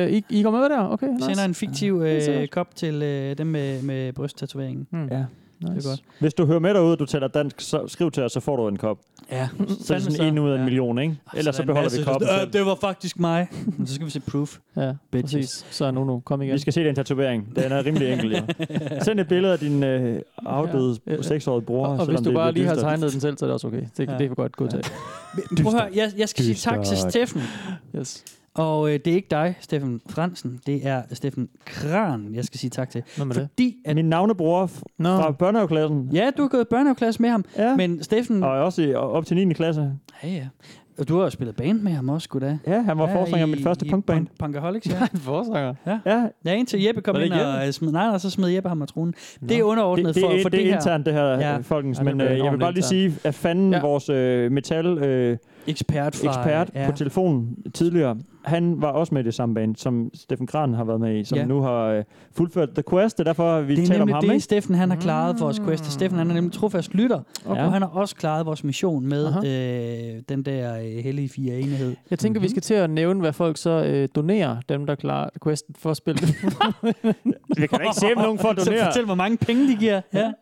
I går med der? Okay, nice. Sender en fiktiv kop til dem med brysttatoveringen. Ja. Nice. Det er godt. Hvis du hører med derude, du taler dansk, så skriv til os, så får du en kop. Ja. Så er det sådan 1 ud af 1 million, ikke? Ellers så beholder vi koppen. Det var faktisk mig. Så skal vi se proof. Ja, præcis. Så nu, kom igen. Vi skal se den tatovering. Den er rimelig enkel, ja. Send et billede af din afdøde 6-årige bror. Og hvis du bare lige har tegnet den selv, så er det også okay. Det kan godt gå til. Prøv at høre, jeg skal sige tak til Steffen. Yes. Og det er ikke dig, Steffen Fransen. Det er Steffen Kran, jeg skal sige tak til. Fordi at min navnebror fra børnehaveklassen. Ja, du har gået børnehaveklasse med ham. Ja. Men Steffen... Og også op til 9. klasse. Ja. Og du har jo spillet band med ham også, goddag. Ja, han var forsanger af mit første punkband. Punkaholics, ja. En forsanger? Ja, indtil Jeppe kom ind og smed... Nej, så smed Jeppe ham og tronen. Det er underordnet for det her. Det er internt, det her, folkens. Men jeg vil bare lige sige, at fanden vores metal... ekspert på telefonen tidligere. Han var også med i det samme band, som Steffen Kran har været med i, som nu har fuldført The Quest. Det er derfor, vi taler om ham. Det er nemlig Steffen, han har klaret vores quest. Steffen, han er nemlig trofast lytter, og han har også klaret vores mission med den der hellige 4 enhed. Jeg tænker, vi skal til at nævne, hvad folk så donerer, dem der klarer questen for at spille. Vi kan da ikke se, om nogen får donere. Så fortæl, hvor mange penge de giver. Ja.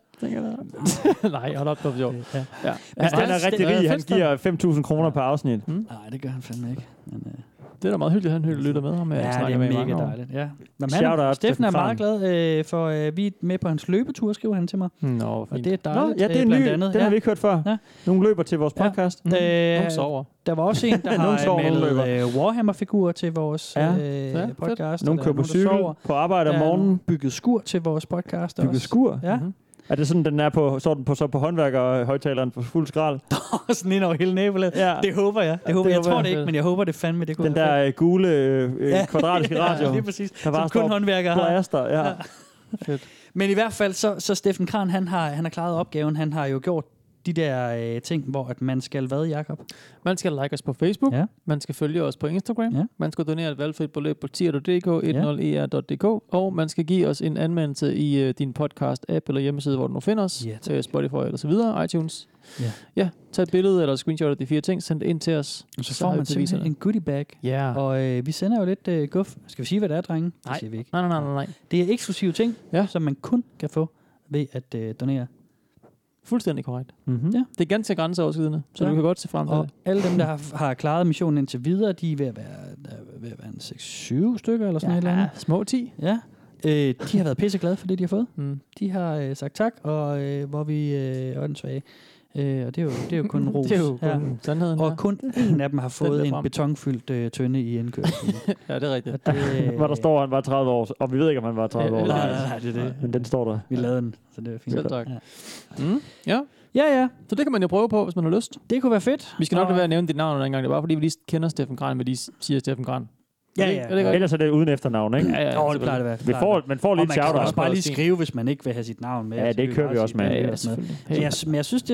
Nej, hold op, det var sjovt. Ja. Han er rigtig rig. Han giver 5.000 kroner per afsnit. Nej, det gør han fandme ikke. Men, det er da meget hyggeligt, at han lytter med ham. Ja, det er mega dejligt. Ja. Steffen er meget glad for, vi er med på hans løbetur, skriver han til mig. Nå, fint. Og det er dejligt. Ja, det er ny. Den har vi ikke hørt før. Ja. Nogle løber til vores podcast. Nogle sover. Der var også en, der har malet Warhammer-figurer til vores podcast. Nogle kører på cykel på arbejde om morgenen. Bygget skur til vores podcast. Bygget skur? Ja. Er det sådan, den er på håndværker-højtaleren på fuld skrald? Sådan ind over hele nabolaget. Ja. Det håber jeg. Jeg tror det ikke, men jeg håber det fandme. Det den der gule kvadratiske radio. Ja, det er præcis. Der var kun håndværkere har. Blaster, ja. Fedt. Men i hvert fald, så Steffen Kran, han har klaret opgaven. Han har jo gjort de der ting, hvor at man skal hvad, Jakob? Man skal like os på Facebook, man skal følge os på Instagram, man skal donere et valgfrit beløb på tier.dk, 10er.dk, og man skal give os en anmeldelse i din podcast-app eller hjemmeside, hvor du nu finder os, Spotify eller så videre, iTunes. Ja, tag et billede eller screenshot af de 4 ting, send det ind til os. Og så får man simpelthen en goodie bag. Og vi sender jo lidt guf. Skal vi sige, hvad det er, drenge? Nej. Det siger vi ikke. Nej. Det er eksklusive ting, som man kun kan få ved at donere. Fuldstændig korrekt. Mm-hmm. Ja. Det er ganske grænseoverskridende, så du kan godt se frem til det. Alle dem, der har klaret missionen indtil videre, de er ved at være en 6-7 stykker eller sådan et eller andet. Små 10. Ja. De har været pisseglade for det, de har fået. De har sagt tak, og hvor vi åndssvage Og det er jo kun ros. Det er jo kun sandheden. Og kun en af dem har fået en betonfyldt tønde i indkørslen. Ja, det er rigtigt. Hvor der står, at han var 30 år, og vi ved ikke, om han var 30 år. Nej, det er det. Men den står der. Vi lavede den, så det er fint. Selv tak. Ja. Ja. Så det kan man jo prøve på, hvis man har lyst. Det kunne være fedt. Vi skal nok være at nævne dit navn en gang. Det er bare fordi, vi lige kender Steffen Gran, men de siger Steffen Gran. Ja. Ellers er det uden efternavn, ikke? Ja, det plejer det at være. Man får lidt shout-out. Og man kan også bare lige skrive, hvis man ikke vil have sit navn med. Ja, det kører vi også med. Men jeg synes,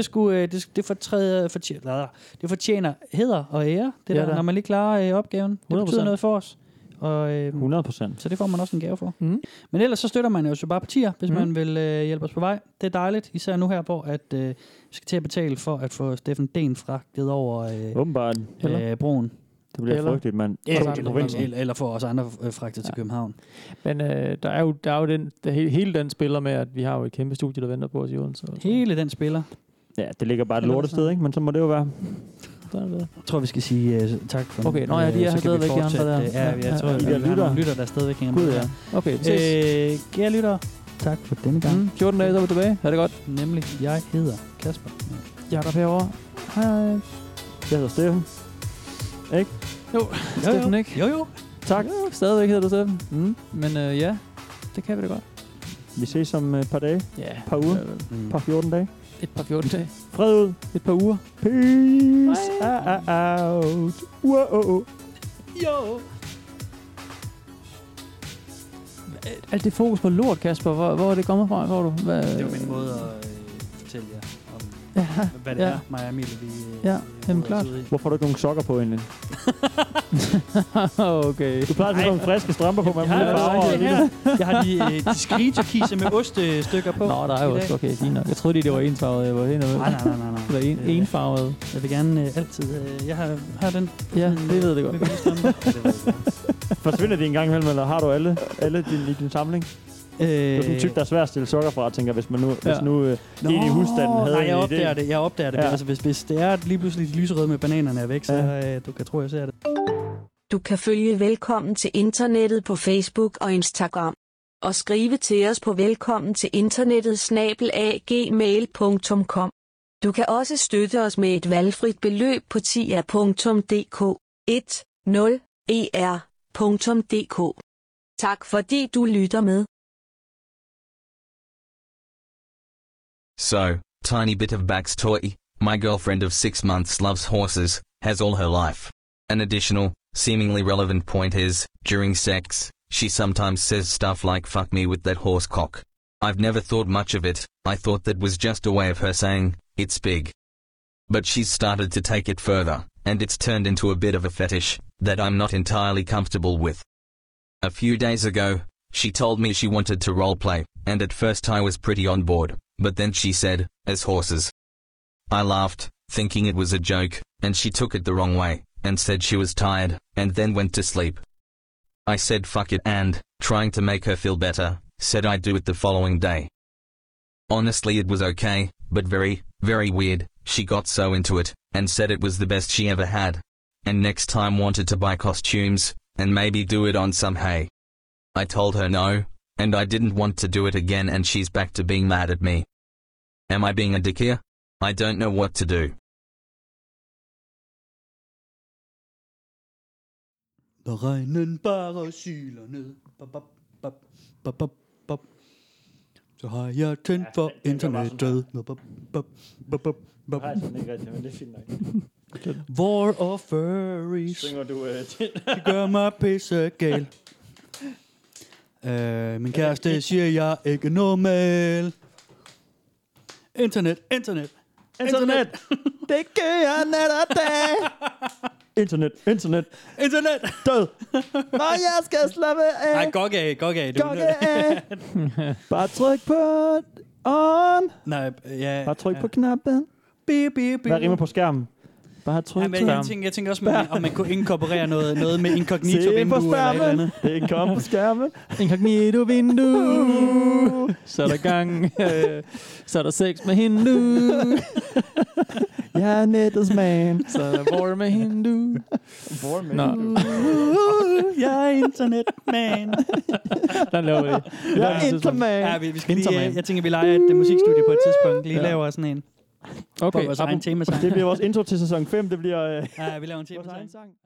det fortjener hæder og ære, det der, når man lige klarer opgaven. Det 100%. Betyder noget for os. Og, 100%. Så det får man også en gave for. Men ellers så støtter man jo bare partier, hvis man vil hjælpe os på vej. Det er dejligt, især nu her, hvor at, vi skal til at betale for at få Steffen Den fragtet over broen. Det bliver frygteligt, mand. Eller for os andre fragtet til København. Men der er jo hele den spiller med, at vi har jo et kæmpe studie, der venter på os i Odense. Hele den spiller. Ja, det ligger bare et lortested, ikke? Men så må det jo være. Jeg tror, vi skal sige tak for okay, nå ja, de er stadigvæk de andre der. Ja, jeg tror, vi har nogle lytter, der stadigvæk hænger med. Ja. Okay, vi ses. Kære lytter, tak for denne gang. 14 dage, så er vi tilbage. Ha' det godt. Nemlig, jeg hedder Kasper. Jakob herovre. Hej. Jeg hedder Steffen. Ikke? Jo, Steffen, ikke? Jo. Tak. Jo, stadigvæk hedder du Steffen. Men ja, det kan vi da godt. Vi ses om et par dage. Ja. Par uger. Par 14 dage. Et par 14 dage. Fred ud. Et par uger. Peace out. Wow. Jo. Alt det fokus på lort, Kasper, hvor er det kommet fra? Hvor du? Det er jo min måde at fortælle jer om, hvad det er, mig og Emilie, vi jamen klart. Hvorfor har du ikke nogen sokker på egentlig? Okay. Du plejer at have nogle friske strømper på, med mulige farver. Jeg har de skrigetyrkise med ostestykker på. Nå, der er jo også okay, fint nok. Jeg troede det var ensfarvet. Jeg var helt nervøs. Nej. Eller enfarvet. Jeg vil gerne altid... Jeg har den... Ja, det ved det godt. Forsvinder de en gang imellem, eller har du alle i din samling? Det er sådan en type, der er svært at stille sukker fra, tænker hvis nu en i husstanden havde jeg opdager det. Ja. Altså, hvis det er lige pludselig de lyserøde med bananerne er væk, så du kan tro, jeg ser det. Du kan følge Velkommen til Internettet på Facebook og Instagram. Og skrive til os på velkommen til internettet@gmail.com. Du kan også støtte os med et valgfrit beløb på tia.dk 10er.dk. Tak fordi du lytter med. So, tiny bit of backstory. My girlfriend of 6 months loves horses, has all her life. An additional, seemingly relevant point is, during sex, she sometimes says stuff like fuck me with that horse cock. I've never thought much of it, I thought that was just a way of her saying, it's big. But she's started to take it further, and it's turned into a bit of a fetish, that I'm not entirely comfortable with. A few days ago, she told me she wanted to roleplay, and at first I was pretty on board, but then she said, as horses. I laughed, thinking it was a joke, and she took it the wrong way, and said she was tired, and then went to sleep. I said fuck it and, trying to make her feel better, said I'd do it the following day. Honestly it was okay, but very, very weird. She got so into it, and said it was the best she ever had. And next time wanted to buy costumes, and maybe do it on some hay. I told her no, and I didn't want to do it again, and she's back to being mad at me. Am I being a dick here? I don't know what to do. Når regnen bare syler ned, så har jeg tændt for internettet. War of furries. Synger du det gør mig pissegal. Min kæreste siger, jeg er ikke normal. Internet. Det gør jeg nat og dag. Internet. Død. Når jeg skal slappe af. Nej, gok af. Bare tryk på on. Nej, ja. Bare tryk på knappen. Beep. Hvad rimer på skærmen? Bare tryk på skærmen. Jeg tænker også, om man kunne inkorporere noget med inkognito-vindue eller et eller andet. Det er kom på skærmen. Inkognito-vindue. Så er der gang. Så er der sex med hende. Jeg er nettets man. Så er der vor med hende. Jeg er internetman. Den laver vi. Jeg er interman. Ja, vi skal lige, jeg tænker, vi leger et musikstudie på et tidspunkt. Lige laver sådan en. Okay. Vores egen temasang. Det bliver vores intro til sæson 5. Det bliver ja, vi laver en temasang.